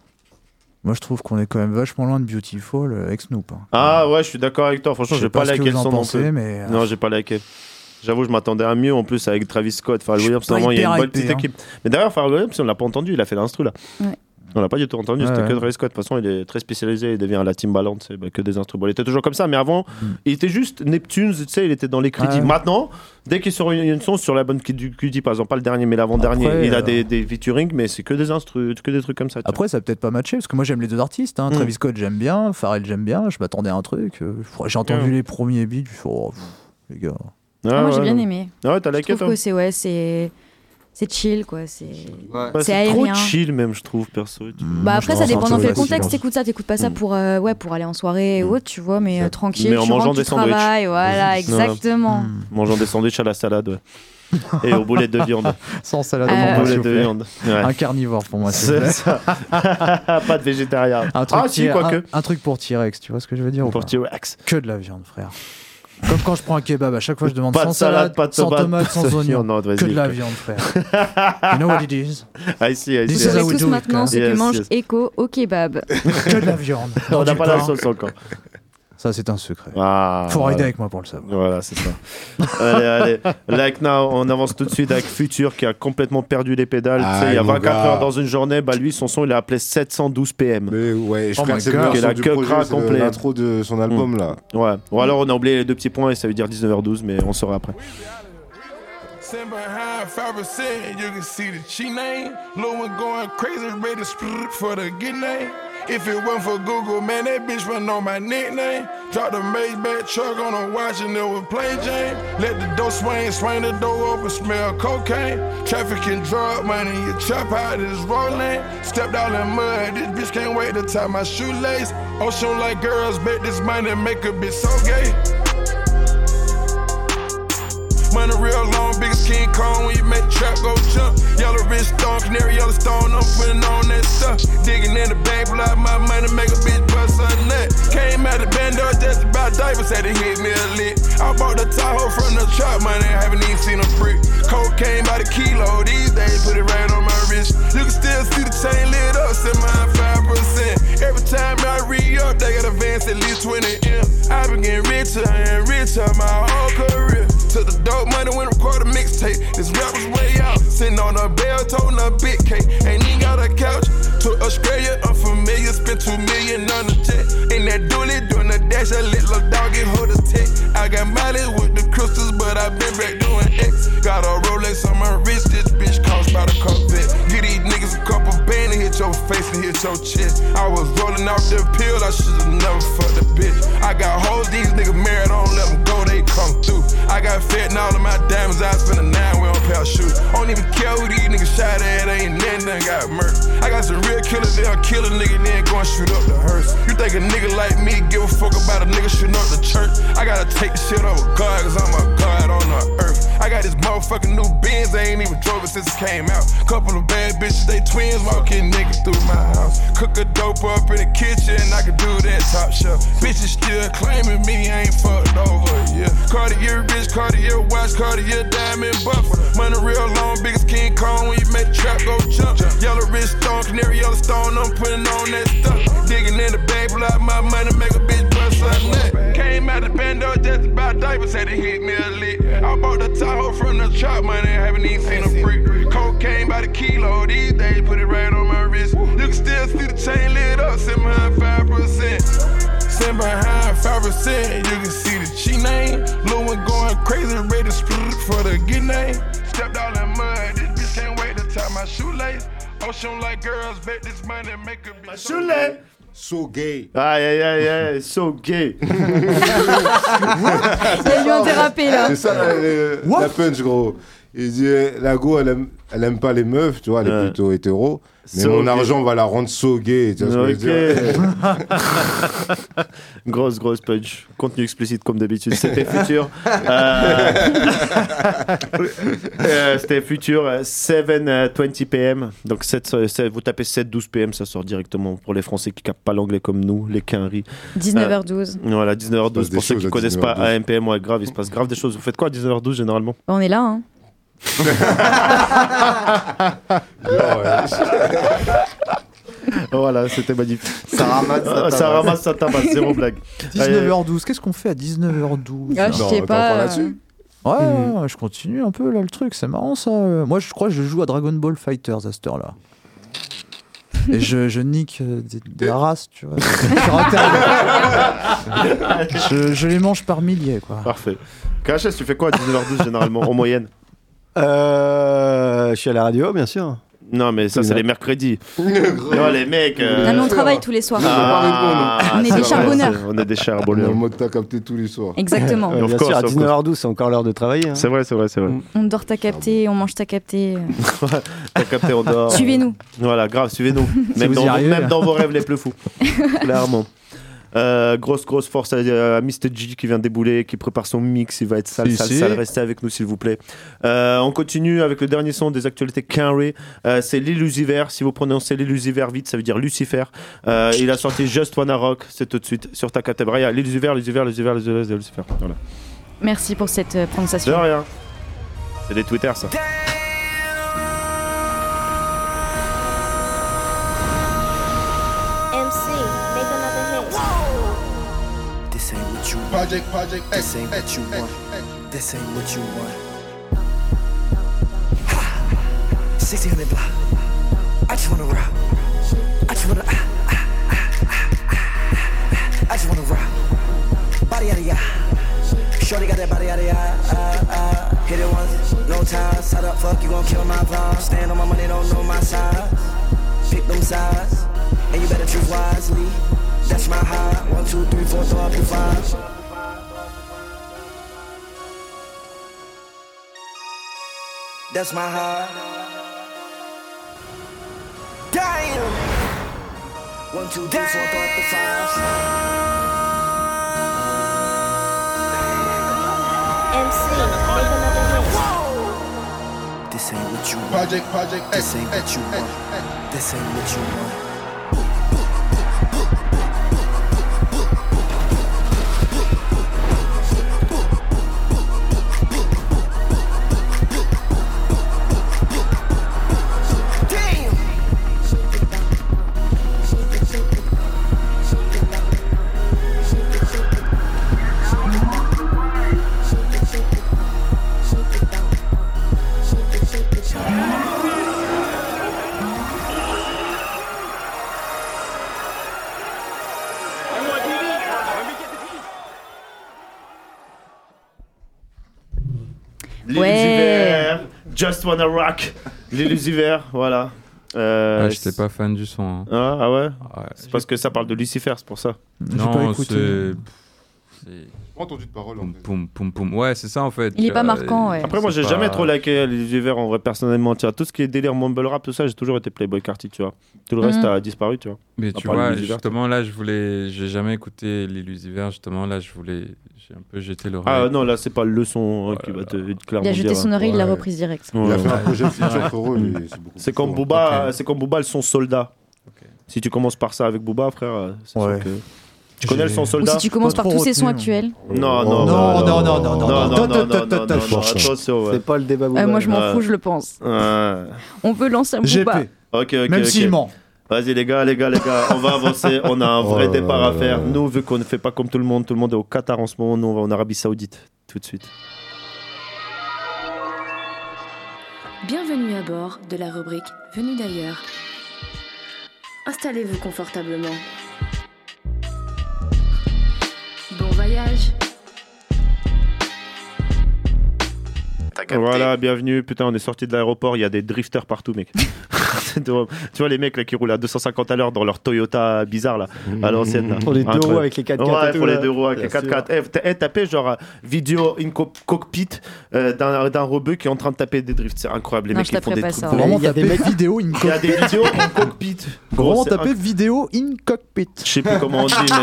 moi je trouve qu'on est quand même vachement loin de Beautiful euh, avec Snoop. hein. Ah ouais, je suis d'accord avec toi. Franchement, Je sais j'ai pas pas ce que liké le vous en son non pensez, plus. mais, euh, Non, j'ai pas liké. J'avoue, je m'attendais à mieux en plus avec Travis Scott. Pharrell Je suis Williams, pas vraiment, il y a une hyper bonne hypé, petite hein. équipe. Mais d'ailleurs, Pharrell Williams, on l'a pas entendu, il a fait l'instru là. Ouais. On l'a pas du tout entendu, Ouais, c'était ouais. que Travis Scott. De toute façon, il est très spécialisé, il devient à la Timbaland, c'est bah, que des instruments. Il était toujours comme ça, mais avant, Mm. il était juste Neptunes, tu sais, il était dans les crédits. Ouais. Maintenant, dès qu'il sort une, une son sur la bonne du Q D, par exemple, pas le dernier, mais l'avant-dernier, Après, il a euh, des, des featuring, mais c'est que des instrus, que des trucs comme ça. tu Après, ça a peut-être pas matché parce que moi j'aime les deux artistes. Hein. Mm. Travis Scott, j'aime bien. Pharrell, j'aime bien. Je m'attendais à un truc. euh, J'ai entendu Ouais. les premiers beats. Je me suis dit, oh, pff, les gars. vois. Ah, Ah, moi j'ai ouais, bien non. aimé. Ah ouais, t'as Je liké trouve toi que c'est ouais, c'est c'est chill quoi. C'est Ouais. Ouais, c'est c'est trop aérien. chill même, je trouve, perso. et tout. Bah Moi, après je ça l'ai dépend ressenti dans quel aussi, contexte hein. t'écoutes ça. T'écoutes pas ça Mm. pour euh, ouais pour aller en soirée ou autre, tu vois, mais euh, tranquille. Mais en tu mangeant rentres, des tu sandwichs. travailles, voilà, exactement. Mm. Mangeant des sandwichs à la salade, ouais. Et aux boulettes de viande. Sans salade, Euh, au Aux monde, s'il boulettes vous de plaît. viande. Ouais. Un carnivore pour moi. s'il vous C'est plaît. ça. Pas de végétarien. Un truc, Ah si, T- quoique. un, un truc pour T-Rex, tu vois ce que je veux dire ou Pour pas T-Rex. Que de la viande, frère. Comme quand je prends un kebab, à chaque fois je demande Pas de sans salade, salade, pas de sans tomate, tomate, pas sans de oignon. viande, vas-y, Que de la quoi. viande, frère. You know what it is? Ah, ici, This Vous is ici. how savez we tous do it, maintenant quoi. ce que Yes, mange yes. Echo au kebab. Que de la viande. On Dans n'a du pas la pain. sauce encore. Ça, c'est un secret. Ah, Faut voilà. rider avec moi pour le savoir. Voilà, c'est ça. allez, allez. Like now, on avance tout de suite avec Future qui a complètement perdu les pédales. Ah, Tu sais, il y a mon vingt-quatre gars. heures dans une journée. Bah, lui, son son, il a appelé sept cent douze P M. Mais ouais, je Oh crois my que c'est le God. meilleur Qui est son la du queue projet, cra c'est complet. l'intro de son album là. Ouais. Ou alors, on a oublié les deux petits points et ça veut dire dix-neuf heures douze, mais on saura après. Sitting behind five percent, you can see the cheat name. Lil' one going crazy, ready to split for the good name. If it wasn't for Google, man, that bitch wouldn't know my nickname. Dropped a Maybach truck on a watch and it was plain Jane. Let the door swing, swing the door open, smell cocaine. Trafficking drug money, you chop out this road lane. Stepped out in mud, this bitch can't wait to tie my shoelace. Ocean like girls, bet this money make a bitch so gay. Money real long, big as King Kong when you make the trap go jump. Yellow wrist stone, canary yellow stone, I'm putting on that stuff. Digging in the bank, pull out my money, make a bitch bust a nut. Came out the bando just about diapers, had to hit me a lick. I bought the Tahoe from the trap money, haven't even seen a brick. Cocaine by the kilo, these days put it right on my wrist. You can still see the chain lit up, set mine five percent. Every time I re-up, they got advance at least twenty M. I been getting richer and richer my whole career. Took the dope money when record a mixtape. This rap was way out. Sitting on a bell, toting a big cake. Ain't even got a couch. To Australia, unfamiliar. Spent two million on a jet. In that dually, doing the dash. A little dog get hold of tech. I got mileage with the crystals, but I been back doing X. Got a Rolex on my wrist, this bitch cost about a Corvette. Get these niggas a couple bands and hit your face and hit your chest. I was rolling out the pill, I should've never fucked a bitch. I got hoes, these niggas married, I don't let them go, they come through. I got fat and all of my diamonds, I spend a nine, we on pair of shoes. I don't even care who these niggas shot at, ain't nothing that got murdered. I got some real killers, they'll kill a nigga, then go and shoot up the hearse. You think a nigga like me give a fuck about a nigga shooting up the church? I gotta take the shit over God, cause I'm a God on the earth. I got this motherfucking new Benz, I ain't even drove it since it came out. Couple of bad bitches, they twins, walking niggas through my house. Cook a dope up in the kitchen, I can do that top shelf. Bitches still claiming me, I ain't fucked over, yeah. Cartier wrist, Cartier watch, Cartier diamond buffer. Money real long, big as King Kong when you make the trap go jump. Yellow wrist stone, canary yellow stone, I'm putting on that stuff. Digging in the bag, pull out my money, make a bitch bust like that. Came out the bando just about diapers, had to hit me a lick. I bought the Tahoe from the trap money, haven't even seen a brick. Cocaine by the kilo, these days put it right on my wrist. You can still see the chain lit up, sitting behind five percent. Sitting behind five percent, you can see the G name. Lil' one going crazy, ready to split for the good name. Stepped all in mud, this bitch can't wait to tie my shoelace. Ocean like girls, bet this money make a bitch shoelace. So gay. Aïe aïe aïe aïe, so gay. Il a eu un dérapé là. C'est ça la, la, la punch, gros. Il dit la go, elle aime, elle aime pas les meufs, tu vois, elle est ouais. plutôt hétéro. Mais So mon gay. argent va la rendre so gay. Tu vois Okay. ce que je veux dire. Grosse, grosse punch. Contenu explicite comme d'habitude. C'était Futur. Euh... euh, C'était Futur, sept vingt p m. Donc, sept, vous tapez sept douze p m, ça sort directement pour les Français qui captent pas l'anglais comme nous, les quinries. dix-neuf heures douze. Euh, voilà, dix-neuf heures douze. Pour ceux qui ne connaissent pas A M P M, ouais, grave, il se passe grave des choses. Vous faites quoi à dix-neuf heures douze généralement? On est là, hein. Voilà, c'était magnifique. Ça ramasse, ça tabasse. Ça ramasse, ça tabasse, zéro blague. dix-neuf heures douze, qu'est-ce qu'on fait à dix-neuf heures douze? Ah, je sais pas. là-dessus. Ouais, mmh. ouais, je continue un peu là le truc, c'est marrant ça. Moi je crois que je joue à Dragon Ball Fighters à cette heure-là. Et je, je nique euh, des, des races, tu vois. je, je les mange par milliers, quoi. Parfait. K H S, tu fais quoi à dix-neuf heures douze généralement, en moyenne? Euh, je suis à la radio, bien sûr. Non, mais ça, c'est les mercredis. Non, les mecs. Euh... Non, mais on travaille tous les soirs. Ah, on est des charbonneurs. On est des On est charbonneurs. en mode t'as capté tous les soirs. Exactement. Euh, bien course, sûr, à of dix-neuf heures douze, c'est encore l'heure de travailler. Hein. C'est vrai, c'est vrai, c'est vrai. On dort ta capté, on mange ta capté. T'as capté, on dort. Suivez-nous. Voilà, grave, suivez-nous. Même, vous dans, y arrivez, même là. dans vos rêves les plus fous. Clairement. Euh, grosse grosse force à, à mister G qui vient de débouler, qui prépare son mix, il va être sale, Si, sale, si. sale. Restez avec nous s'il vous plaît. Euh, on continue avec le dernier son des actualités Quinry. Euh, c'est l'Illusiver. Si vous prononcez l'Illusiver vite, ça veut dire Lucifer. Euh, il a sorti Just Wanna Rock, c'est tout de suite sur ta catégorie. L'Illusiver, l'Illusiver, l'Illusiver, l'Illusiver, Lucifer. Voilà. Merci pour cette euh, De prononciation. rien. C'est des Twitter ça. M C, make another hit. This ain't what you want. Project, project, This ain't what you want. This ain't what you want. Ha! sixteen hundred block. I just wanna rock. I just wanna. Ah, ah, ah, ah, ah, ah. I just wanna rock. Body out of ya. Shorty got that body out of ya. Ah, ah. Hit it once, no ties. How the fuck you gon' kill my vibe? Stand on my money, don't know my size. Pick them sides, and you better choose wisely. That's my high. One, two, three, four, throw up to five. That's my high. Damn. One, two, three, four, throw up to five. M C, make another hit. This ain't what you want. Project, project, This ain't what you want. This ain't what you want. Ouais. Just Wanna Rock, l'Illusiver, voilà. Euh, ah, j'étais pas fan du son. Hein. Ah, ah ouais, ouais c'est parce que ça parle de Lucifer, c'est pour ça. Non, c'est... c'est... Pas entendu de parole. Poum, poum, poum, poum. Ouais, c'est ça en fait. Il est pas marquant, ouais. Après, moi, j'ai pas... jamais trop liké l'univers en vrai, personnellement. Tiens, tout ce qui est délire mumble rap, tout ça, j'ai toujours été Playboy Carti, tu vois. Tout le reste mm. a disparu, tu vois. Mais tu vois, justement, là, je voulais. J'ai jamais écouté l'Illusiver, justement, là, je voulais. J'ai un peu jeté l'oreille. Ah non, là, c'est pas le son qui va te clairement. Il a jeté dire, son oreille, ouais. il l'a reprise direct. Il a fait un projet de feature pour eux. C'est comme Booba, c'est comme Booba, le son Soldat. Si tu commences par ça avec Booba, frère, c'est sûr que. Tu connais le son Soldat? Ou si tu commences par tous ces sons actuels. Non, non, non, non, non, non, non, non, non, non, attention. C'est pas le débat Booba. Euh, moi, je m'en fous, je le pense. On veut lancer un Booba. Ok, ok. Même s'il ment. Vas-y les gars, les gars, les gars, on va avancer. On a un vrai oh départ à faire. Nous, vu qu'on ne fait pas comme tout le monde, tout le monde est au Qatar en ce moment. Nous, on va en Arabie Saoudite tout de suite. Bienvenue à bord de la rubrique Venus d'ailleurs. Installez-vous confortablement. Bon voyage. Voilà, bienvenue. Putain, on est sorti de l'aéroport, il y a des drifters partout, mec. Tu vois les mecs là qui roulent à deux cent cinquante à l'heure dans leur Toyota bizarre là, à l'ancienne. Là. Pour les deux roues avec les quatre quatre. Ouais, pour les deux roues avec les quatre quatre. Eh, hey, tapez genre vidéo in co- cockpit euh, d'un, d'un robot qui est en train de taper des drifts. C'est incroyable. Les non, mecs ils font des trucs. Faut vraiment taper vidéo in cockpit. Il y a des vidéos in cockpit. Faut vraiment taper vidéo in cockpit. Je sais plus comment on dit, mais.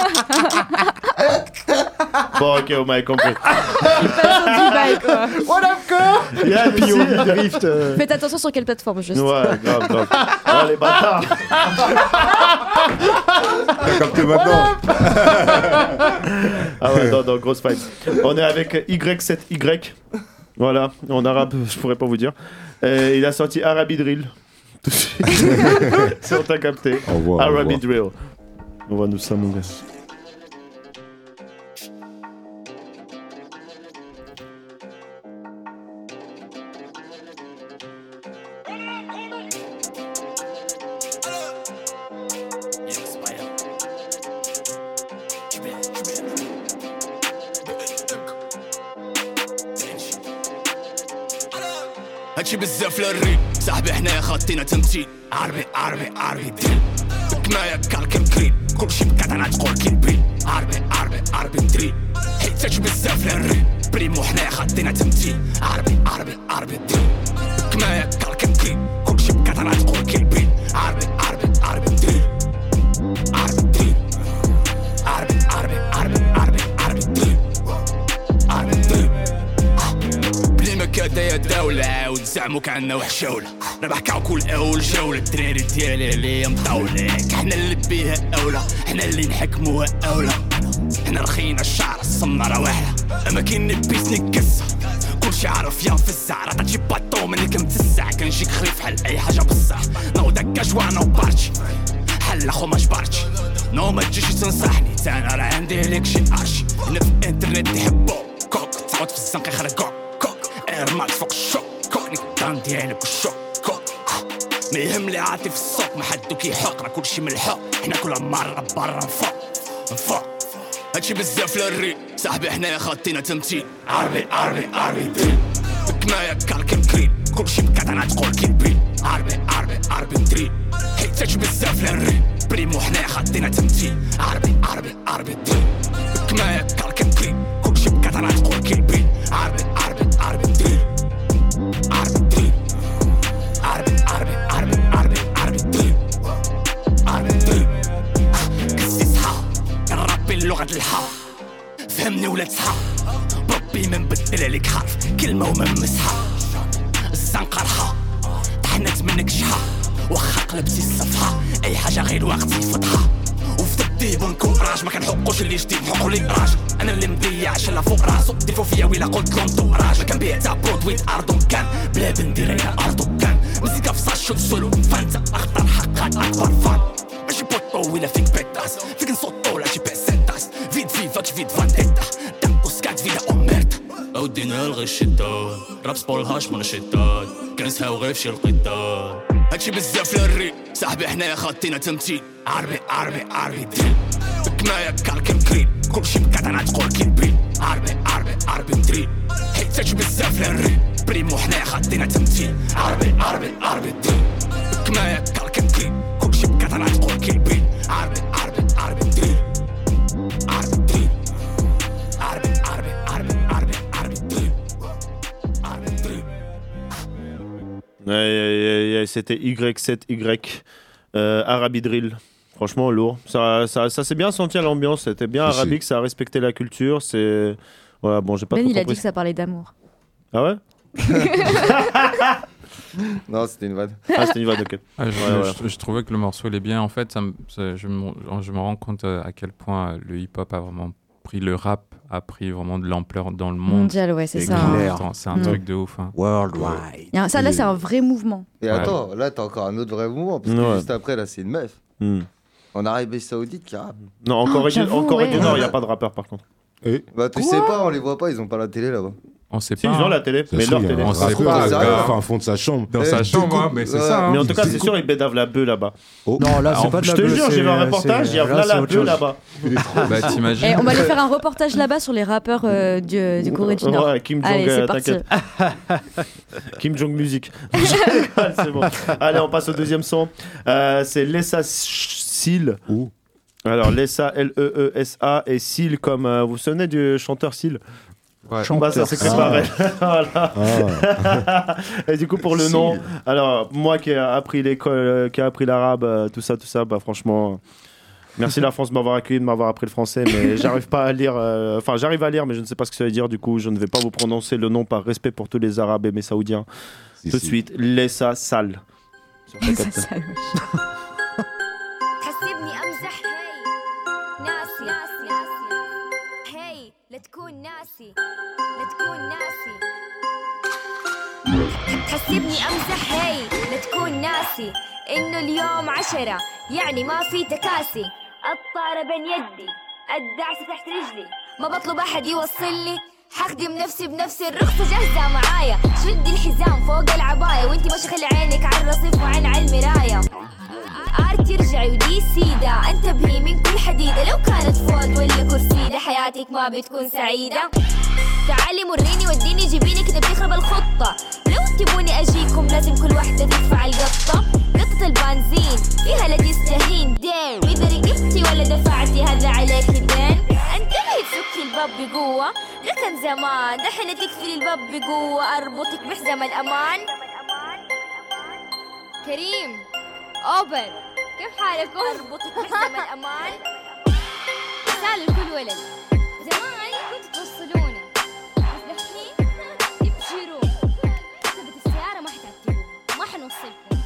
Bon, ok, on m'a compris. Il passe au Dubaï, quoi. What up, girl? Il y a P O V drift. euh. Faites attention sur quelle plateforme, juste. Ouais, grave, grave. Oh, les bâtards. T'as capté maintenant. Ah ouais, non, non, grosse fight. On est avec Y sept Y. Voilà, en arabe, je pourrais pas vous dire. Et il a sorti Arabi Drill. Tout de suite. Si on t'a capté. Au revoir, au Arabi revoir. Drill. On va nous ça, mon gars. هادشي بزاف للريب صاحبي حنايا خاطينا تمثيل عربي عربي عربي ديل بكمايا كالكن كريب كلشي بكاتانا تقول كيبي عربي عربي عربي دريل حيت هادشي بزاف للريب بريمو حنايا خاطينا تمثيل عربي عربي عربي ديل بكمايا كالكن كريب كلشي بكاتانا تقول كيبي عربي عربي عربي دريل عربي دريل عربي عربي عربي عربي عربي دريل عربي دريل كدا يا دولة وتزعموا كعنا وحشولة ربح كاع كل أول جولة الدراري ديالي عليا مطولك حنا اللي بيها أولى حنا اللي نحكموها أولى حنا رخينا الشعر السمرة واحدة أما كاين بيس نكسها كلشي عارف ينفزع راه تجي باطو منك متسع كنجيك خريف حل أي حاجة بصح نو داكا جوانا وبارتي حل أخو ما جبرتش نو ما تجيش تنصحني تانا راه عندي ليك شي أرشي هنا في الانترنت يحبو كوك تعود في الزنقة يخرجوك اير ماكس فوق الشوك كوني دان ديالك والشوك كوك ما يهملي عاطي في السوق ما حدو كيحق راه كلشي من الحق حنا كل مرة برا نفوق نفوق هادشي بزاف للريب صاحبي حنايا خاطينا تمثيل عربي عربي عربي دريل بكمايا كالكن كريب كلشي بكاتانا تقول كيبي عربي عربي عربي دريل حيت هادشي بزاف للريب بريمو حنايا خاطينا تمثيل عربي عربي عربي دريل بكمايا كالكن كريب كلشي بكاتانا تقول كيبي عربي عربي عربي دريل عربي دريل عربي عربي عربي عربي عربي دريل عربي دريل كسي صحا كنربي اللغة الحا فهمني ولا تصحى بربي ما نبدل عليك حرف كلمة وما مسحة الزنقة رخا طحنت منك شحا واخا قلبتي الصفحة أي حاجة غير وقتي فتحة وفي الديب ونكون راج ما كنحقوش اللي جديد نحقو لي راج انا اللي مضيع شلا فوق راسو ديفو فيا ويلا قلت لهم طوراج ما كنبيع تا برودوي ارضو كان بلا بندير انا ارضو كان مزيكا في ساشو سولو فانتا اخطر حقات اكبر فان ماشي بوطو ولا فيك بيتاس فيك نصوتو ولا شي بيسنتاس فيد فيفاك فيد فانديتا تاكو سكات فيدا اوميرتا اودينا الغي الشيطان راب سبور الهاش من الشيطان كنسهاو غير فشي القطان هادشي بزاف للريب صاحبي حنايا خاطينا تمثيل عربي عربي عربي دريل بكمايا كالكن كريب كلشي بكاتانا تقول كيبي عربي عربي عربي دريل حيت هادشي بزاف للريب بريمو حنا خاطينا تمثيل عربي عربي عربي دين كما يذكر كنكي كلشي بكثرة تقول كيبين عربي عربي عربي دين عربي دين عربي عربي عربي عربي عربي دين عربي دين. Ouais, ouais, ouais, c'était Y sept Y, euh, Arabi Drill. Franchement, lourd. Ça, ça, ça s'est bien senti à l'ambiance. C'était bien Si, arabique, ça a respecté la culture. C'est. Voilà, bon, j'ai pas Ben, trop il a compris. dit que ça parlait d'amour. Ah ouais Non, c'était une vanne. Ah, c'était une vanne, ok. Ah, je, Ouais, ouais. je- je trouvais que le morceau il est bien. En fait, ça me- ça- je, me, je me rends compte euh, à quel point le hip-hop a vraiment pris, le rap a pris vraiment de l'ampleur dans le monde. Mondial, ouais, c'est Et ça, clair, hein. C'est un Mm. truc de ouf. Hein. Worldwide. Il y a un- Ça, là, c'est un vrai mouvement. Et attends, là, t'as encore un autre vrai mouvement, parce que Ouais. juste après, là, c'est une meuf. Hmm. En Arabie Saoudite qui rappe. Non, en Corée, du- j'avoue, en Corée ouais. du Nord, il n'y a pas de rappeur par contre. Et Bah, tu Quoi sais pas, on les voit pas, ils ont pas la télé là-bas. On sait Si, pas. ils ont hein. la télé, Ça mais se leur trouve, il y télé. a un On sait rappeur pas, à- sérieux. enfin, au fond de sa chambre. Dans Eh, sa chambre, découpe. hein, mais c'est Ouais. ça. hein. Mais en tout cas, c'est Découpe. sûr, ils bédavent la bœuf là-bas. Oh. Non, là, c'est Alors, pas de Je la te bœuf, jure, j'ai c'est- vu un reportage, c'est- il y a là, là c'est la autre bœuf chose. là-bas. Bah, t'imagines. Et on va aller faire un reportage là-bas sur les rappeurs euh, du, du Corée du Nord. Ouais, Kim Jong, Allez, c'est euh, parti. t'inquiète. Kim Jong Music. C'est bon. Allez, on passe au deuxième son. Euh, c'est Lessa Seal. Ouh. Alors, Lessa, L E E S A, et Seal comme. euh, vous vous souvenez du chanteur Seal? Ouais. Bah, ça s'écrit Ah. pareil. Voilà. Ah. Et du coup, pour le nom, alors, moi qui ai appris l'école, euh, qui a appris l'arabe, euh, tout ça, tout ça, bah, franchement. Merci la France de m'avoir accueilli, de m'avoir appris le français, mais j'arrive pas à lire. euh, Enfin, j'arrive à lire, mais je ne sais pas ce que ça veut dire. Du coup, je ne vais pas vous prononcer le nom par respect pour tous les Arabes et mes Saoudiens. Si, Tout de si. suite, Lessa Sal. Sur ta Ça, capte. ça, ouais. حسبني امزح هي ناسي هي لا تكون ناسي لا تكون ناسي تحسبني امزح هي لا تكون ناسي انه اليوم عشرة يعني ما في تكاسي الطارة بين يدي الدعسة تحت رجلي ما بطلب احد يوصلني حخدم نفسي بنفسي الرخصة جاهزة معايا شدي الحزام فوق العباية وانتي ماشي خلي عينك على الرصيف وعين على المراية ارت يرجعي ودي سيدة انتبهي من كل حديدة لو كانت فوض ولا كرسيدة حياتك ما بتكون سعيدة تعالي مريني وديني جيبيني كده بتخرب الخطة لو تبوني اجيكم لازم كل واحدة تدفع القطة قطة البنزين فيها لا تستهين دين واذا رقبتي ولا دفعتي هذا عليك دين انتبهي تسكي الباب بقوة لكن زمان دحين تقفلي الباب بقوة اربطك بحزام الامان كريم اوبن كيف حالكم؟ اربطك بحزام الامان سال الكل ولد زمان كنتوا توصلونا بس دحين ابشروا ثبت السيارة ما حتعتبوها ما حنوصلكم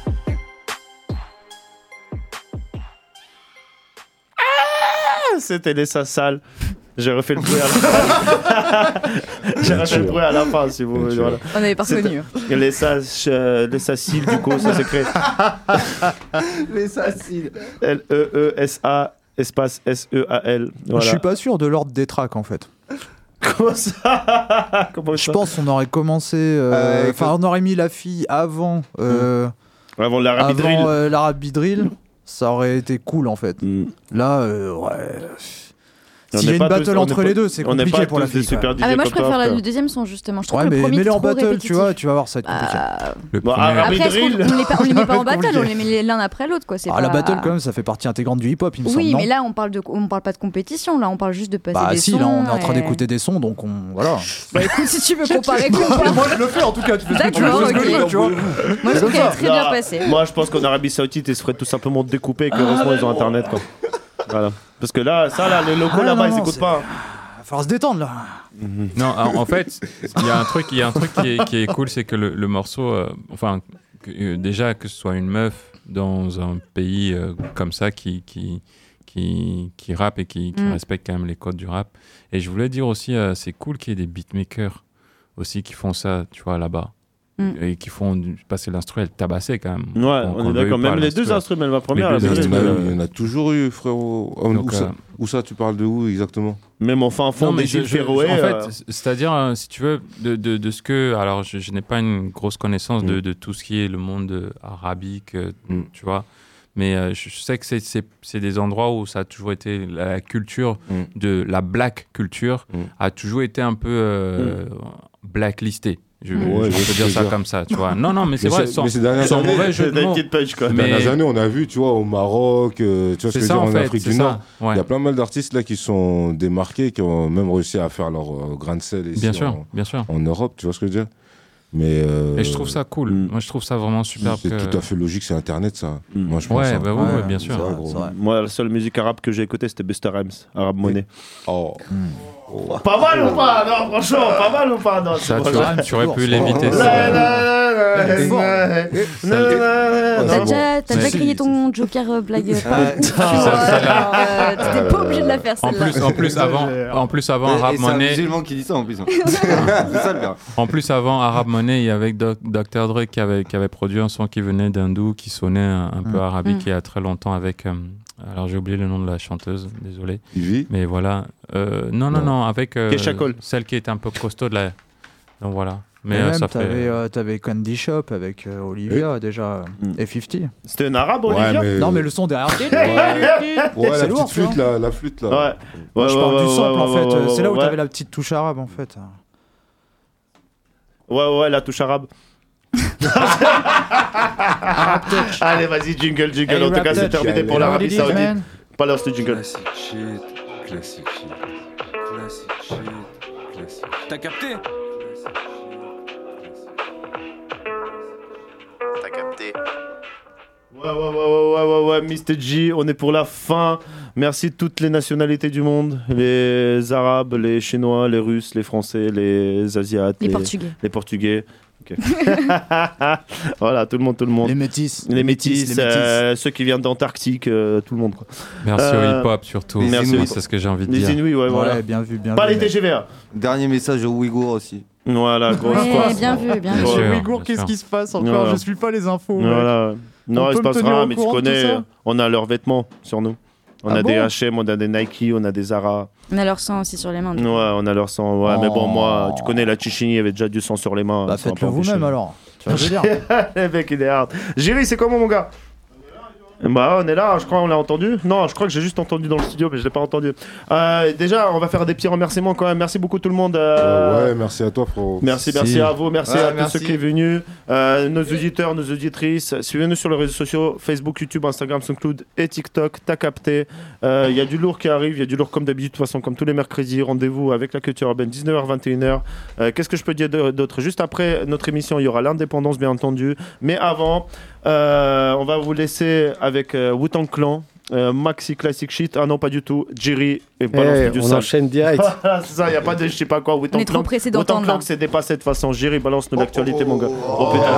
C'était Lessa Sal. J'ai refait le bruit à la fin. J'ai refait le bruit à la fin, si vous voulez. Voilà. On n'avait pas reconnu. C'était Lessa, euh, Lessa Seal, du coup, ça s'écrit Lessa Seal. L E E S A espace S E A L. Voilà. Je suis pas sûr de l'ordre des tracks en fait. Comment ça Comment Je ça pense qu'on aurait commencé. euh, Euh, Enfin, on aurait mis la fille avant. euh, Avant l'Arabie Drill. avant euh, l'Arabie Drill. Ça aurait été cool en fait. Mm. Là, euh, ouais. On S'il y a n'est une pas battle tous- on entre n'est les pas- deux, c'est on n'est compliqué pas pour la tous des fille. super quoi. Ah, mais moi, je D J comme préfère toi, la- frère. le deuxième son, justement. Je trouve Ouais, que le mais premier mets-les en trop battle, tu répétitif. vois, tu vas voir, ça va être compliqué. Bah, Le Bon, premier- Arabi Après, est-ce qu'on Drill. on les, pa- on les met pas en Ça va être battle, on les compliqué. met l'un après l'autre, quoi. C'est Ah, pas... la battle, quand même, ça fait partie intégrante du hip-hop, il me semble. Oui, non mais là, on parle, de... on parle pas de compétition, là, on parle juste de passer Bah des si, sons. là, on est en train et- d'écouter des sons, donc on. Voilà. Bah écoute, si tu veux comparer, compare. Moi, je le fais en tout cas, tu fais ce que tu veux, D'accord, je fais ce que je ok. veux, tu vois. Moi, je trouve qu'elle est très bien Non, passée. Moi, je pense qu'en Arabie Saoudite, ils se feraient tout simplement découper et qu'heureusement, ils ont internet. Quoi. Voilà. Parce que là, ça, là, les locaux Ah, là-bas, non, ils non, s'écoutent c'est- pas. Va falloir se détendre là. Non, en en fait, il y a un truc, il y a un truc qui est, qui est cool, c'est que le, le morceau, euh, enfin, que, euh, déjà que ce soit une meuf dans un pays euh, comme ça qui qui qui, qui rappe et qui, qui Mm. respecte quand même les codes du rap. Et je voulais dire aussi, euh, c'est cool qu'il y ait des beatmakers aussi qui font ça, tu vois, là-bas. Mm. Et qui font du- passer l'instru, elle tabassait quand même. Ouais, Qu'on- on qu'on est le d'accord. veuille pas, Même les deux l'instru. instruments, même la première, Les deux la Il y, en deuxième, a, euh, il y en a toujours eu, frérot. Ah, Donc, où, ça, euh, où ça, tu parles de où exactement? même en fin fond Non, mais des je- îles je- Féroé. En fait, euh, c- c'est-à-dire, euh, si tu veux, de, de, de ce que. Alors, je, je n'ai pas une grosse connaissance de, Mm. de tout ce qui est le monde euh, arabique, euh, Mm. tu vois. Mais euh, je, je sais que c'est, c'est, c'est des endroits où ça a toujours été. La, la culture Mm. de la black culture Mm. a toujours été un peu euh, blacklistée. Je, Ouais, je je peux sais dire ça dire. comme ça, tu vois. Non, non, mais c'est Mais vrai, c'est- sans, mais ces dernières sans années- mauvais jeu de Des mots. petites punch, quoi. Ces Mais- dernières années, on a vu, tu vois, au Maroc, euh, tu vois ce C'est que je ça, veux dire, en en fait, Afrique c'est du ça. Nord. Ouais. Il y a pas mal d'artistes là qui sont démarqués, qui ont même réussi à faire leur euh, grain de sel ici Bien sûr, en, bien sûr. en Europe, tu vois ce que je veux dire. Mais euh, Et je trouve ça cool. Mm. Moi, je trouve ça vraiment superbe. c'est que- tout à fait logique, c'est Internet ça. Mm. Moi je pense. Ouais, hein. bah ouais, ouais, bien sûr. C'est vrai, Ouais, gros. c'est vrai. Moi, la seule musique arabe que j'ai écoutée, c'était Busta Rhymes, Arabe Money. Oh. Pas mal ou pas? Non, franchement, pas mal ou pas? Non, Ça, c'est tu, pas- tu aurais pu fort, l'éviter. fort. ça. La, la, la, la, Il est fort. la, la, Ça- la, la, T'as non. déjà, t'as Ouais. déjà crié ton Joker euh, blague. Ouais. Euh, T'étais pas obligé de la faire En celle-là. plus, en plus avant, en plus avant Arab Et c'est un Money, musulman qui dit ça en plus. hein. C'est ça le gars. en plus avant Arab Money, il y avait Doc- docteur Dre qui avait qui avait produit un son qui venait d'Hindou, qui sonnait un, un peu Mm. arabique Mm. il y a très longtemps avec. euh, alors j'ai oublié le nom de la chanteuse, désolé. Ivy. Mais voilà. Euh, non, non, Non. non, avec euh, Kesha Cole. celle qui est un peu costaud de la. Donc voilà. Mais Mais euh, même, ça t'avais, fait. euh, t'avais Candy Shop avec euh, Olivia déjà Mm. et cinquante. C'était un arabe, Ouais, Olivia? mais... Non mais le son derrière. Ouais, la C'est petite lourd, tu flûte vois. là, la flûte là. Ouais. Moi, je Ouais, parle ouais, du ouais, sample ouais, en fait. ouais, ouais, C'est là où ouais. t'avais la petite touche arabe en fait. Ouais, ouais, la touche arabe. Allez, vas-y, jingle, jingle. Hey, en tout rap cas, c'est touch. terminé pour Hey, l'Arabie Lady Saoudite. Man. Pas l'heure, ce jingle. Classic shit, classic shit, classic shit, classic. T'as capté? T'as capté. Ouais, ouais, ouais, ouais, ouais, ouais, ouais, mister G, on est pour la fin. Merci toutes les nationalités du monde, les Arabes, les Chinois, les Russes, les Français, les Asiates, Les Portugais. les Portugais. Ok. Voilà, tout le monde, tout le monde. Les métis. Les métis, les métis. euh, ceux qui viennent d'Antarctique, euh, tout le monde quoi. Merci Euh, au hip-hop surtout. merci Moi, au- c'est ce que j'ai envie de Les dire. Inuits, ouais, voilà. Ouais, bien vu, bien Pas vu. les T G V A. Dernier message aux Ouïghours aussi. Voilà, grosse Ouais, quoi. bien vu, bien Bien vu. sûr. Ouïghours, qu'est-ce sûr. qui se passe Voilà. encore? Je suis pas les infos. mec. Voilà. Non, On il se peut me passe tenir rien, au mais tu courant de connais, tout ça euh, on a leurs vêtements sur nous. On Ah a bon des H et M, on a des Nike, on a des Zara. On a leur sang aussi sur les mains. Ouais, on a leur sang. Ouais, mais bon, Oh. moi, tu connais la Chichini, il y avait déjà du sang sur les mains. Bah ça va faites-le pas empêcher. vous-même alors. Tu vois ce que je veux dire? Le mec, il est hard. Géry, c'est comment, mon gars? Bah, on est là, je crois, on l'a entendu. Non, je crois que j'ai juste entendu dans le studio, mais je l'ai pas entendu. Euh, déjà, on va faire des petits remerciements quand même. Merci beaucoup, tout le monde. euh, Euh, ouais, merci à toi, frérot. Merci, Si. merci à vous, merci Ouais, à merci. tous ceux qui sont venus, euh, nos auditeurs, nos auditrices. Suivez-nous sur les réseaux sociaux, Facebook, YouTube, Instagram, SoundCloud et TikTok. T'as capté. Euh, Il y a du lourd qui arrive, il y a du lourd comme d'habitude, de toute façon, comme tous les mercredis. Rendez-vous avec la culture urbaine, dix-neuf heures, vingt et une heures. Euh, Qu'est-ce que je peux dire de- d'autre? Juste après notre émission, il y aura l'indépendance, bien entendu. Mais avant, euh, on va vous laisser avec euh, Wu-Tang Clan. Euh, Maxi Classic Shit, ah non pas du tout, Jerry et balance Eh, du on sale. enchaîne direct. Voilà, c'est ça, il n'y a pas de je sais pas quoi. On est trop pressé d'entendre, là. Autant que c'est dépassé de façon. Jerry, balance-nous l'actualité, mon gars. Oh putain.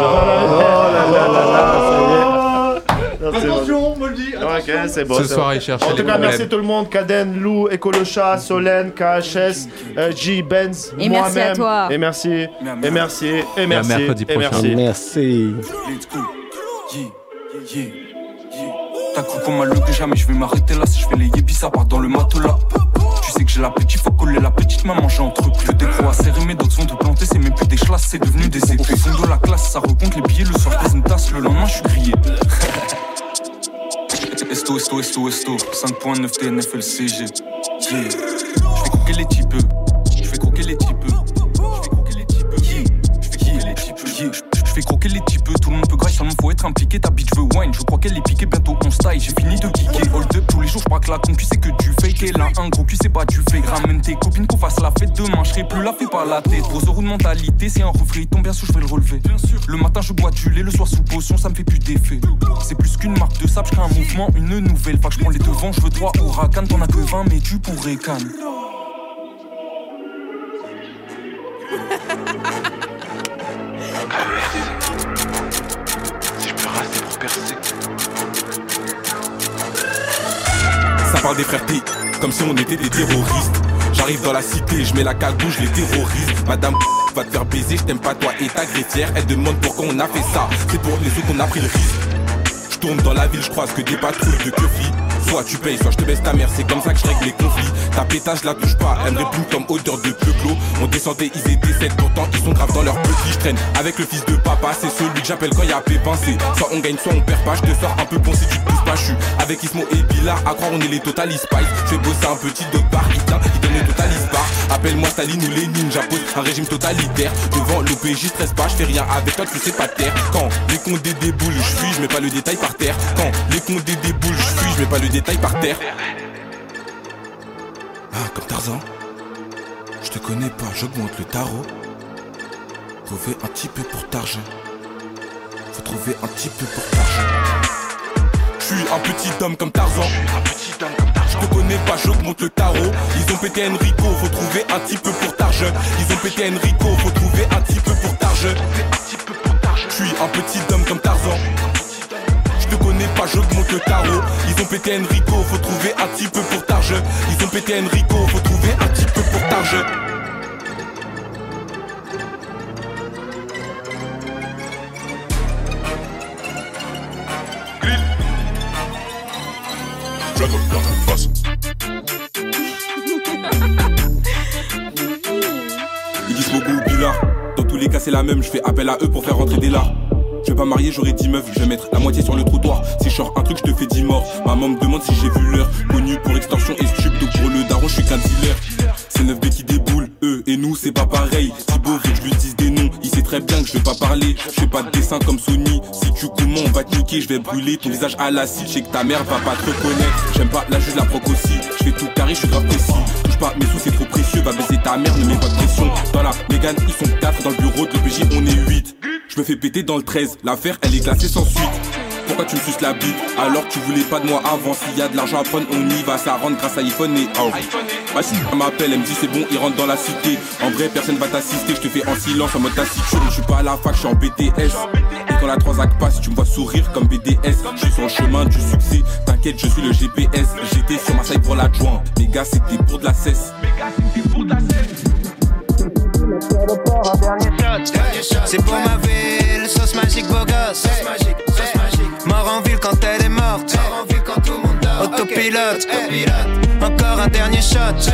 Attention, on me le dit. Ok, c'est bon. Ce c'est soir, bon. il cherchait En les tout cas, problèmes. merci tout le monde. Kaden, Lou, Ecolocha, Solène, K H S, euh, G, Benz, Et merci à moi-même. toi. Et merci, et merci, et merci, mercredi et prochain. merci. Merci. Let's go. Yeah, yeah, yeah. T'as cru qu'on m'a le que jamais je vais m'arrêter là. Si je fais les yébis, ça part dans le matelas. Tu sais que j'ai l'appétit, faut coller la petite maman, j'ai entrepris. Que des crocs à serrer, mais d'autres sont de planter, c'est même plus des chlasses, c'est devenu des épées. Au fond de la classe, ça recompte les billets, le soir pèse une tasse, le lendemain je suis grillé. Esto, esto, esto, esto, cinq point neuf T N F L C G. Yeah. Je fais croquer les types, je fais croquer les types, je fais croquer les types, yeah. Je fais croquer les types, yeah. Je fais croquer les types, tout le monde peut grailler, seulement faut être impliqué. Ta bitch veut wine, je crois qu'elle est piquée, bientôt on style. J'ai fini de geeker, hold up tous les jours, je braque la con, tu sais que tu fake. Et là, un gros cul, c'est pas tu fais. Ramène tes copines qu'on fasse la fête demain, je serai plus là, fais pas la tête. Gros euros de mentalité, c'est un refrain, il tombe bien sûr, je vais le relever. Le matin, je bois du lait, le soir sous potion, ça me fait plus d'effet. C'est plus qu'une marque de sable, je crée un mouvement, une nouvelle. Fait que je prends les devants, je veux trois huracans, t'en as que vingt, mais tu pourrais canne. Si je peux raser pour percer. Ça parle des frères T, comme si on était des terroristes. J'arrive dans la cité, je mets la cagoule, je les terrorise. Madame va te faire baiser, je t'aime pas toi et ta greffière. Elle demande pourquoi on a fait ça, c'est pour les autres qu'on a pris le risque. Je tourne dans la ville, je croise que des patrouilles de keufis. soit tu payes, soit je te baisse ta mère, c'est comme ça que je règle les conflits. Ta pétage je la touche pas, elle me répugne comme odeur de peuplo. On descendait, ils étaient sept, pourtant ils sont graves dans leur petit. Je traîne avec le fils de papa, c'est celui que j'appelle quand y'a pépin. C'est soit on gagne, soit on perd pas, je te sors un peu bon si tu te pousses pas. Je suis avec Ismo et Billa, à croire on est les Total Spice. Je fais bosser un petit dog bar, il vient, il donne le Total Bar. Appelle-moi Staline ou Lénine, j'impose un régime totalitaire. Devant l'O P J, stresse pas, je fais rien avec toi, tu sais pas terre. Quand les condés déboulent, je fuis, je mets pas le détail par terre. Quand les condés déboulent, je fuis, je mets pas le détail par terre. Ah, comme Tarzan, je te connais pas, j'augmente le tarot. Trouver un petit peu pour t'argent. Faut trouver un petit peu pour t'argent. Je suis un petit homme comme Tarzan. Je te connais pas, j'augmente le tarot. Ils ont pété Enrico, faut trouver un petit peu pour t'argent. Ils ont pété Enrico, faut trouver un petit peu pour t'argent. Je suis un petit homme comme Tarzan. Je te connais pas, j'augmente le tarot. Ils ont pété Enrico, faut trouver un petit peu pour t'argent. Ils ont pété Enrico, faut trouver un petit peu pour t'argent. Ils disent beaucoup ou Billard. Dans tous les cas c'est la même, je fais appel à eux pour faire rentrer des lards. Je vais pas marier, j'aurai dix meufs, je vais mettre la moitié sur le trottoir. Si je sors un truc, je te fais dix morts. Maman me demande si j'ai vu l'heure. Connu pour extorsion et stup, donc pour le daron, je suis qu'un dealer. C'est neuf B qui déboule, eux et nous, c'est pas pareil. Thibaut veut que je lui dise des noms, il sait très bien que je vais pas parler. Je fais pas de dessin comme Sony. Si tu comment on va te niquer, je vais brûler ton visage à l'acide. Je sais que ta mère va pas te reconnaître. J'aime pas la juge, la proc aussi. Je fais tout carré, je suis grave précis. Touche pas mes sous, c'est trop précieux. Va baiser ta mère, ne mets pas de pression. Dans la Mégane, ils sont quatre. Dans le bureau de l'O P J, on est huit. Je me fais péter dans le treize, l'affaire elle est classée sans suite. Pourquoi tu me suces la bite alors que tu voulais pas de moi avant? S'il y a de l'argent à prendre, on y va, ça rentre grâce à iPhone et oh. Ma si elle m'appelle, elle me dit c'est bon, il rentre dans la cité. En vrai, personne va t'assister, je te fais en silence en mode taciturne. Je suis pas à la fac, je suis en B T S. Et quand la transac passe, tu me vois sourire comme B D S. Je suis sur le chemin du succès, t'inquiète, je suis le G P S. J'étais sur Marseille pour l'adjoint, mes gars c'était pour de la cesse. C'est pour ma ville, sauce magique beau gosse. Mort en ville quand elle est morte. Autopilote, encore un dernier shot.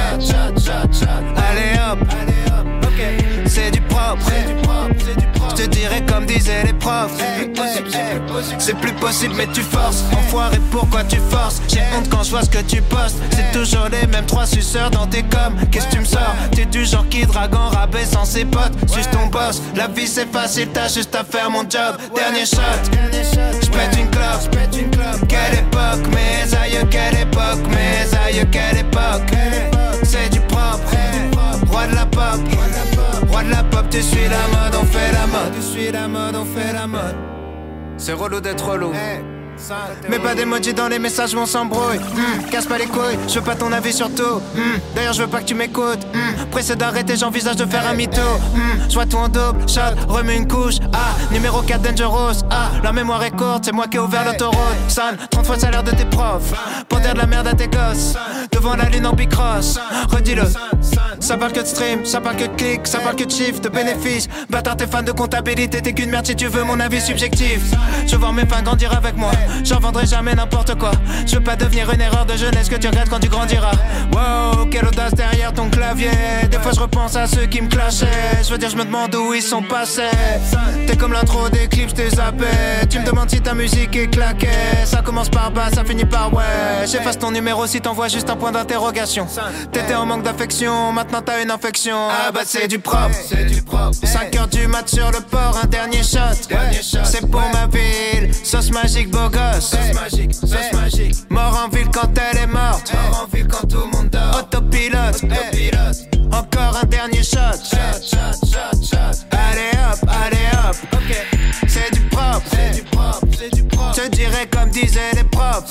Allez hop, c'est du propre. Je te dirais comme disaient les profs. C'est plus possible mais tu forces. Enfoiré pourquoi tu forces? J'ai honte quand je vois ce que tu postes. C'est toujours les mêmes trois suceurs dans tes coms. Qu'est-ce que tu me sors? T'es du genre qui drague en rabais sans ses potes. Suce ton boss, la vie c'est facile, t'as juste à faire mon job. Dernier shot, j'pète une clope. Quelle époque, mes aïeux, quelle époque, mes aïeux, quelle époque. C'est du propre, roi de la pop. Roi de la pop, tu suis la mode, on fait la mode. Tu suis la mode, on fait la mode. C'est relou d'être relou. Mais pas d'emoji dans les messages, on s'embrouille. mm, Casse pas les couilles, je veux pas ton avis sur tout. mm, D'ailleurs je veux pas que tu m'écoutes. mm, Pressé d'arrêter, j'envisage de faire un mytho. mm, Je vois tout en double, shot, remets une couche. Ah, numéro quatre Dangerous. Ah, la mémoire est courte, c'est moi qui ai ouvert l'autoroute. San, trente fois le salaire de tes profs. Pour dire de la merde à tes gosses. Devant la lune en bicross. Redis-le. Ça parle que de stream, ça parle que de clics, ça parle que de chiffres, de bénéfices. Bâtard, t'es fan de comptabilité, t'es qu'une merde si tu veux mon avis subjectif. Je veux voir mes fans grandir avec moi. J'en vendrai jamais n'importe quoi. Je veux pas devenir une erreur de jeunesse que tu regrettes quand tu grandiras. Wow, quelle audace derrière ton clavier. Des fois je repense à ceux qui me clashaient. Je veux dire je me demande où ils sont passés. T'es comme l'intro des clips, je t'ai zappé. Tu me demandes si ta musique est claquée. Ça commence par bas, ça finit par ouais. J'efface ton numéro si t'envoies juste un point d'interrogation. T'étais en manque d'affection, maintenant t'as une infection. Ah bah c'est du propre. cinq heures du mat sur le port, un dernier shot. C'est pour ma ville, sauce magique beau gosse. Sauce magique, sauce magique. Mort en ville quand elle est morte. Mort en ville quand tout le monde dort. Autopilote, autopilote. Encore un dernier shot. Shot, shot, shot, shot. Allez hop, allez hop. Ok. C'est du propre, c'est du propre, c'est du propre. Je dirais comme disaient les profs.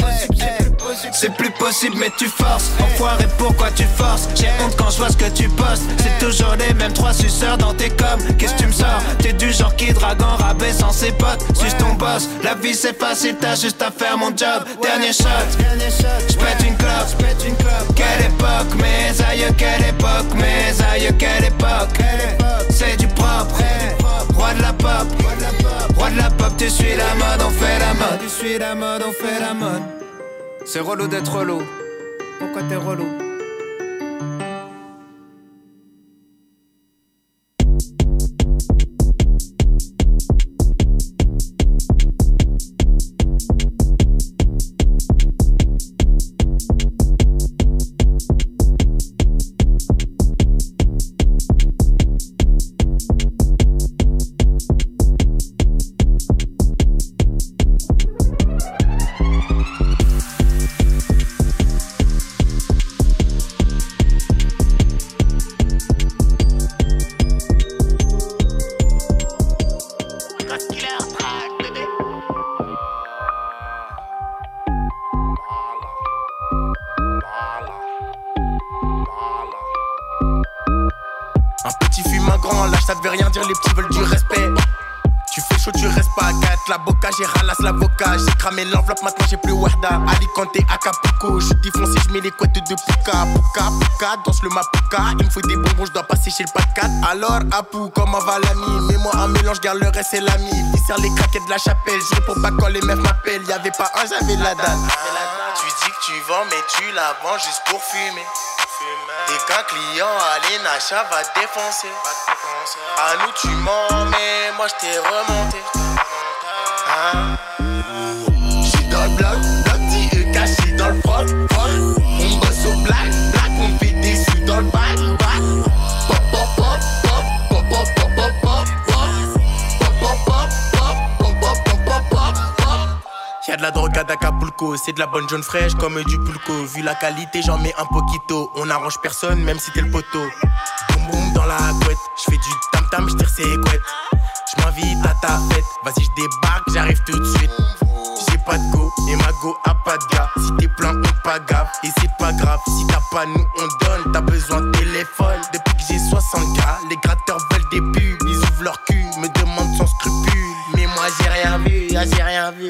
C'est plus possible mais tu forces. Enfoiré pourquoi tu forces? J'ai honte quand je vois ce que tu postes. C'est toujours les mêmes trois suceurs dans tes coms. Qu'est-ce que tu me sors? T'es du genre qui drague en rabais sans ses potes. Suce ton boss, la vie c'est facile, t'as juste à faire mon job. Dernier shot, j'pète une clope. Quelle époque, mes aïeux, quelle époque, mes aïeux, quelle époque. C'est du propre, roi de la pop. Roi de la pop, tu suis la mode, on fait la mode. Tu suis la mode, on fait la mode. C'est relou d'être relou. Pourquoi t'es relou? J'ai ralasse l'avocat, j'ai cramé l'enveloppe, maintenant j'ai plus Wahda. Alicante, Acapulco, je suis défoncé, je mets les couettes de Puka. Puka, Puka, danse le Mapuka. Il me faut des bonbons, je dois passer chez le pas de quatre. Alors, Apou, comment va l'ami? Mets-moi un mélange, garde le reste, c'est l'ami. Dissert les craquettes de la chapelle, je réponds pas quand les meufs m'appellent. Y'avait pas un, j'avais la dalle. Tu dis que tu vends, mais tu la vends juste pour fumer. Dès qu'un client à l'Enacha va défoncer. À nous tu mens, mais moi je t'ai remonté. Hein? J'suis dans le bloc, bloc dit E caché dans le froc, froc. On bosse au black, black, on fait des sous dans le bac, bac. Pop, pop, pop, pop, pop, pop, pop, pop, pop, pop, pop, pop, pop, pop, pop, pop, pop. Y'a de la drogue à d'Acapulco, c'est de la bonne jaune fraîche comme du pulco. Vu la qualité, j'en mets un poquito. On arrange personne, même si t'es le poteau. Boum boum dans la couette, j'fais du tam tam, j'tire ses couettes. J'm'invite à ta fête, vas-y j'débarque, j'arrive tout de suite. J'ai pas de go et ma go a pas de gars. Si t'es plein, on pas gaffe et c'est pas grave. Si t'as pas, nous on donne, t'as besoin de téléphone. Depuis que j'ai soixante K, les gratteurs veulent des pubs. Ils ouvrent leur cul, me demandent sans scrupule. Mais moi j'ai rien vu, ah, j'ai rien vu.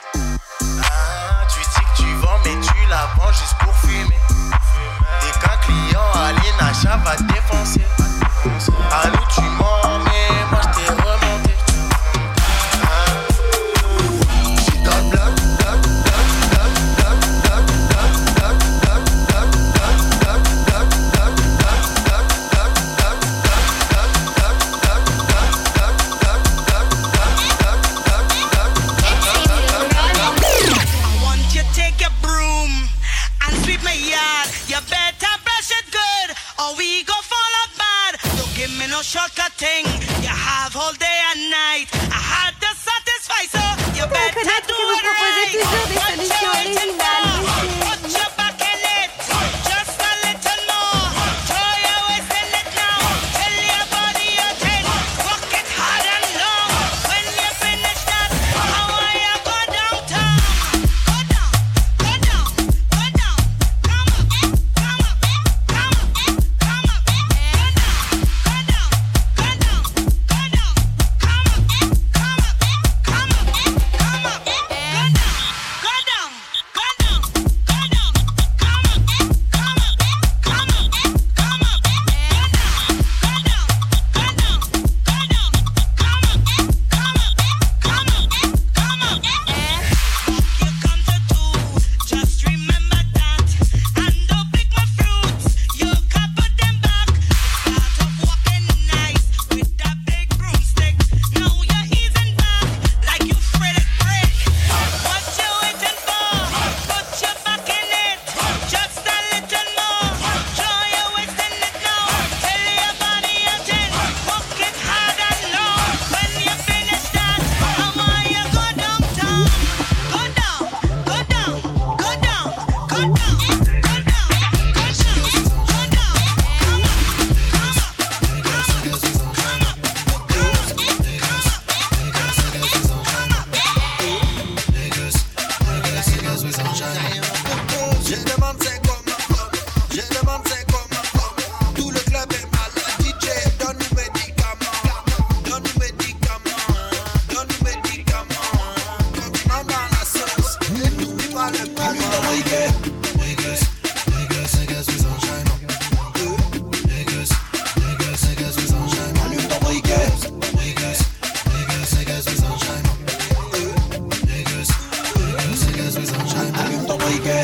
Ah, tu dis que tu vends, mais tu la vends juste pour fumer. Dès qu'un client à l'Enacha va défoncer. À nous tu mens, mais moi je t'ai remonté. J'suis dans le bloc, bloc, bloc, bloc, bloc, bloc, bloc, bloc, bloc, bloc, bloc, bloc, bloc, bloc, I want you to take a broom and sweep my yard. You better brush it good, or we go fall apart. Don't give me no shortcut thing. You have all day and night. I had to satisfy, so you better do it right. What you waiting for? Put your back in it, just a little more. Throw your waist in it now. Tell your body you're ten. Work it hard and long. When you finish that, how are you go downtown? Go down, go down, go down. Come up, come up, come up, come up. Go down, go down, go down, go down. Come up, come up, come up, come up. Go down, go down, go down, go down. Come up, come up, come up, come up. Go down, go down, go down, go down. Come up, come up, come up, come up. You come to do, just remember that. And don't pick my fruits, you can't put them back. Start off walking nice with that big broomstick. Now you're easing back like you Freddy Brick. What you waiting for? Put your back in it, just a little more. Throw your waist in it now. Tell your body you're ten. Walk it hard and long. When you finish that, how are you go downtown? Go down, go down, go down, go down, go down, go down, go down. Come up, come up, Je demande c'est comment, je demande c'est comment. Tout le club est malade, D J donne-nous médicaments, donne-nous médicaments, donne-nous médicaments. Continent dans la sauce, et n'oublie pas le coup. Vegas, Vegas, Vegas, Vegas with sunshine. Vegas, Vegas, Vegas with sunshine. Vegas, Vegas, Vegas, Vegas with sunshine. Vegas, Vegas, Vegas with sunshine. Allume ton briquet.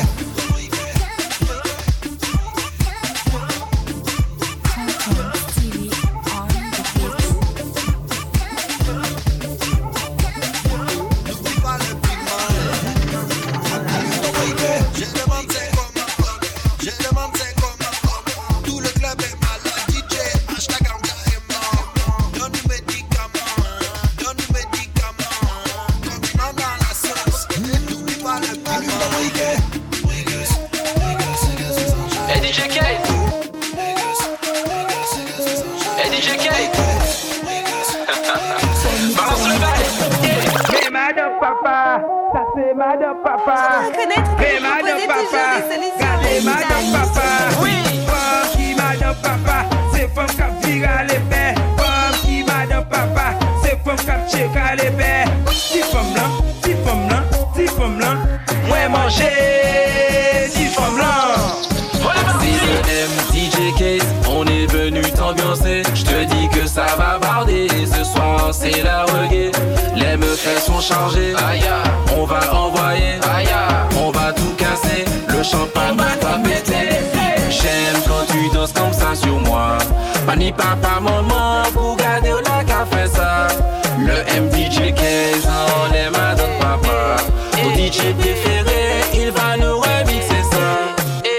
Gardez madame papa. Fais madame papa. Gardez madame papa. Oui. Femme qui madame papa. C'est femme qui vire les pères. Femme qui madame papa. C'est femme qui check les pères. Si femme là, si femme là, si femme là. Moi manger, si femme là. C M D J Case, on est venu t'ambiancer. Je te dis que ça va barder. Ce soir c'est la reggae. Les meufs elles sont chargées. On va envoyer. On va tout casser. Le champagne va pas péter. J'aime quand tu danses comme ça sur moi. Pani papa maman pour garder la café ça. Le M D J Case, on est madame papa. Ton D J préféré, il va nous remixer ça.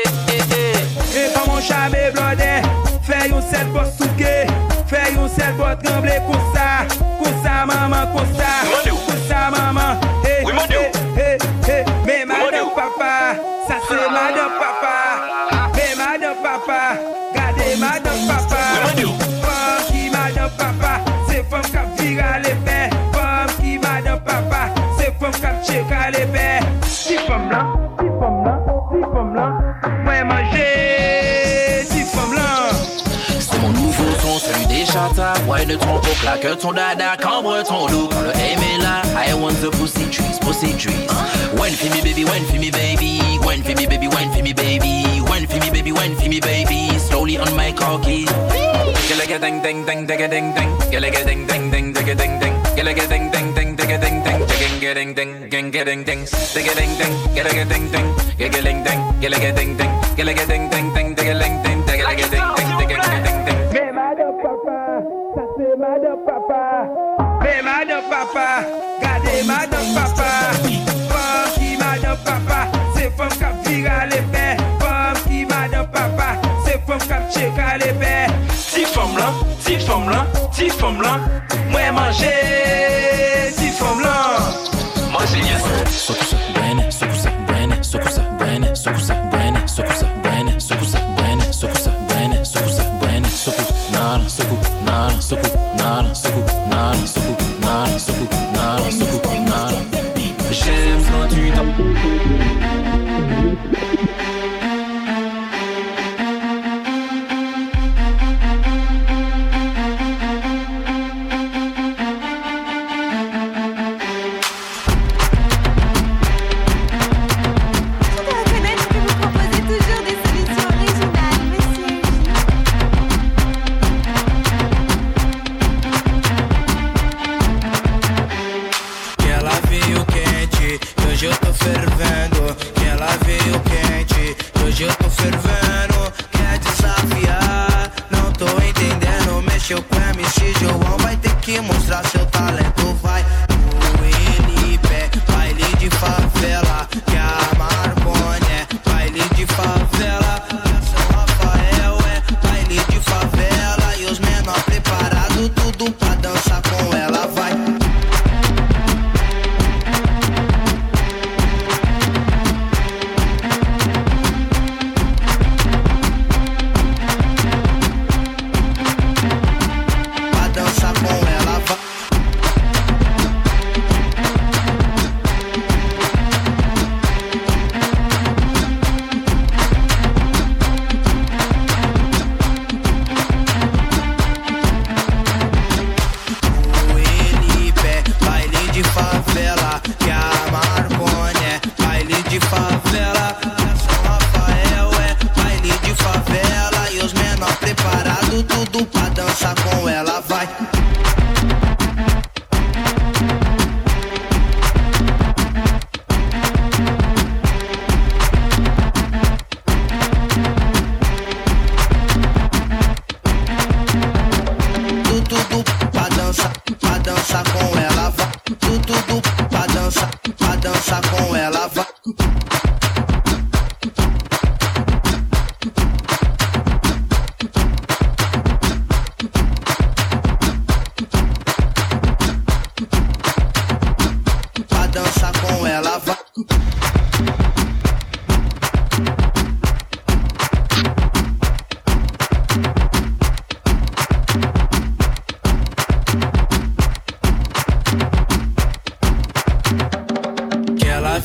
Et pas mon jamais blondé. Fais un seul boss souqué. Fais un seul boss tremblé pour ça. Pour ça maman, pour ça. Pour ça maman. Hey, hey, hey, hey. Mais madame papa, ça c'est madame papa. Mais madame papa, gardez madame papa. Femme qui madame papa, c'est femme qui vire les pères. Femme qui madame papa, c'est femme qui check les pères. Si femme là, si femme là, si femme là. Moi manger, si femme là. C'est mon nouveau son, celui des chatas. Ouais, ne trompe pas, claque ton dada, cambre ton dos. Quand le aim est là, I want the pussy trees, pussy trees. Wine for me baby, wine for me baby. Wine for me baby, wine for me baby. Wine for me baby, wine for me baby. Slowly on my cocky. Get like a ding ding ding ding ding ding. Get like a ding ding ding ding ding ding. Get like a ding ding ding ding ding ding. Ding ding ding ding ding ding. Ding ding ding. Get like a ding ding. Get like a ding ding. Get like a ding ding. Get like a ding ding ding ding ding ding. Get like a ding ding ding ding ding. Mais madame papa, ça c'est madame papa. Mais madame papa, gardez madame papa. Femme qui madame papa, c'est femme qui vire les pères. Femme qui madame papa, c'est femme qui check les pères. Si femme là, si femme là, si femme là. Moi manger, si femme là. Moi c'est yes. Sokusa bene, sokusa bene, sokusa bene, sokusa bene, sokusa bene, sokusa bene, sokusa bene, sokusa bene, soku nara, soku nara, soku nara, soku nara, soku nara, soku nara, soku nara. J'aime quand tu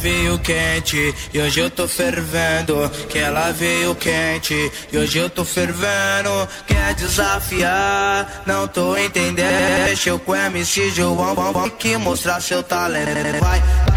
veio quente e hoje eu tô fervendo. Que ela veio quente e hoje eu tô fervendo. Quer desafiar? Não tô entendendo. Deixa eu com o M C João, vamos que mostrar seu talento. Vai.